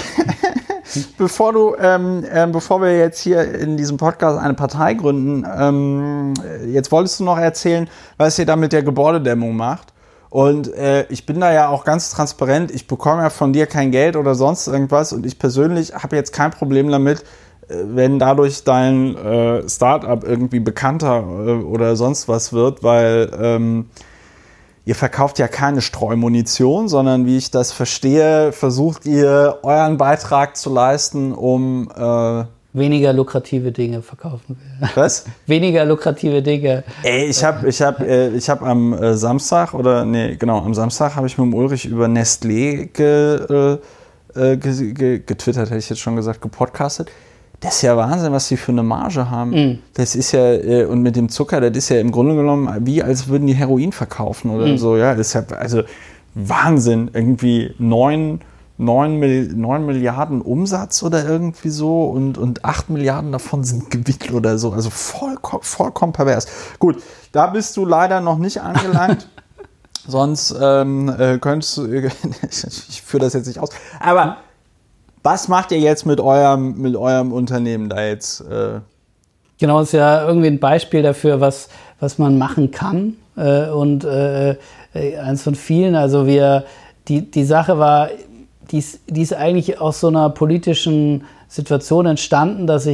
[SPEAKER 1] bevor du, ähm, äh, bevor wir jetzt hier in diesem Podcast eine Partei gründen, ähm, jetzt wolltest du noch erzählen, was ihr da mit der Gebäudedämmung macht. Und äh, ich bin da ja auch ganz transparent. Ich bekomme ja von dir kein Geld oder sonst irgendwas. Und ich persönlich habe jetzt kein Problem damit, wenn dadurch dein äh, Startup irgendwie bekannter äh, oder sonst was wird, weil ähm, ihr verkauft ja keine Streumunition, sondern wie ich das verstehe, versucht ihr euren Beitrag zu leisten, um äh,
[SPEAKER 2] weniger lukrative Dinge verkaufen wir.
[SPEAKER 1] Was?
[SPEAKER 2] Weniger lukrative Dinge.
[SPEAKER 1] Ey, ich habe ich hab, äh, ich hab am äh, Samstag oder nee, genau, am Samstag habe ich mit dem Ulrich über Nestlé ge, äh, ge, ge, getwittert, hätte ich jetzt schon gesagt, gepodcastet. Das ist ja Wahnsinn, was die für eine Marge haben. Mm. Das ist ja, und mit dem Zucker, das ist ja im Grunde genommen wie, als würden die Heroin verkaufen oder mm. so. Ja, das ist ja, also Wahnsinn. Irgendwie neun, neun, neun Milliarden Umsatz oder irgendwie so und, und acht Milliarden davon sind Gewinn oder so. Also vollkommen, vollkommen pervers. Gut, da bist du leider noch nicht angelangt. Sonst ähm, äh, könntest du, ich führe das jetzt nicht aus, aber was macht ihr jetzt mit eurem, mit eurem Unternehmen da jetzt? Äh?
[SPEAKER 2] Genau, ist ja irgendwie ein Beispiel dafür, was, was man machen kann. Äh, und äh, eins von vielen. Also wir, die, die Sache war, die ist, die ist eigentlich aus so einer politischen Situation entstanden, dass ich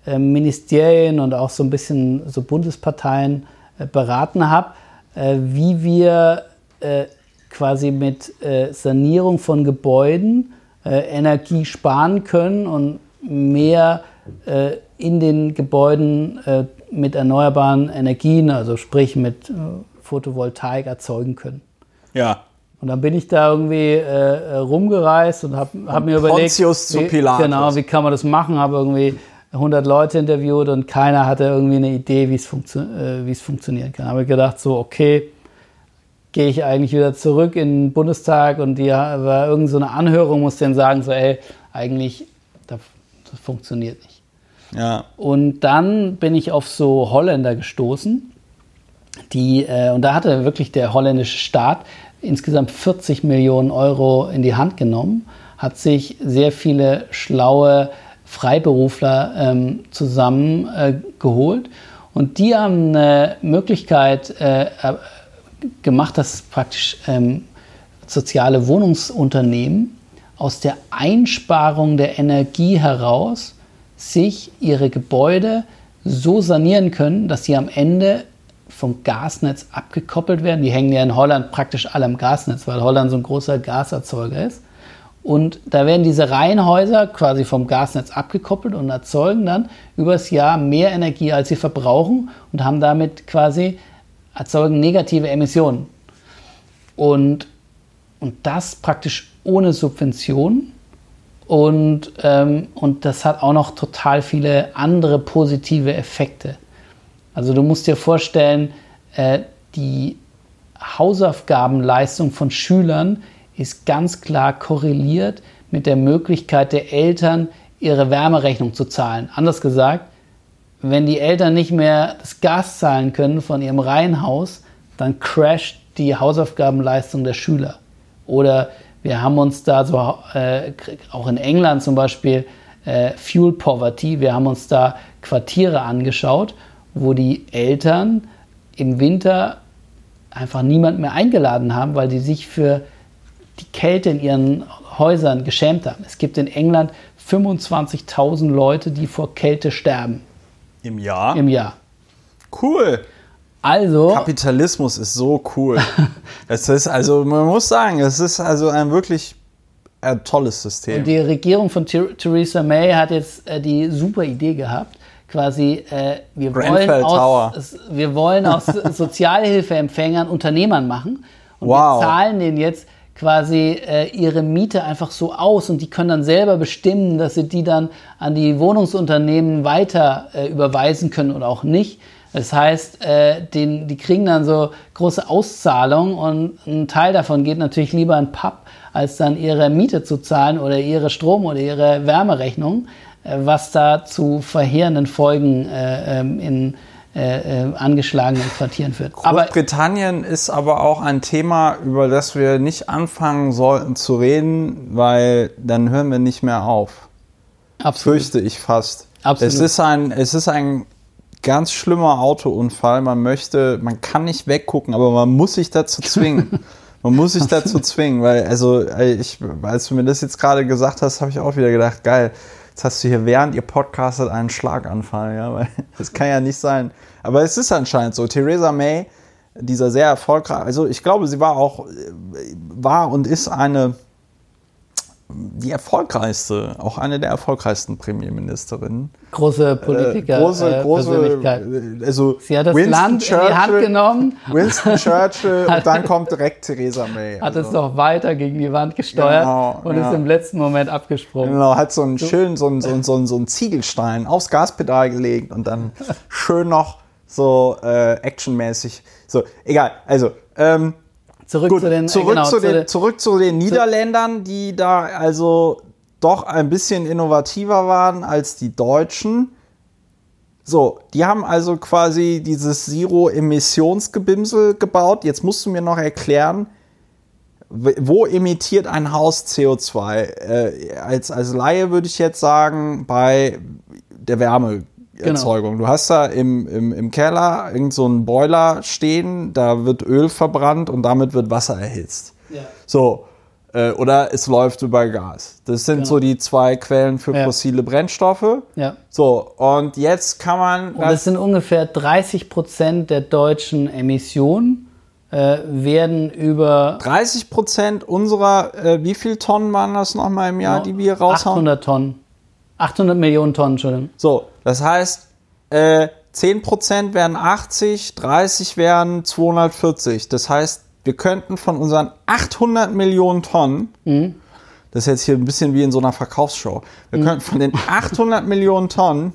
[SPEAKER 2] äh, Ministerien und auch so ein bisschen so Bundesparteien äh, beraten habe, äh, wie wir äh, quasi mit äh, Sanierung von Gebäuden äh, Energie sparen können und mehr äh, in den Gebäuden äh, mit erneuerbaren Energien, also sprich mit äh, Photovoltaik erzeugen können.
[SPEAKER 1] Ja.
[SPEAKER 2] Und dann bin ich da irgendwie äh, rumgereist und habe hab mir überlegt,
[SPEAKER 1] Pontius zu
[SPEAKER 2] wie,
[SPEAKER 1] Pilatus.
[SPEAKER 2] genau, wie kann man das machen, habe irgendwie hundert Leute interviewt und keiner hatte irgendwie eine Idee, wie es funktio- äh, wie es funktionieren kann. Habe ich gedacht, so okay, gehe ich eigentlich wieder zurück in den Bundestag und die war irgend so eine Anhörung, muss denen sagen, so ey, eigentlich, das, das funktioniert nicht.
[SPEAKER 1] Ja.
[SPEAKER 2] Und dann bin ich auf so Holländer gestoßen, die, äh, und da hatte wirklich der holländische Staat insgesamt vierzig Millionen Euro in die Hand genommen, hat sich sehr viele schlaue Freiberufler ähm, zusammen äh, geholt und die haben eine Möglichkeit äh, gemacht, dass praktisch ähm, soziale Wohnungsunternehmen aus der Einsparung der Energie heraus sich ihre Gebäude so sanieren können, dass sie am Ende vom Gasnetz abgekoppelt werden. Die hängen ja in Holland praktisch alle am Gasnetz, weil Holland so ein großer Gaserzeuger ist. Und da werden diese Reihenhäuser quasi vom Gasnetz abgekoppelt und erzeugen dann übers Jahr mehr Energie, als sie verbrauchen und haben damit quasi erzeugen negative Emissionen. Und, und das praktisch ohne Subvention. Und, ähm, und das hat auch noch total viele andere positive Effekte. Also du musst dir vorstellen, äh, die Hausaufgabenleistung von Schülern ist ganz klar korreliert mit der Möglichkeit der Eltern, ihre Wärmerechnung zu zahlen. Anders gesagt, wenn die Eltern nicht mehr das Gas zahlen können von ihrem Reihenhaus, dann crasht die Hausaufgabenleistung der Schüler. Oder wir haben uns da so, äh, auch in England zum Beispiel, äh, Fuel Poverty, wir haben uns da Quartiere angeschaut, wo die Eltern im Winter einfach niemand mehr eingeladen haben, weil die sich für die Kälte in ihren Häusern geschämt haben. Es gibt in England fünfundzwanzigtausend Leute, die vor Kälte sterben.
[SPEAKER 1] Im Jahr?
[SPEAKER 2] Im Jahr.
[SPEAKER 1] Cool.
[SPEAKER 2] Also.
[SPEAKER 1] Kapitalismus ist so cool. Es ist also, man muss sagen, es ist also ein wirklich ein tolles System.
[SPEAKER 2] Und die Regierung von Ther- Theresa May hat jetzt äh, die super Idee gehabt, quasi, äh, wir, wollen aus, wir wollen aus Sozialhilfeempfängern Unternehmern machen und
[SPEAKER 1] wow.
[SPEAKER 2] wir zahlen denen jetzt quasi äh, ihre Miete einfach so aus und die können dann selber bestimmen, dass sie die dann an die Wohnungsunternehmen weiter äh, überweisen können oder auch nicht. Das heißt, äh, den, die kriegen dann so große Auszahlungen und ein Teil davon geht natürlich lieber an Pub, als dann ihre Miete zu zahlen oder ihre Strom- oder ihre Wärmerechnung, äh, was da zu verheerenden Folgen äh, in Äh, äh, angeschlagenen Quartieren führt.
[SPEAKER 1] Großbritannien aber, ist aber auch ein Thema, über das wir nicht anfangen sollten zu reden, weil dann hören wir nicht mehr auf.
[SPEAKER 2] Absolut.
[SPEAKER 1] Fürchte ich fast.
[SPEAKER 2] Absolut.
[SPEAKER 1] Es ist ein, es ist ein ganz schlimmer Autounfall. Man möchte, man kann nicht weggucken, aber man muss sich dazu zwingen. Man muss sich dazu zwingen, weil, also, ich, als du mir das jetzt gerade gesagt hast, habe ich auch wieder gedacht, geil. Jetzt hast du hier, während ihr podcastet, einen Schlaganfall, ja, weil das kann ja nicht sein. Aber es ist anscheinend so. Theresa May, dieser sehr erfolgreich, also ich glaube, sie war auch, war und ist eine, die erfolgreichste, auch eine der erfolgreichsten Premierministerinnen.
[SPEAKER 2] Große Politiker,
[SPEAKER 1] äh, große,
[SPEAKER 2] äh,
[SPEAKER 1] große,
[SPEAKER 2] Persönlichkeit.
[SPEAKER 1] Also
[SPEAKER 2] sie hat das
[SPEAKER 1] Winston
[SPEAKER 2] Land
[SPEAKER 1] Churchill,
[SPEAKER 2] in die Hand genommen.
[SPEAKER 1] Winston Churchill und dann kommt direkt Theresa May.
[SPEAKER 2] Hat
[SPEAKER 1] also.
[SPEAKER 2] es noch weiter gegen die Wand gesteuert
[SPEAKER 1] genau,
[SPEAKER 2] und
[SPEAKER 1] ja.
[SPEAKER 2] ist im letzten Moment abgesprungen.
[SPEAKER 1] Genau, hat so einen schönen, so einen, so einen, so einen, so einen Ziegelstein aufs Gaspedal gelegt und dann schön noch so äh, actionmäßig. So, egal, also ähm,
[SPEAKER 2] Zurück,
[SPEAKER 1] Gut,
[SPEAKER 2] zu den,
[SPEAKER 1] zurück,
[SPEAKER 2] genau,
[SPEAKER 1] zu
[SPEAKER 2] zu
[SPEAKER 1] den,
[SPEAKER 2] den,
[SPEAKER 1] zurück zu den Niederländern, die da also doch ein bisschen innovativer waren als die Deutschen. So, die haben also quasi dieses Zero-Emissionsgebimsel gebaut. Jetzt musst du mir noch erklären, wo emittiert ein Haus C O zwei? Äh, als, als Laie würde ich jetzt sagen, bei der Wärmeerzeugung. Genau. Du hast da im, im, im Keller irgend so einen Boiler stehen, da wird Öl verbrannt und damit wird Wasser erhitzt.
[SPEAKER 2] Ja.
[SPEAKER 1] So, Äh, oder es läuft über Gas. Das sind genau. so die zwei Quellen für ja. fossile Brennstoffe.
[SPEAKER 2] Ja.
[SPEAKER 1] So, und jetzt kann man...
[SPEAKER 2] Und das sind ungefähr dreißig Prozent der deutschen Emissionen äh, werden über...
[SPEAKER 1] dreißig Prozent unserer, äh, wie viel Tonnen waren das nochmal im Jahr, genau, die wir raushauen?
[SPEAKER 2] achthundert Tonnen. achthundert Millionen Tonnen, Entschuldigung.
[SPEAKER 1] So, das heißt, äh, zehn Prozent wären achtzig, dreißig wären zweihundertvierzig. Das heißt, wir könnten von unseren achthundert Millionen Tonnen, mhm. das ist jetzt hier ein bisschen wie in so einer Verkaufsshow, wir mhm. könnten von den achthundert Millionen Tonnen,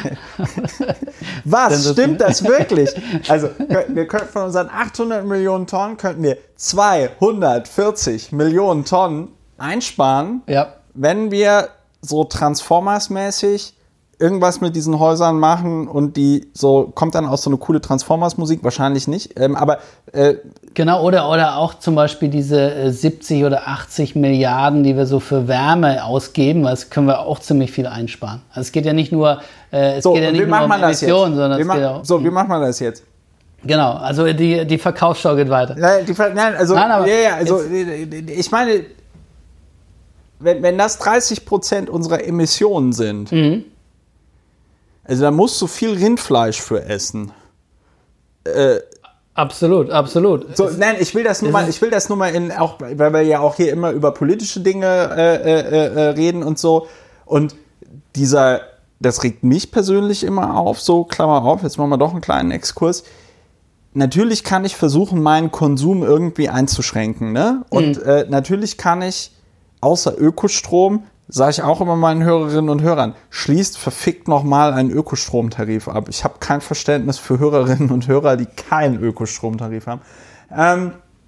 [SPEAKER 1] was, stimmt das wirklich? Also, wir könnten von unseren achthundert Millionen Tonnen, könnten wir zweihundertvierzig Millionen Tonnen einsparen,
[SPEAKER 2] ja.
[SPEAKER 1] wenn wir so Transformers-mäßig irgendwas mit diesen Häusern machen und die so, kommt dann auch so eine coole Transformers-Musik? Wahrscheinlich nicht, ähm, aber... Äh,
[SPEAKER 2] genau, oder, oder auch zum Beispiel diese äh, siebzig oder achtzig Milliarden, die wir so für Wärme ausgeben, das können wir auch ziemlich viel einsparen. Also es geht ja nicht nur, äh, es
[SPEAKER 1] so,
[SPEAKER 2] geht ja nicht nur um Emissionen, sondern es
[SPEAKER 1] mach,
[SPEAKER 2] geht auch...
[SPEAKER 1] So, wie macht man das jetzt?
[SPEAKER 2] Genau, also die, die Verkaufsschau geht weiter.
[SPEAKER 1] Nein, die, nein also, nein, aber ja, ja, also ich meine, wenn, wenn das dreißig Prozent unserer Emissionen sind, mhm. also da musst du viel Rindfleisch für essen. Äh,
[SPEAKER 2] absolut, absolut.
[SPEAKER 1] So, nein, ich will das nur mal, ich will das nur mal in, auch, weil wir ja auch hier immer über politische Dinge äh, äh, äh, reden und so. Und dieser, das regt mich persönlich immer auf, so, Klammer auf, jetzt machen wir doch einen kleinen Exkurs. Natürlich kann ich versuchen, meinen Konsum irgendwie einzuschränken, ne? Und mhm. äh, natürlich kann ich, außer Ökostrom, sage ich auch immer meinen Hörerinnen und Hörern, schließt verfickt nochmal einen Ökostromtarif ab. Ich habe kein Verständnis für Hörerinnen und Hörer, die keinen Ökostromtarif haben. Ähm,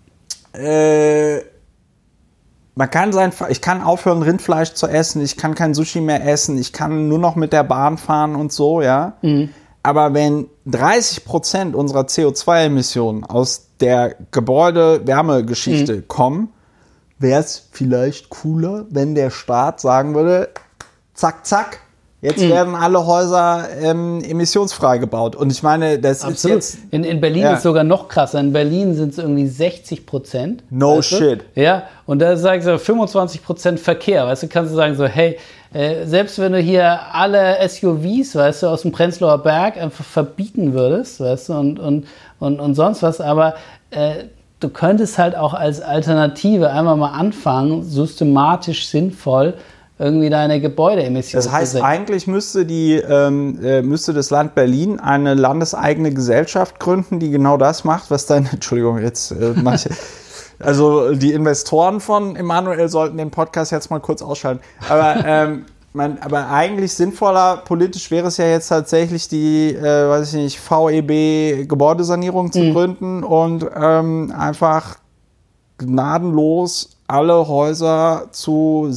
[SPEAKER 1] äh, man kann sein, ich kann aufhören, Rindfleisch zu essen, ich kann kein Sushi mehr essen, ich kann nur noch mit der Bahn fahren und so, ja. Mhm. Aber wenn dreißig Prozent unserer C O zwei Emissionen aus der Gebäude-Wärmegeschichte mhm. kommen, wäre es vielleicht cooler, wenn der Staat sagen würde, zack, zack, jetzt mhm. werden alle Häuser ähm, emissionsfrei gebaut. Und ich meine, das
[SPEAKER 2] Absolut.
[SPEAKER 1] ist jetzt...
[SPEAKER 2] In, in Berlin ja. ist es sogar noch krasser. In Berlin sind es irgendwie sechzig Prozent.
[SPEAKER 1] No shit.
[SPEAKER 2] Du? Ja, und da sagen sie fünfundzwanzig Prozent Verkehr. Weißt du, kannst du sagen so, hey, äh, selbst wenn du hier alle S U Vs, weißt du, aus dem Prenzlauer Berg einfach verbieten würdest, weißt du, und, und, und, und sonst was, aber... Äh, du könntest halt auch als Alternative einmal mal anfangen, systematisch sinnvoll irgendwie deine Gebäudeemissionen
[SPEAKER 1] zu senken. Das heißt, eigentlich müsste, die, ähm, äh, müsste das Land Berlin eine landeseigene Gesellschaft gründen, die genau das macht, was dann, Entschuldigung, jetzt äh, mach ich, also die Investoren von Emanuel sollten den Podcast jetzt mal kurz ausschalten. Aber ähm, Man, aber eigentlich sinnvoller politisch wäre es ja jetzt tatsächlich die, äh, weiß ich nicht, V E B Gebäudesanierung zu mhm. gründen und ähm, einfach gnadenlos alle Häuser zu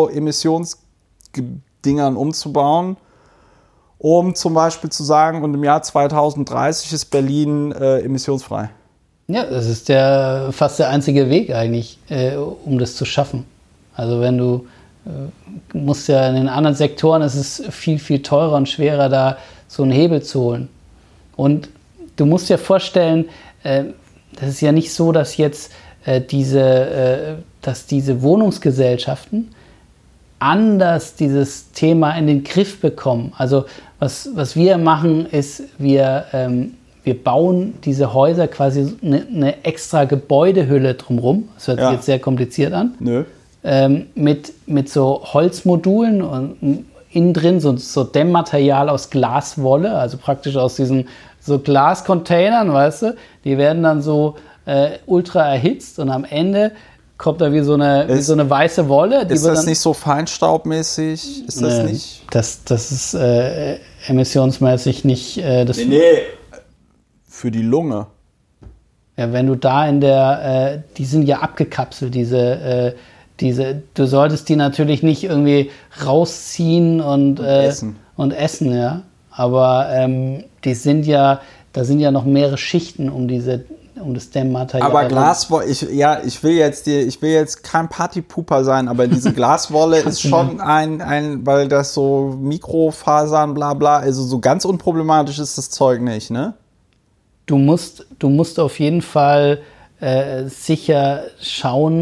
[SPEAKER 1] Zero-Emissions-Dingern umzubauen, um zum Beispiel zu sagen, und im Jahr zweitausenddreißig ist Berlin äh, emissionsfrei.
[SPEAKER 2] Ja, das ist der, fast der einzige Weg eigentlich, äh, um das zu schaffen. Also wenn du Du musst ja in den anderen Sektoren, es ist viel, viel teurer und schwerer, da so einen Hebel zu holen. Und du musst dir vorstellen, äh, das ist ja nicht so, dass jetzt äh, diese, äh, dass diese Wohnungsgesellschaften anders dieses Thema in den Griff bekommen. Also was, was wir machen, ist, wir, ähm, wir bauen diese Häuser quasi eine, eine extra Gebäudehülle drumherum. Das hört sich ja. jetzt sehr kompliziert an.
[SPEAKER 1] Nö.
[SPEAKER 2] Ähm, mit, mit so Holzmodulen und innen drin so, so Dämmmaterial aus Glaswolle, also praktisch aus diesen so Glascontainern, weißt du, die werden dann so äh, ultra erhitzt und am Ende kommt da wie so eine, ist, wie so eine weiße Wolle. Die
[SPEAKER 1] ist das
[SPEAKER 2] dann,
[SPEAKER 1] nicht so feinstaubmäßig? Ist das
[SPEAKER 2] nee,
[SPEAKER 1] nicht?
[SPEAKER 2] Das, das ist äh, emissionsmäßig nicht... Äh, das
[SPEAKER 1] nee, nee, für die Lunge.
[SPEAKER 2] Ja, wenn du da in der... Äh, die sind ja abgekapselt, diese... Äh, Diese, du solltest die natürlich nicht irgendwie rausziehen und,
[SPEAKER 1] und,
[SPEAKER 2] äh,
[SPEAKER 1] essen.
[SPEAKER 2] und essen, ja. Aber ähm, die sind ja, da sind ja noch mehrere Schichten um diese, um das Dämmmaterial.
[SPEAKER 1] Aber Glaswolle, ich, ja, ich will jetzt die, ich will jetzt kein Partypooper sein, aber diese Glaswolle ist schon ein, ein, weil das so Mikrofasern, bla bla, also so ganz unproblematisch ist das Zeug nicht, ne?
[SPEAKER 2] Du musst, du musst auf jeden Fall äh, sicher schauen,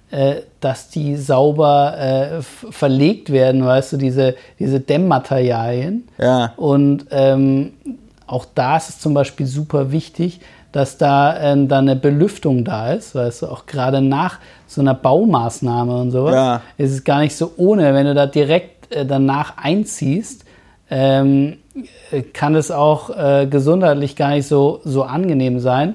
[SPEAKER 2] äh, dass die sauber äh, f- verlegt werden, weißt du, diese, diese Dämmmaterialien.
[SPEAKER 1] Ja.
[SPEAKER 2] Und ähm, auch da ist es zum Beispiel super wichtig, dass da äh, dann eine Belüftung da ist, weißt du, auch gerade nach so einer Baumaßnahme und sowas,
[SPEAKER 1] Ja.
[SPEAKER 2] ist es gar nicht so ohne, wenn du da direkt äh, danach einziehst, ähm, äh, kann es auch äh, gesundheitlich gar nicht so, so angenehm sein.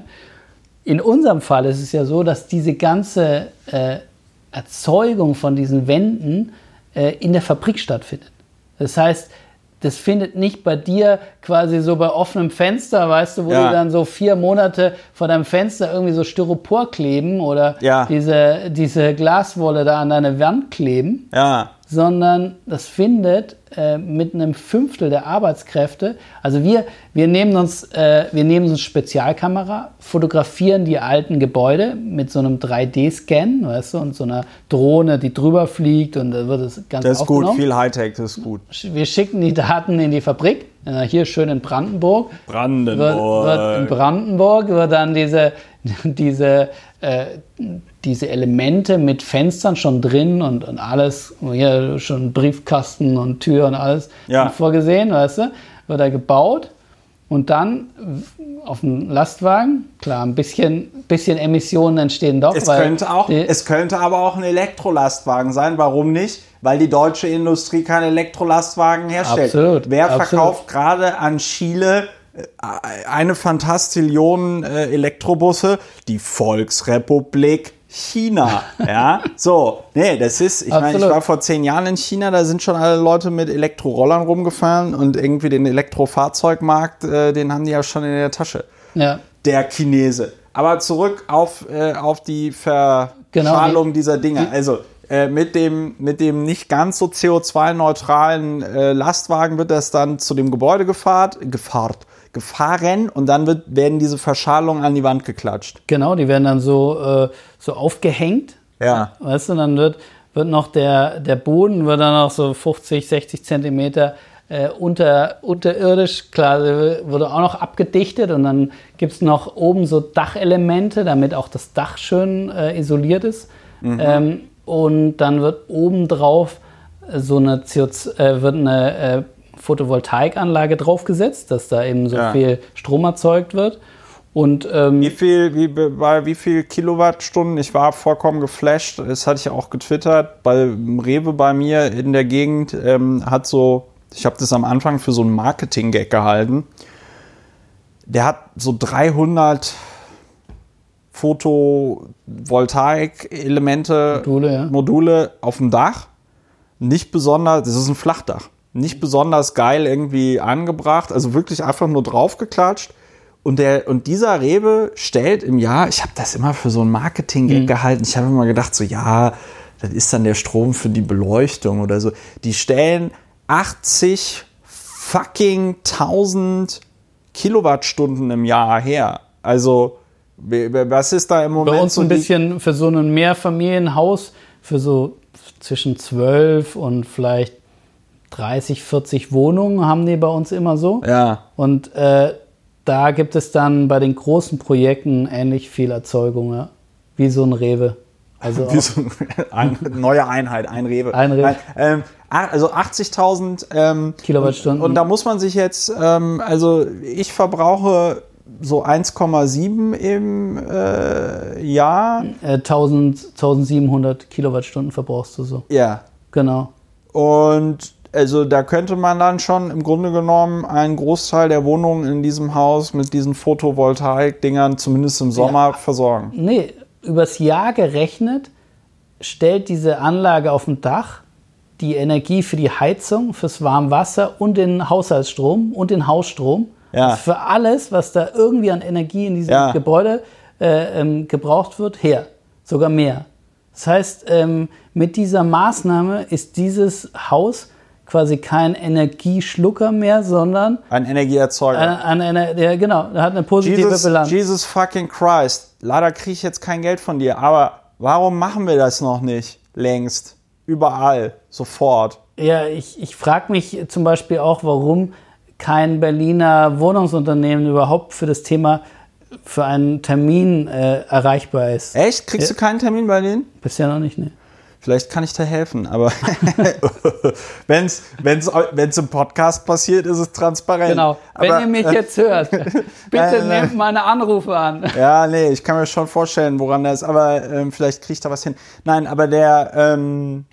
[SPEAKER 2] In unserem Fall ist es ja so, dass diese ganze äh, Erzeugung von diesen Wänden äh, in der Fabrik stattfindet. Das heißt, das findet nicht bei dir quasi so bei offenem Fenster, weißt du, wo
[SPEAKER 1] Ja.
[SPEAKER 2] du dann so vier Monate vor deinem Fenster irgendwie so Styropor kleben oder
[SPEAKER 1] Ja.
[SPEAKER 2] diese, diese Glaswolle da an deine Wand kleben,
[SPEAKER 1] Ja.
[SPEAKER 2] sondern das findet äh, mit einem Fünftel der Arbeitskräfte. Also wir, wir nehmen uns, äh, wir nehmen uns Spezialkamera, fotografieren die alten Gebäude mit so einem drei D-Scan, weißt du, und so einer Drohne, die drüber fliegt und da wird es ganz
[SPEAKER 1] Das ist gut,
[SPEAKER 2] aufgenommen.
[SPEAKER 1] viel Hightech, das ist gut.
[SPEAKER 2] Wir schicken die Daten in die Fabrik, äh, hier schön in Brandenburg.
[SPEAKER 1] Brandenburg.
[SPEAKER 2] Wird, wird in Brandenburg wird dann diese, diese, äh, diese Elemente mit Fenstern schon drin und, und alles, hier schon Briefkasten und Tür und alles
[SPEAKER 1] Ja.
[SPEAKER 2] vorgesehen, weißt du, wird da gebaut und dann auf dem Lastwagen, klar, ein bisschen, bisschen Emissionen entstehen doch.
[SPEAKER 1] Es
[SPEAKER 2] weil
[SPEAKER 1] könnte, auch,
[SPEAKER 2] die,
[SPEAKER 1] es könnte aber auch ein Elektrolastwagen sein. Warum nicht? Weil die deutsche Industrie keine Elektrolastwagen herstellt.
[SPEAKER 2] Absolut,
[SPEAKER 1] Wer
[SPEAKER 2] absolut.
[SPEAKER 1] verkauft gerade an Chile äh, eine Fantastillion äh, Elektrobusse? Die Volksrepublik China. Ja, so. Nee, das ist, ich meine, ich
[SPEAKER 2] Absolut.
[SPEAKER 1] war vor zehn Jahren in China, da sind schon alle Leute mit Elektrorollern rumgefahren und irgendwie den Elektrofahrzeugmarkt, äh, den haben die ja schon in der Tasche.
[SPEAKER 2] ja.
[SPEAKER 1] Der Chinese. Aber zurück auf, äh, auf die Verschalung
[SPEAKER 2] Genau, die-
[SPEAKER 1] dieser Dinge. Also äh, mit, dem, mit dem nicht ganz so C O zwei neutralen äh, Lastwagen wird das dann zu dem Gebäude gefahrt, gefahrt, gefahren und dann wird, werden diese Verschalungen an die Wand geklatscht.
[SPEAKER 2] Genau, die werden dann so, äh, so aufgehängt.
[SPEAKER 1] Ja.
[SPEAKER 2] Weißt du, dann wird, wird noch der, der Boden wird dann noch so fünfzig, sechzig Zentimeter äh, unter, unterirdisch, klar, der wurde auch noch abgedichtet und dann gibt es noch oben so Dachelemente, damit auch das Dach schön äh, isoliert ist.
[SPEAKER 1] Mhm.
[SPEAKER 2] Ähm, und dann wird obendrauf so eine, C O zwei, äh, wird eine äh, Photovoltaikanlage draufgesetzt, dass da eben so
[SPEAKER 1] Ja.
[SPEAKER 2] viel Strom erzeugt wird. Und ähm,
[SPEAKER 1] Wie viel, wie, bei wie viel Kilowattstunden? Ich war vollkommen geflasht. Das hatte ich auch getwittert. Bei Rewe bei mir in der Gegend ähm, hat so, ich habe das am Anfang für so einen Marketing-Gag gehalten. Der hat so dreihundert Photovoltaik-Elemente,
[SPEAKER 2] Module, ja.
[SPEAKER 1] Module auf dem Dach. Nicht besonders, das ist ein Flachdach. Nicht besonders geil irgendwie angebracht. Also wirklich einfach nur draufgeklatscht. Und, der, und dieser Rewe stellt im Jahr, ich habe das immer für so ein Marketing-Gag
[SPEAKER 2] Mhm.
[SPEAKER 1] gehalten, ich habe immer gedacht, so ja, das ist dann der Strom für die Beleuchtung oder so. Die stellen achtzig fucking tausend Kilowattstunden im Jahr her. Also, was ist da im Moment
[SPEAKER 2] bei uns
[SPEAKER 1] so
[SPEAKER 2] ein
[SPEAKER 1] die-
[SPEAKER 2] bisschen für so ein Mehrfamilienhaus, für so zwischen zwölf und vielleicht dreißig, vierzig Wohnungen haben die bei uns immer so.
[SPEAKER 1] Ja,
[SPEAKER 2] Und äh, da gibt es dann bei den großen Projekten ähnlich viel Erzeugung, ja. Wie so ein Rewe. Also
[SPEAKER 1] wie
[SPEAKER 2] auch,
[SPEAKER 1] so eine neue Einheit, ein Rewe.
[SPEAKER 2] Ein Rewe.
[SPEAKER 1] Nein, ähm, a- also achtzigtausend ähm,
[SPEAKER 2] Kilowattstunden.
[SPEAKER 1] Und, und da muss man sich jetzt, ähm, also ich verbrauche so eins Komma sieben im äh, Jahr.
[SPEAKER 2] äh, tausend, eintausendsiebenhundert Kilowattstunden verbrauchst du so.
[SPEAKER 1] Ja.
[SPEAKER 2] Genau.
[SPEAKER 1] Und also da könnte man dann schon im Grunde genommen einen Großteil der Wohnungen in diesem Haus mit diesen Photovoltaik-Dingern zumindest im Sommer
[SPEAKER 2] Ja.
[SPEAKER 1] versorgen.
[SPEAKER 2] Nee, übers Jahr gerechnet stellt diese Anlage auf dem Dach die Energie für die Heizung, fürs Warmwasser und den Haushaltsstrom und den Hausstrom.
[SPEAKER 1] Ja.
[SPEAKER 2] Also für alles, was da irgendwie an Energie in diesem
[SPEAKER 1] Ja.
[SPEAKER 2] Gebäude äh, ähm, gebraucht wird, her. Sogar mehr. Das heißt, ähm, mit dieser Maßnahme ist dieses Haus quasi kein Energieschlucker mehr, sondern
[SPEAKER 1] Ein Energieerzeuger.
[SPEAKER 2] an, an einer, der, genau, der hat eine positive
[SPEAKER 1] Jesus,
[SPEAKER 2] Bilanz.
[SPEAKER 1] Jesus fucking Christ. Leider kriege ich jetzt kein Geld von dir, aber warum machen wir das noch nicht längst? Überall, sofort.
[SPEAKER 2] Ja, ich, ich frage mich zum Beispiel auch, warum kein Berliner Wohnungsunternehmen überhaupt für das Thema für einen Termin äh, erreichbar ist.
[SPEAKER 1] Echt? Kriegst ja. du keinen Termin bei denen?
[SPEAKER 2] Bisher noch nicht, ne.
[SPEAKER 1] Vielleicht kann ich da helfen, aber wenn es wenn's, wenn's im Podcast passiert, ist es transparent.
[SPEAKER 2] Genau, wenn
[SPEAKER 1] aber,
[SPEAKER 2] ihr mich äh, jetzt hört, bitte äh, nehmt meine Anrufe an.
[SPEAKER 1] Ja, nee, ich kann mir schon vorstellen, woran das ist, aber ähm, vielleicht kriege ich da was hin. Nein, aber der, ähm,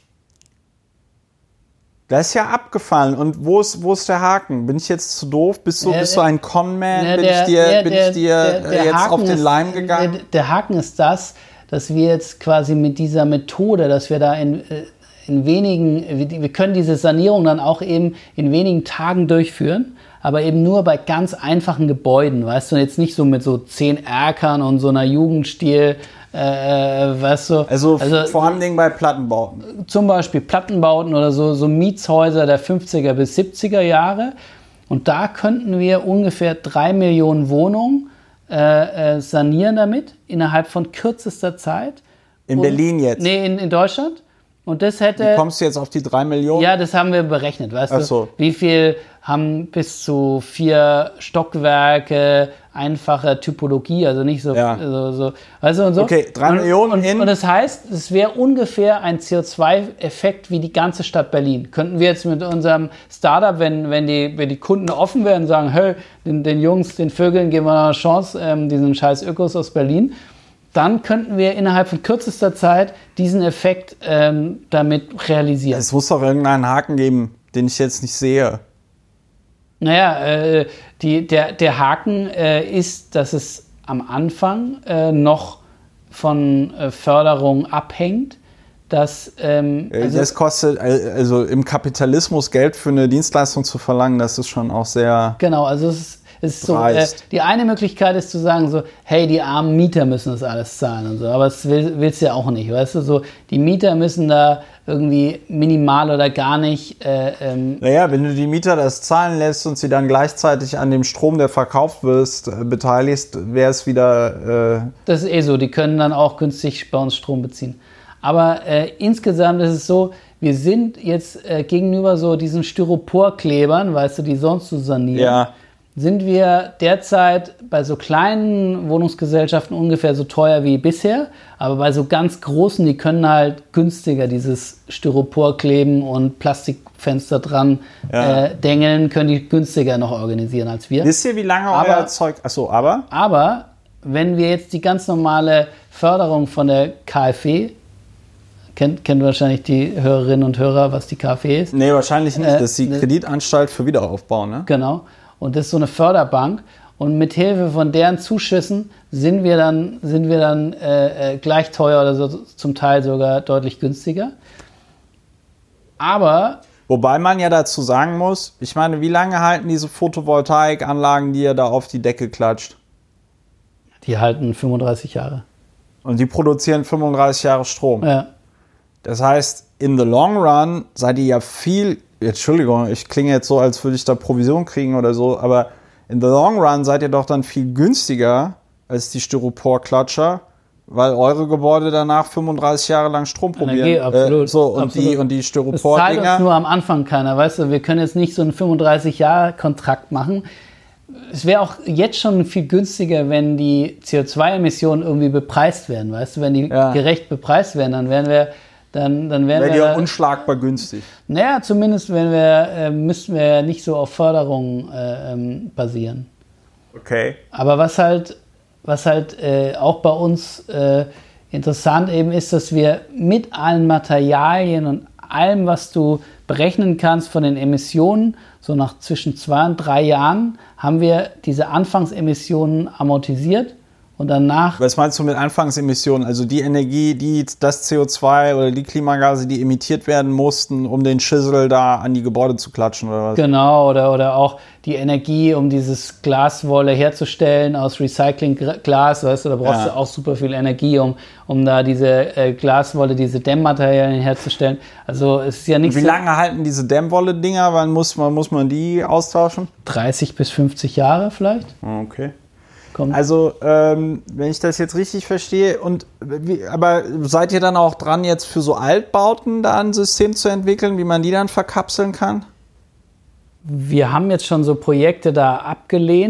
[SPEAKER 1] der ist ja abgefallen. Und wo ist, wo ist der Haken? Bin ich jetzt zu doof? Bist du, äh, bist du ein Conman?
[SPEAKER 2] Äh,
[SPEAKER 1] bin
[SPEAKER 2] der,
[SPEAKER 1] ich dir,
[SPEAKER 2] der,
[SPEAKER 1] bin
[SPEAKER 2] der,
[SPEAKER 1] ich dir
[SPEAKER 2] der, der
[SPEAKER 1] jetzt
[SPEAKER 2] Haken
[SPEAKER 1] auf den
[SPEAKER 2] ist,
[SPEAKER 1] Leim gegangen?
[SPEAKER 2] Der, der Haken ist das, dass wir jetzt quasi mit dieser Methode, dass wir da in, in wenigen, wir können diese Sanierung dann auch eben in wenigen Tagen durchführen, aber eben nur bei ganz einfachen Gebäuden, weißt du, jetzt nicht so mit so zehn Erkern und so einer Jugendstil, äh, weißt du.
[SPEAKER 1] Also, also vor allem bei Plattenbauten.
[SPEAKER 2] Zum Beispiel Plattenbauten oder so, so Mietshäuser der fünfziger bis siebziger Jahre. Und da könnten wir ungefähr drei Millionen Wohnungen Äh, äh, sanieren damit innerhalb von kürzester Zeit.
[SPEAKER 1] In
[SPEAKER 2] und,
[SPEAKER 1] Berlin jetzt?
[SPEAKER 2] Nee, in, in Deutschland. Und das hätte...
[SPEAKER 1] Wie kommst du jetzt auf die drei Millionen?
[SPEAKER 2] Ja, das haben wir berechnet, weißt
[SPEAKER 1] Ach so.
[SPEAKER 2] du? Wie viel haben bis zu vier Stockwerke, einfache Typologie, also nicht so...
[SPEAKER 1] Ja.
[SPEAKER 2] so, so weißt du, und so.
[SPEAKER 1] Okay, drei Millionen
[SPEAKER 2] und,
[SPEAKER 1] in...
[SPEAKER 2] Und das heißt, es wäre ungefähr ein C O zwei Effekt wie die ganze Stadt Berlin. Könnten wir jetzt mit unserem Startup, wenn, wenn, die, wenn die Kunden offen wären, sagen, hey, den, den Jungs, den Vögeln geben wir noch eine Chance, ähm, diesen scheiß Ökos aus Berlin, dann könnten wir innerhalb von kürzester Zeit diesen Effekt ähm, damit realisieren.
[SPEAKER 1] Es muss doch irgendeinen Haken geben, den ich jetzt nicht sehe.
[SPEAKER 2] Naja, äh, die, der, der Haken äh, ist, dass es am Anfang äh, noch von äh, Förderung abhängt. Dass, ähm,
[SPEAKER 1] also das kostet, also im Kapitalismus Geld für eine Dienstleistung zu verlangen, das ist schon auch sehr...
[SPEAKER 2] Genau, also es ist, es ist so, äh, die eine Möglichkeit ist zu sagen so, hey, die armen Mieter müssen das alles zahlen und so, aber das will, willst du ja auch nicht, weißt du, so, die Mieter müssen da irgendwie minimal oder gar nicht... Äh, ähm
[SPEAKER 1] naja, wenn du die Mieter das zahlen lässt und sie dann gleichzeitig an dem Strom, der verkauft wird, äh, beteiligst, wäre es wieder... Äh
[SPEAKER 2] das ist eh so, die können dann auch günstig bei uns Strom beziehen. Aber äh, insgesamt ist es so, wir sind jetzt äh, gegenüber so diesen Styroporklebern, weißt du, die sonst so sanieren,
[SPEAKER 1] ja.
[SPEAKER 2] sind wir derzeit bei so kleinen Wohnungsgesellschaften ungefähr so teuer wie bisher, aber bei so ganz großen, die können halt günstiger dieses Styropor kleben und Plastikfenster dran ja. äh, dengeln, können die günstiger noch organisieren als wir.
[SPEAKER 1] Wisst ihr, wie lange
[SPEAKER 2] aber,
[SPEAKER 1] euer Zeug... Achso, aber?
[SPEAKER 2] Aber wenn wir jetzt die ganz normale Förderung von der K f W, kennt, kennt wahrscheinlich die Hörerinnen und Hörer, was die K f W ist?
[SPEAKER 1] Nee, wahrscheinlich nicht. Das ist die Kreditanstalt für Wiederaufbau, ne?
[SPEAKER 2] Genau. Und das ist so eine Förderbank. Und mit Hilfe von deren Zuschüssen sind wir dann, sind wir dann äh, gleich teuer oder so, zum Teil sogar deutlich günstiger. Aber...
[SPEAKER 1] Wobei man ja dazu sagen muss, ich meine, wie lange halten diese Photovoltaikanlagen, die ihr da auf die Decke klatscht?
[SPEAKER 2] Die halten fünfunddreißig Jahre.
[SPEAKER 1] Und die produzieren fünfunddreißig Jahre Strom.
[SPEAKER 2] Ja.
[SPEAKER 1] Das heißt, in the long run seid ihr ja viel... Entschuldigung, ich klinge jetzt so, als würde ich da Provision kriegen oder so, aber in the long run seid ihr doch dann viel günstiger als die Styroporklatscher, weil eure Gebäude danach fünfunddreißig Jahre lang Strom probieren.
[SPEAKER 2] Energie, absolut.
[SPEAKER 1] Äh, so, und
[SPEAKER 2] absolut.
[SPEAKER 1] die, und die
[SPEAKER 2] Styropor-Dinger... Das zahlt uns nur am Anfang keiner, weißt du, wir können jetzt nicht so einen fünfunddreißig-Jahre-Kontrakt machen. Es wäre auch jetzt schon viel günstiger, wenn die C O zwei Emissionen irgendwie bepreist werden, weißt du, wenn die ja. gerecht bepreist werden, dann wären wir... Dann, dann wären
[SPEAKER 1] Wäre
[SPEAKER 2] wir
[SPEAKER 1] ja unschlagbar günstig.
[SPEAKER 2] Naja, zumindest wenn wir, äh, müssten wir ja nicht so auf Förderung äh, ähm, basieren.
[SPEAKER 1] Okay.
[SPEAKER 2] Aber was halt, was halt äh, auch bei uns äh, interessant eben ist, dass wir mit allen Materialien und allem, was du berechnen kannst von den Emissionen, so nach zwischen zwei und drei Jahren, haben wir diese Anfangsemissionen amortisiert. Und danach...
[SPEAKER 1] Was meinst du mit Anfangsemissionen? Also die Energie, die das C O zwei oder die Klimagase, die emittiert werden mussten, um den Schissel da an die Gebäude zu klatschen oder was?
[SPEAKER 2] Genau, oder, oder auch die Energie, um dieses Glaswolle herzustellen aus Recyclingglas, weißt du, da brauchst ja. du auch super viel Energie, um, um da diese äh, Glaswolle, diese Dämmmaterialien herzustellen. Also es ist ja nichts...
[SPEAKER 1] Wie lange halten diese Dämmwolle-Dinger? Wann muss man, muss man die austauschen?
[SPEAKER 2] dreißig bis fünfzig Jahre vielleicht.
[SPEAKER 1] Okay.
[SPEAKER 2] Kommt.
[SPEAKER 1] Also, ähm, wenn ich das jetzt richtig verstehe, und wie, aber seid ihr dann auch dran, jetzt für so Altbauten da ein System zu entwickeln, wie man die dann verkapseln kann?
[SPEAKER 2] Wir haben jetzt schon so Projekte da abgelehnt,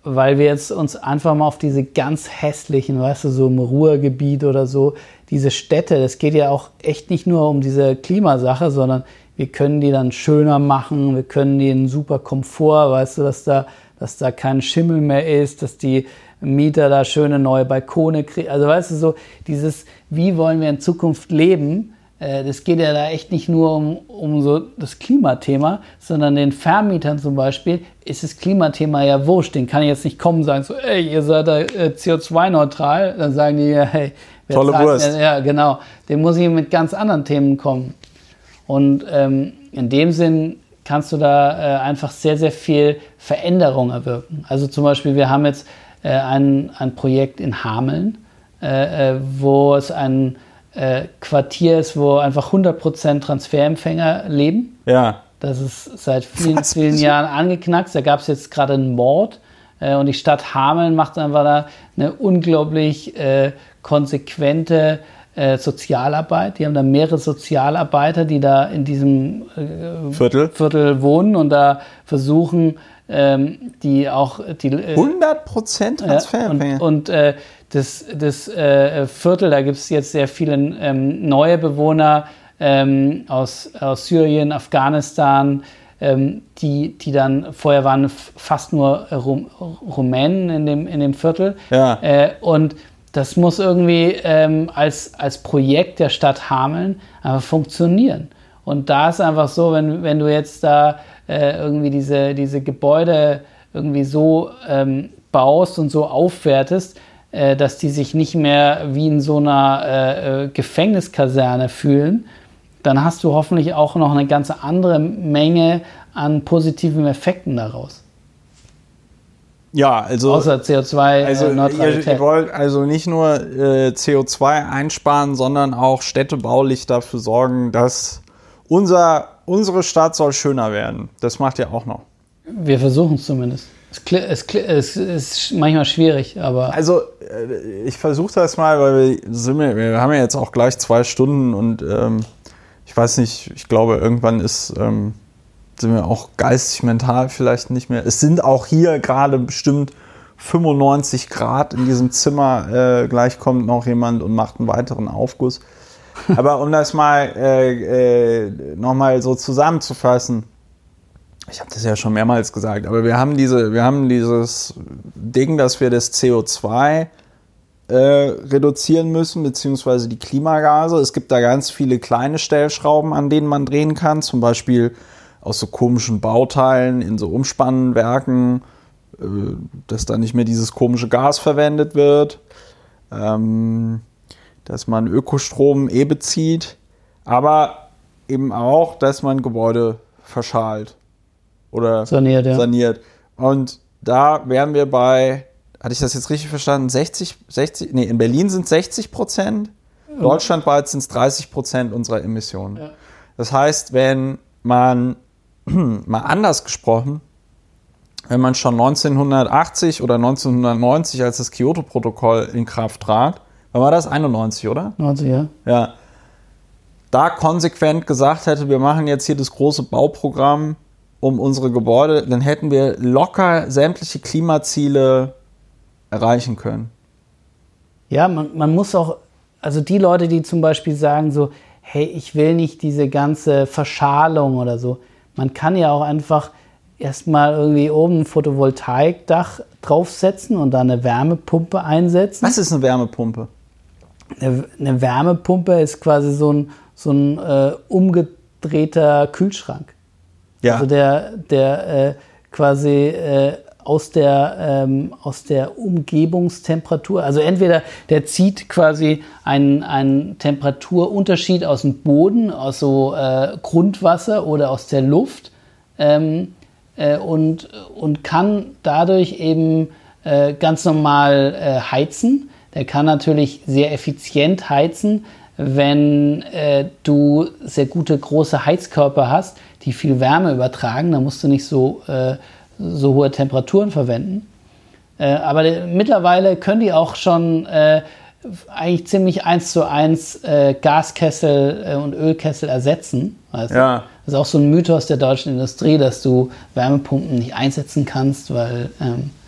[SPEAKER 2] weil wir jetzt uns einfach mal auf diese ganz hässlichen, weißt du, so im Ruhrgebiet oder so, diese Städte, das geht ja auch echt nicht nur um diese Klimasache, sondern wir können die dann schöner machen, wir können die einen super Komfort, weißt du, dass da, dass da kein Schimmel mehr ist, dass die Mieter da schöne neue Balkone kriegen. Also weißt du, so dieses, wie wollen wir in Zukunft leben, äh, das geht ja da echt nicht nur um, um so das Klimathema, sondern den Vermietern zum Beispiel ist das Klimathema ja wurscht. Den kann ich jetzt nicht kommen und sagen, so, ey, ihr seid da äh, C O zwei neutral. Dann sagen die, hey, wer
[SPEAKER 1] tolle
[SPEAKER 2] zahlt,
[SPEAKER 1] Wurst.
[SPEAKER 2] Ja, genau. Den muss ich mit ganz anderen Themen kommen. Und ähm, in dem Sinn kannst du da äh, einfach sehr, sehr viel Veränderung erwirken. Also zum Beispiel, wir haben jetzt äh, ein, ein Projekt in Hameln, äh, äh, wo es ein äh, Quartier ist, wo einfach hundert Prozent Transferempfänger leben.
[SPEAKER 1] Ja.
[SPEAKER 2] Das ist seit vielen, vielen Jahren angeknackst. Da gab es jetzt gerade einen Mord. Äh, und die Stadt Hameln macht einfach da eine unglaublich äh, konsequente Äh, Sozialarbeit. Die haben da mehrere Sozialarbeiter, die da in diesem äh,
[SPEAKER 1] Viertel.
[SPEAKER 2] Viertel wohnen und da versuchen, ähm, die auch die äh,
[SPEAKER 1] hundert Prozent Transferempfänger.
[SPEAKER 2] Äh, und und äh, das, das äh, Viertel, da gibt es jetzt sehr viele ähm, neue Bewohner ähm, aus, aus Syrien, Afghanistan, ähm, die, die dann, vorher waren fast nur Rum, Rumänen in dem, in dem Viertel.
[SPEAKER 1] Ja.
[SPEAKER 2] Äh, und das muss irgendwie ähm, als, als Projekt der Stadt Hameln einfach funktionieren. Und da ist einfach so, wenn, wenn du jetzt da äh, irgendwie diese, diese Gebäude irgendwie so ähm, baust und so aufwertest, äh, dass die sich nicht mehr wie in so einer äh, Gefängniskaserne fühlen, dann hast du hoffentlich auch noch eine ganz andere Menge an positiven Effekten daraus.
[SPEAKER 1] Ja, also
[SPEAKER 2] außer C O zwei
[SPEAKER 1] also
[SPEAKER 2] Neutralität.
[SPEAKER 1] Ihr, ihr wollt also nicht nur äh, C O zwei einsparen, sondern auch städtebaulich dafür sorgen, dass unser, unsere Stadt soll schöner werden. Das macht ihr auch noch.
[SPEAKER 2] Wir versuchen es zumindest. Es, es, es ist manchmal schwierig, aber...
[SPEAKER 1] Also äh, ich versuche das mal, weil wir, sind wir, wir haben ja jetzt auch gleich zwei Stunden und ähm, ich weiß nicht, ich glaube irgendwann ist... Ähm, sind wir auch geistig, mental vielleicht nicht mehr. Es sind auch hier gerade bestimmt fünfundneunzig Grad in diesem Zimmer. Äh, gleich kommt noch jemand und macht einen weiteren Aufguss. Aber um das mal äh, äh, nochmal so zusammenzufassen, ich habe das ja schon mehrmals gesagt, aber wir haben diese, wir haben dieses Ding, dass wir das C O zwei äh, reduzieren müssen, beziehungsweise die Klimagase. Es gibt da ganz viele kleine Stellschrauben, an denen man drehen kann, zum Beispiel aus so komischen Bauteilen in so Umspannwerken, äh, dass da nicht mehr dieses komische Gas verwendet wird, ähm, dass man Ökostrom eh bezieht, aber eben auch, dass man Gebäude verschalt oder
[SPEAKER 2] saniert. Ja.
[SPEAKER 1] saniert. Und da wären wir bei, hatte ich das jetzt richtig verstanden, sechzig, sechzig, nee, in Berlin sind es sechzig Prozent, ja. Deutschlandweit sind es dreißig Prozent unserer Emissionen. Ja. Das heißt, wenn man mal anders gesprochen, wenn man schon neunzehnhundertachtzig oder neunzehnhundertneunzig, als das Kyoto-Protokoll in Kraft trat, wann war das? einundneunzig, oder?
[SPEAKER 2] neunzig, ja.
[SPEAKER 1] Ja. Da konsequent gesagt hätte, wir machen jetzt hier das große Bauprogramm um unsere Gebäude, dann hätten wir locker sämtliche Klimaziele erreichen können.
[SPEAKER 2] Ja, man, man muss auch, also die Leute, die zum Beispiel sagen so, hey, ich will nicht diese ganze Verschalung oder so, man kann ja auch einfach erstmal irgendwie oben ein Photovoltaikdach draufsetzen und da eine Wärmepumpe einsetzen.
[SPEAKER 1] Was ist eine Wärmepumpe?
[SPEAKER 2] Eine, eine Wärmepumpe ist quasi so ein, so ein äh, umgedrehter Kühlschrank.
[SPEAKER 1] Ja.
[SPEAKER 2] Also der, der äh, quasi äh, aus der, ähm, aus der Umgebungstemperatur, also entweder der zieht quasi einen, einen Temperaturunterschied aus dem Boden, aus so äh, Grundwasser oder aus der Luft ähm, äh, und, und kann dadurch eben äh, ganz normal äh, heizen. Der kann natürlich sehr effizient heizen, wenn äh, du sehr gute große Heizkörper hast, die viel Wärme übertragen. Da musst du nicht so äh, so hohe Temperaturen verwenden. Äh, aber de, mittlerweile können die auch schon äh, eigentlich ziemlich eins zu eins äh, Gaskessel äh, und Ölkessel ersetzen. Weißt du?
[SPEAKER 1] Ja.
[SPEAKER 2] Das ist auch so ein Mythos der deutschen Industrie, dass du Wärmepumpen nicht einsetzen kannst, weil ähm,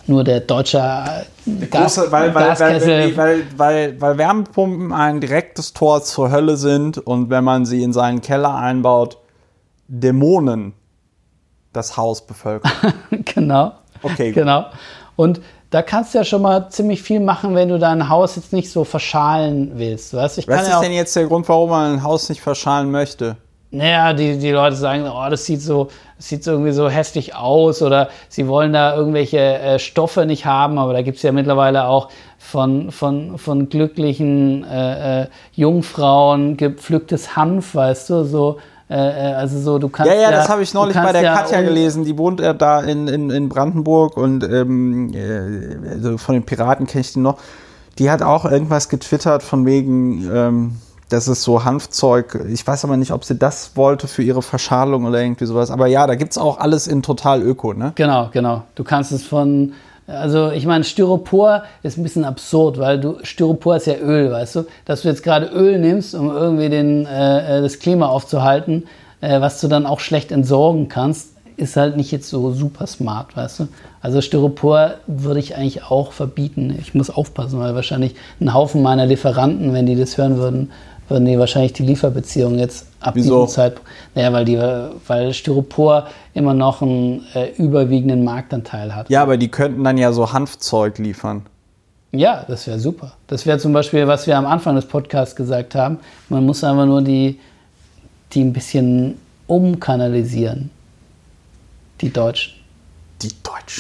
[SPEAKER 2] nur der deutsche Gas,
[SPEAKER 1] große, weil, weil,
[SPEAKER 2] Gaskessel.
[SPEAKER 1] Weil, weil, weil, weil Wärmepumpen ein direktes Tor zur Hölle sind und wenn man sie in seinen Keller einbaut, Dämonen das Haus bevölkern.
[SPEAKER 2] Genau.
[SPEAKER 1] Okay.
[SPEAKER 2] Genau. Und da kannst du ja schon mal ziemlich viel machen, wenn du dein Haus jetzt nicht so verschalen willst. Weißt? Ich
[SPEAKER 1] Was
[SPEAKER 2] kann
[SPEAKER 1] ist
[SPEAKER 2] ja auch,
[SPEAKER 1] denn jetzt der Grund, warum man ein Haus nicht verschalen möchte?
[SPEAKER 2] Naja, die, die Leute sagen, oh, das sieht so, das sieht so irgendwie so hässlich aus oder sie wollen da irgendwelche äh, Stoffe nicht haben, aber da gibt es ja mittlerweile auch von, von, von glücklichen äh, äh, Jungfrauen gepflücktes Hanf, weißt du, so, äh, also so, du kannst
[SPEAKER 1] ja... Ja, ja, das
[SPEAKER 2] ja,
[SPEAKER 1] habe ich neulich bei der
[SPEAKER 2] ja
[SPEAKER 1] Katja
[SPEAKER 2] um,
[SPEAKER 1] gelesen, die wohnt äh, da in, in, in Brandenburg und ähm, äh, also von den Piraten kenne ich die noch. Die hat auch irgendwas getwittert von wegen... Ähm, das ist so Hanfzeug. Ich weiß aber nicht, ob sie das wollte für ihre Verschalung oder irgendwie sowas. Aber ja, da gibt es auch alles in total Öko, ne? Genau,
[SPEAKER 2] genau. Du kannst es von, also ich meine, Styropor ist ein bisschen absurd, weil du, Styropor ist ja Öl, weißt du? Dass du jetzt gerade Öl nimmst, um irgendwie den, äh, das Klima aufzuhalten, äh, was du dann auch schlecht entsorgen kannst, ist halt nicht jetzt so super smart, weißt du? Also Styropor würde ich eigentlich auch verbieten. Ich muss aufpassen, weil wahrscheinlich ein Haufen meiner Lieferanten, wenn die das hören würden, würden die wahrscheinlich die Lieferbeziehung jetzt ab
[SPEAKER 1] Wieso?
[SPEAKER 2] diesem Zeitpunkt. Naja, weil, die, weil Styropor immer noch einen äh, überwiegenden Marktanteil hat.
[SPEAKER 1] Ja, aber die könnten dann ja so Hanfzeug liefern.
[SPEAKER 2] Ja, das wäre super. Das wäre zum Beispiel, was wir am Anfang des Podcasts gesagt haben. Man muss einfach nur die, die ein bisschen umkanalisieren. Die Deutschen.
[SPEAKER 1] Die Deutschen.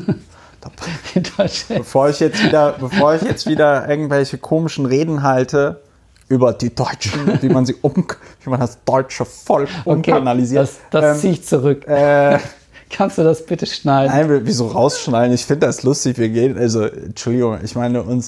[SPEAKER 2] die Deutschen.
[SPEAKER 1] Bevor ich jetzt wieder, bevor ich jetzt wieder irgendwelche komischen Reden halte über die Deutschen, wie man sie um, wie man das deutsche Volk umkanalisiert.
[SPEAKER 2] Okay, das das ähm, ziehe ich zurück.
[SPEAKER 1] Äh,
[SPEAKER 2] Kannst du das bitte schneiden?
[SPEAKER 1] Nein, wieso rausschneiden? Ich finde das lustig. Wir gehen, also, Entschuldigung, ich meine, uns,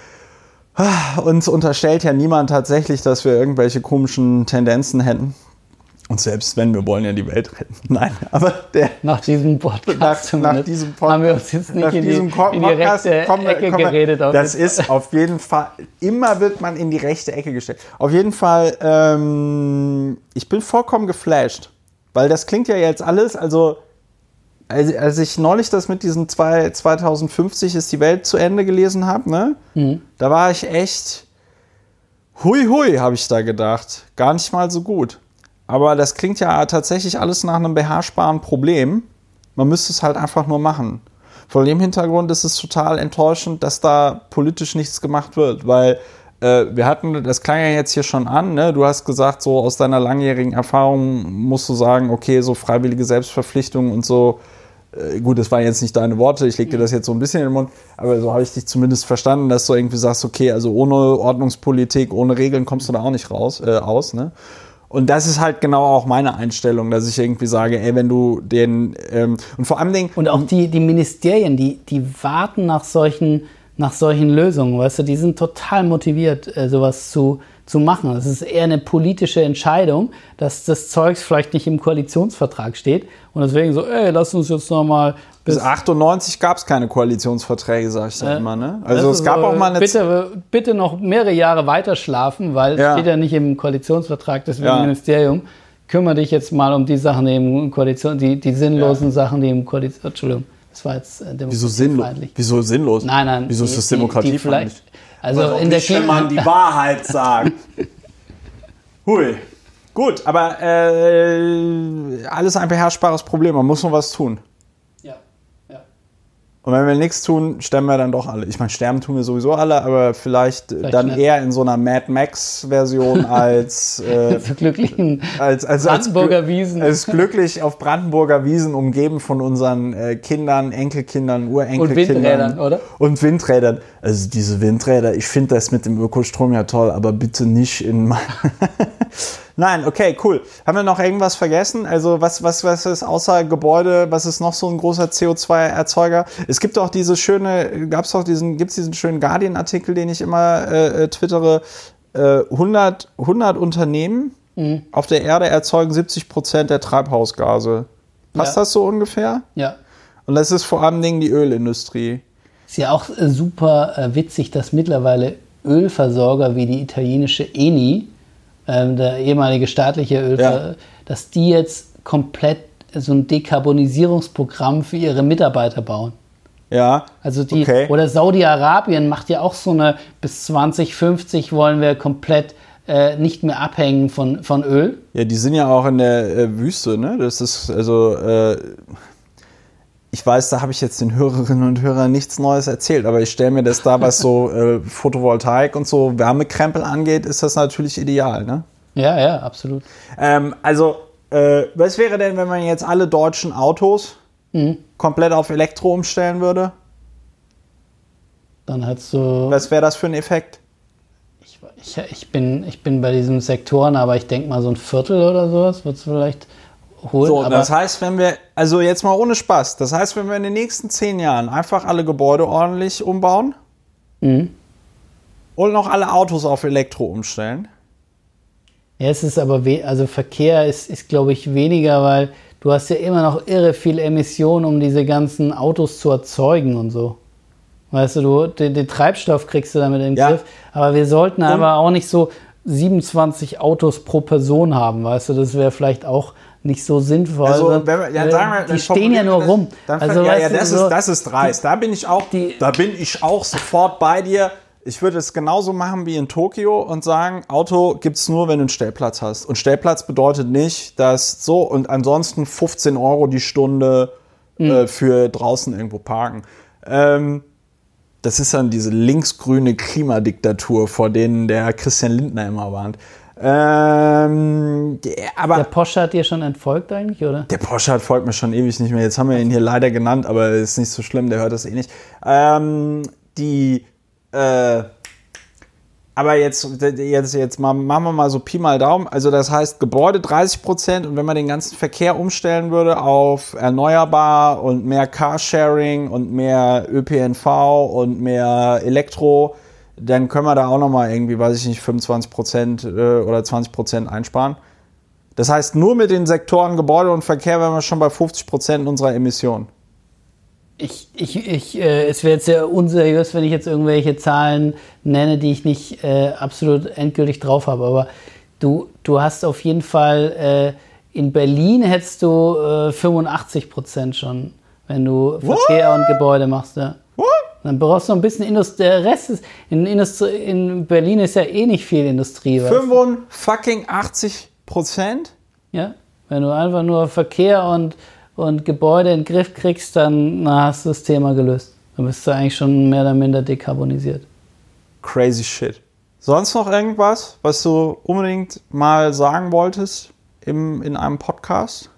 [SPEAKER 1] uns unterstellt ja niemand tatsächlich, dass wir irgendwelche komischen Tendenzen hätten. Und selbst wenn, wir wollen ja die Welt retten. Nein, aber der...
[SPEAKER 2] Nach diesem Podcast,
[SPEAKER 1] nach, nach diesem Podcast
[SPEAKER 2] haben wir uns jetzt nicht in die, in die
[SPEAKER 1] Podcast,
[SPEAKER 2] rechte
[SPEAKER 1] komm,
[SPEAKER 2] Ecke
[SPEAKER 1] komm,
[SPEAKER 2] geredet.
[SPEAKER 1] Das ist auf jeden Fall... Immer wird man in die rechte Ecke gestellt. Auf jeden Fall, ähm, ich bin vollkommen geflasht. Weil das klingt ja jetzt alles, also... Als, als ich neulich das mit diesen zwei, zweitausendfünfzig ist die Welt zu Ende gelesen habe, ne? Mhm. Da war ich echt... Hui, hui, habe ich da gedacht. Gar nicht mal so gut. Aber das klingt ja tatsächlich alles nach einem beherrschbaren Problem. Man müsste es halt einfach nur machen. Vor dem Hintergrund ist es total enttäuschend, dass da politisch nichts gemacht wird. Weil äh, wir hatten, das klang ja jetzt hier schon an, ne? Du hast gesagt, so aus deiner langjährigen Erfahrung musst du sagen, okay, so freiwillige Selbstverpflichtung und so. Äh, gut, das waren jetzt nicht deine Worte, ich leg dir das jetzt so ein bisschen in den Mund. Aber so habe ich dich zumindest verstanden, dass du irgendwie sagst, okay, also ohne Ordnungspolitik, ohne Regeln kommst du da auch nicht raus, äh, aus, ne? Und das ist halt genau auch meine Einstellung, dass ich irgendwie sage, ey, wenn du den, ähm, und vor allem Dingen...
[SPEAKER 2] Und auch die, die Ministerien, die, die warten nach solchen, nach solchen Lösungen, weißt du, die sind total motiviert, äh, sowas zu, zu machen. Es ist eher eine politische Entscheidung, dass das Zeugs vielleicht nicht im Koalitionsvertrag steht und deswegen so, ey, lass uns jetzt nochmal...
[SPEAKER 1] Bis achtundneunzig gab es keine Koalitionsverträge, sag ich dann äh, immer, ne? Also es gab
[SPEAKER 2] so,
[SPEAKER 1] auch mal eine...
[SPEAKER 2] Bitte, bitte noch mehrere Jahre weiter schlafen, weil es
[SPEAKER 1] ja.
[SPEAKER 2] steht ja nicht im Koalitionsvertrag, deswegen
[SPEAKER 1] ja.
[SPEAKER 2] Ministerium. Kümmere dich jetzt mal um die Sachen, die im Koalition, die, die sinnlosen ja. Sachen, die im Koalition... Entschuldigung, das war jetzt äh, demokratiefeindlich.
[SPEAKER 1] Wieso, Wieso sinnlos?
[SPEAKER 2] Nein, nein.
[SPEAKER 1] Wieso
[SPEAKER 2] die,
[SPEAKER 1] ist das demokratiefeindlich?
[SPEAKER 2] Also
[SPEAKER 1] aber
[SPEAKER 2] in der
[SPEAKER 1] nicht, wenn man die Wahrheit sagt. Hui. Gut, aber äh, alles ein beherrschbares Problem. Man muss noch was tun.
[SPEAKER 2] Ja, ja.
[SPEAKER 1] Und wenn wir nichts tun, sterben wir dann doch alle. Ich meine, sterben tun wir sowieso alle, aber vielleicht, vielleicht dann nicht. Eher in so einer Mad Max-Version als äh,
[SPEAKER 2] so glücklichen
[SPEAKER 1] als, als,
[SPEAKER 2] Brandenburger
[SPEAKER 1] als,
[SPEAKER 2] Wiesen.
[SPEAKER 1] Als glücklich auf Brandenburger Wiesen, umgeben von unseren äh, Kindern, Enkelkindern, Urenkelkindern.
[SPEAKER 2] Und Windrädern, oder?
[SPEAKER 1] Und Windrädern. Also diese Windräder, ich finde das mit dem Ökostrom ja toll, aber bitte nicht in... Nein, okay, cool. Haben wir noch irgendwas vergessen? Also was, was, was ist außer Gebäude, was ist noch so ein großer C O zwei Erzeuger? Es gibt auch diese schöne, gab's auch diesen, gibt's diesen schönen Guardian-Artikel, den ich immer äh, twittere, äh, hundert, hundert Unternehmen mhm. auf der Erde erzeugen siebzig Prozent der Treibhausgase. Passt ja. das so ungefähr?
[SPEAKER 2] Ja.
[SPEAKER 1] Und das ist vor allem die Ölindustrie.
[SPEAKER 2] Ist ja auch äh, super äh, witzig, dass mittlerweile Ölversorger wie die italienische Eni, der ehemalige staatliche Ölver, ja. dass die jetzt komplett so ein Dekarbonisierungsprogramm für ihre Mitarbeiter bauen.
[SPEAKER 1] Ja,
[SPEAKER 2] also die,
[SPEAKER 1] okay.
[SPEAKER 2] Oder Saudi-Arabien macht ja auch so eine, bis zwanzig fünfzig wollen wir komplett äh, nicht mehr abhängen von, von Öl.
[SPEAKER 1] Ja, die sind ja auch in der äh, Wüste, ne? Das ist, also, äh, ich weiß, da habe ich jetzt den Hörerinnen und Hörern nichts Neues erzählt, aber ich stelle mir das da, was so äh, Photovoltaik und so Wärmekrempel angeht, ist das natürlich ideal, ne?
[SPEAKER 2] Ja, ja, absolut.
[SPEAKER 1] Ähm, also, äh, was wäre denn, wenn man jetzt alle deutschen Autos mhm. komplett auf Elektro umstellen würde?
[SPEAKER 2] Dann hättest du...
[SPEAKER 1] Was wäre das für ein Effekt?
[SPEAKER 2] Ich, ich, ich, bin, ich bin bei diesen Sektoren, aber ich denke mal so ein Viertel oder sowas wird es vielleicht holen.
[SPEAKER 1] So,
[SPEAKER 2] aber
[SPEAKER 1] das heißt, wenn wir, also jetzt mal ohne Spaß, das heißt, wenn wir in den nächsten zehn Jahren einfach alle Gebäude ordentlich umbauen mhm. und noch alle Autos auf Elektro umstellen.
[SPEAKER 2] Ja, es ist aber, we- also Verkehr ist, ist glaube ich, weniger, weil du hast ja immer noch irre viel Emissionen, um diese ganzen Autos zu erzeugen und so. Weißt du, du den, den Treibstoff kriegst du damit in den
[SPEAKER 1] ja.
[SPEAKER 2] Griff, aber wir sollten und? aber auch nicht so siebenundzwanzig Autos pro Person haben, weißt du, das wäre vielleicht auch nicht so sinnvoll.
[SPEAKER 1] Also, wenn wir, ja, sagen wir,
[SPEAKER 2] die stehen ja nur rum.
[SPEAKER 1] Dann,
[SPEAKER 2] also,
[SPEAKER 1] ja, ja,
[SPEAKER 2] du,
[SPEAKER 1] das,
[SPEAKER 2] so,
[SPEAKER 1] ist, das ist dreist. Da bin ich auch, die, da bin ich auch sofort bei dir. Ich würde es genauso machen wie in Tokio und sagen, Auto gibt es nur, wenn du einen Stellplatz hast. Und Stellplatz bedeutet nicht, dass so und ansonsten fünfzehn Euro die Stunde mhm. äh, für draußen irgendwo parken. Ähm, das ist dann diese linksgrüne Klimadiktatur, vor denen der Christian Lindner immer warnt. Ähm, aber
[SPEAKER 2] der Porsche hat dir schon entfolgt eigentlich, oder?
[SPEAKER 1] Der Porsche hat folgt mir schon ewig nicht mehr. Jetzt haben wir ihn hier leider genannt, aber ist nicht so schlimm, der hört das eh nicht. Ähm, die Äh, aber jetzt, jetzt, jetzt mal, machen wir mal so Pi mal Daumen. Also das heißt Gebäude dreißig Prozent und wenn man den ganzen Verkehr umstellen würde auf erneuerbar und mehr Carsharing und mehr Ö P N V und mehr Elektro, dann können wir da auch nochmal irgendwie, weiß ich nicht, fünfundzwanzig Prozent äh, oder zwanzig Prozent einsparen. Das heißt, nur mit den Sektoren Gebäude und Verkehr wären wir schon bei fünfzig Prozent unserer Emissionen.
[SPEAKER 2] Ich, ich, ich, äh, es wäre jetzt sehr unseriös, wenn ich jetzt irgendwelche Zahlen nenne, die ich nicht äh, absolut endgültig drauf habe. Aber du, du hast auf jeden Fall, äh, in Berlin hättest du äh, fünfundachtzig Prozent schon, wenn du Verkehr What? und Gebäude machst. Ja.
[SPEAKER 1] What?
[SPEAKER 2] Dann brauchst du noch ein bisschen Industrie. Der Rest ist, in, Industrie, in Berlin ist ja eh nicht viel Industrie.
[SPEAKER 1] fünfundachtzig Prozent?
[SPEAKER 2] Ja, wenn du einfach nur Verkehr und und Gebäude in den Griff kriegst, dann na, hast du das Thema gelöst. Dann bist du eigentlich schon mehr oder minder dekarbonisiert.
[SPEAKER 1] Crazy shit. Sonst noch irgendwas, was du unbedingt mal sagen wolltest im, in einem Podcast?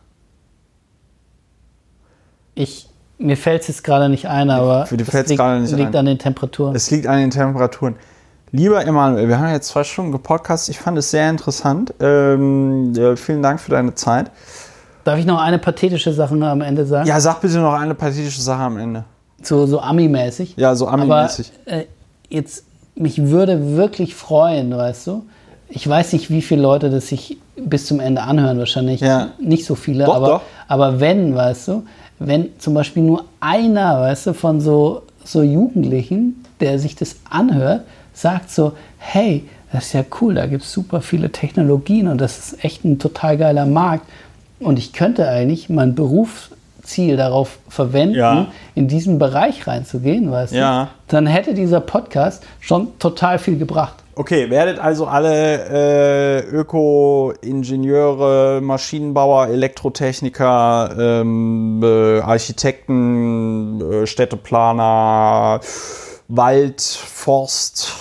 [SPEAKER 2] Ich, mir fällt es jetzt gerade nicht ein, aber
[SPEAKER 1] Für die
[SPEAKER 2] es
[SPEAKER 1] fällt's
[SPEAKER 2] liegt,
[SPEAKER 1] gerade nicht
[SPEAKER 2] liegt
[SPEAKER 1] ein.
[SPEAKER 2] an den Temperaturen.
[SPEAKER 1] Es liegt an den Temperaturen. Lieber Emanuel, wir haben jetzt zwei Stunden gepodcastet. Ich fand es sehr interessant. Ähm, ja, vielen Dank für deine Zeit.
[SPEAKER 2] Darf ich noch eine pathetische Sache am Ende sagen?
[SPEAKER 1] Ja, sag bitte noch eine pathetische Sache am Ende.
[SPEAKER 2] So, so Ami-mäßig.
[SPEAKER 1] Ja, so Ami-mäßig.
[SPEAKER 2] Aber äh, jetzt, mich würde wirklich freuen, weißt du. Ich weiß nicht, wie viele Leute das sich bis zum Ende anhören, wahrscheinlich
[SPEAKER 1] ja.
[SPEAKER 2] nicht so viele.
[SPEAKER 1] Doch,
[SPEAKER 2] aber,
[SPEAKER 1] doch.
[SPEAKER 2] aber wenn, weißt du, wenn zum Beispiel nur einer, weißt du, von so, so Jugendlichen, der sich das anhört, sagt so, hey, das ist ja cool, da gibt es super viele Technologien und das ist echt ein total geiler Markt. Und ich könnte eigentlich mein Berufsziel darauf verwenden,
[SPEAKER 1] ja.
[SPEAKER 2] in diesen Bereich reinzugehen, weißt
[SPEAKER 1] ja.
[SPEAKER 2] du? Dann hätte dieser Podcast schon total viel gebracht.
[SPEAKER 1] Okay, werdet also alle äh, Öko-Ingenieure, Maschinenbauer, Elektrotechniker, ähm, äh, Architekten, äh, Städteplaner, Wald, Forst,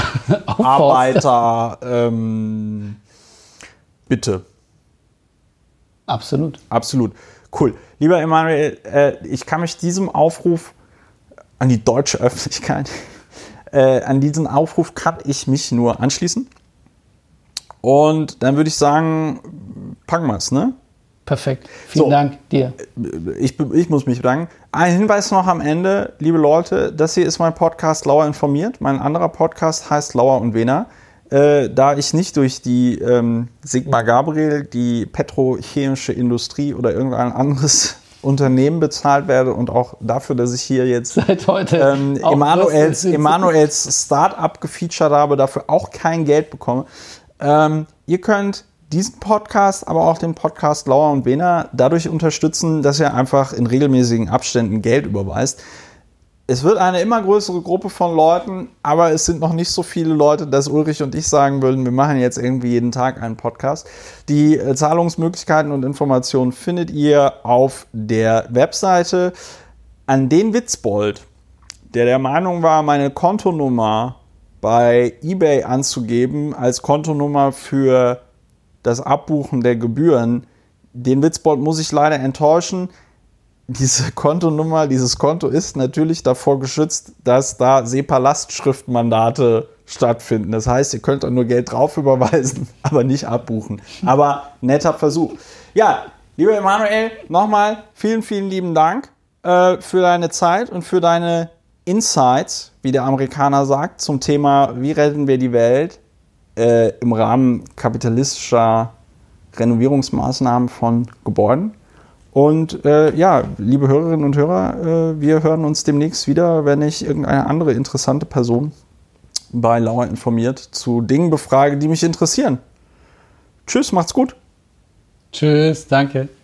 [SPEAKER 1] Arbeiter, ähm, bitte.
[SPEAKER 2] Absolut.
[SPEAKER 1] Absolut. Cool. Lieber Emanuel, äh, ich kann mich diesem Aufruf an die deutsche Öffentlichkeit, äh, an diesen Aufruf kann ich mich nur anschließen. Und dann würde ich sagen, packen wir es, ne?
[SPEAKER 2] Perfekt. Vielen so, Dank dir.
[SPEAKER 1] Ich, ich muss mich bedanken. Ein Hinweis noch am Ende, liebe Leute, das hier ist mein Podcast Lauer informiert. Mein anderer Podcast heißt Lauer und Wehner. Äh, da ich nicht durch die ähm, Sigmar Gabriel, die petrochemische Industrie oder irgendein anderes Unternehmen bezahlt werde und auch dafür, dass ich hier jetzt
[SPEAKER 2] seit heute
[SPEAKER 1] ähm, Emanuels, Emanuels Start-up gefeatured habe, dafür auch kein Geld bekomme. Ähm, ihr könnt diesen Podcast, aber auch den Podcast Lauer und Wehner dadurch unterstützen, dass ihr einfach in regelmäßigen Abständen Geld überweist. es wird eine immer größere Gruppe von Leuten, aber es sind noch nicht so viele Leute, dass Ulrich und ich sagen würden, wir machen jetzt irgendwie jeden Tag einen Podcast. Die äh, Zahlungsmöglichkeiten und Informationen findet ihr auf der Webseite. An den Witzbold, der der Meinung war, meine Kontonummer bei eBay anzugeben als Kontonummer für das Abbuchen der Gebühren, den Witzbold muss ich leider enttäuschen. Diese Kontonummer, dieses Konto ist natürlich davor geschützt, dass da SEPA-Lastschriftmandate stattfinden. Das heißt, ihr könnt da nur Geld drauf überweisen, aber nicht abbuchen. Aber netter Versuch. Ja, lieber Emanuel, nochmal vielen, vielen lieben Dank äh, für deine Zeit und für deine Insights, wie der Amerikaner sagt, zum Thema, wie retten wir die Welt äh, im Rahmen kapitalistischer Renovierungsmaßnahmen von Gebäuden. Und äh, ja, liebe Hörerinnen und Hörer, äh, wir hören uns demnächst wieder, wenn ich irgendeine andere interessante Person bei Lauer informiert zu Dingen befrage, die mich interessieren. Tschüss, macht's gut.
[SPEAKER 2] Tschüss, danke.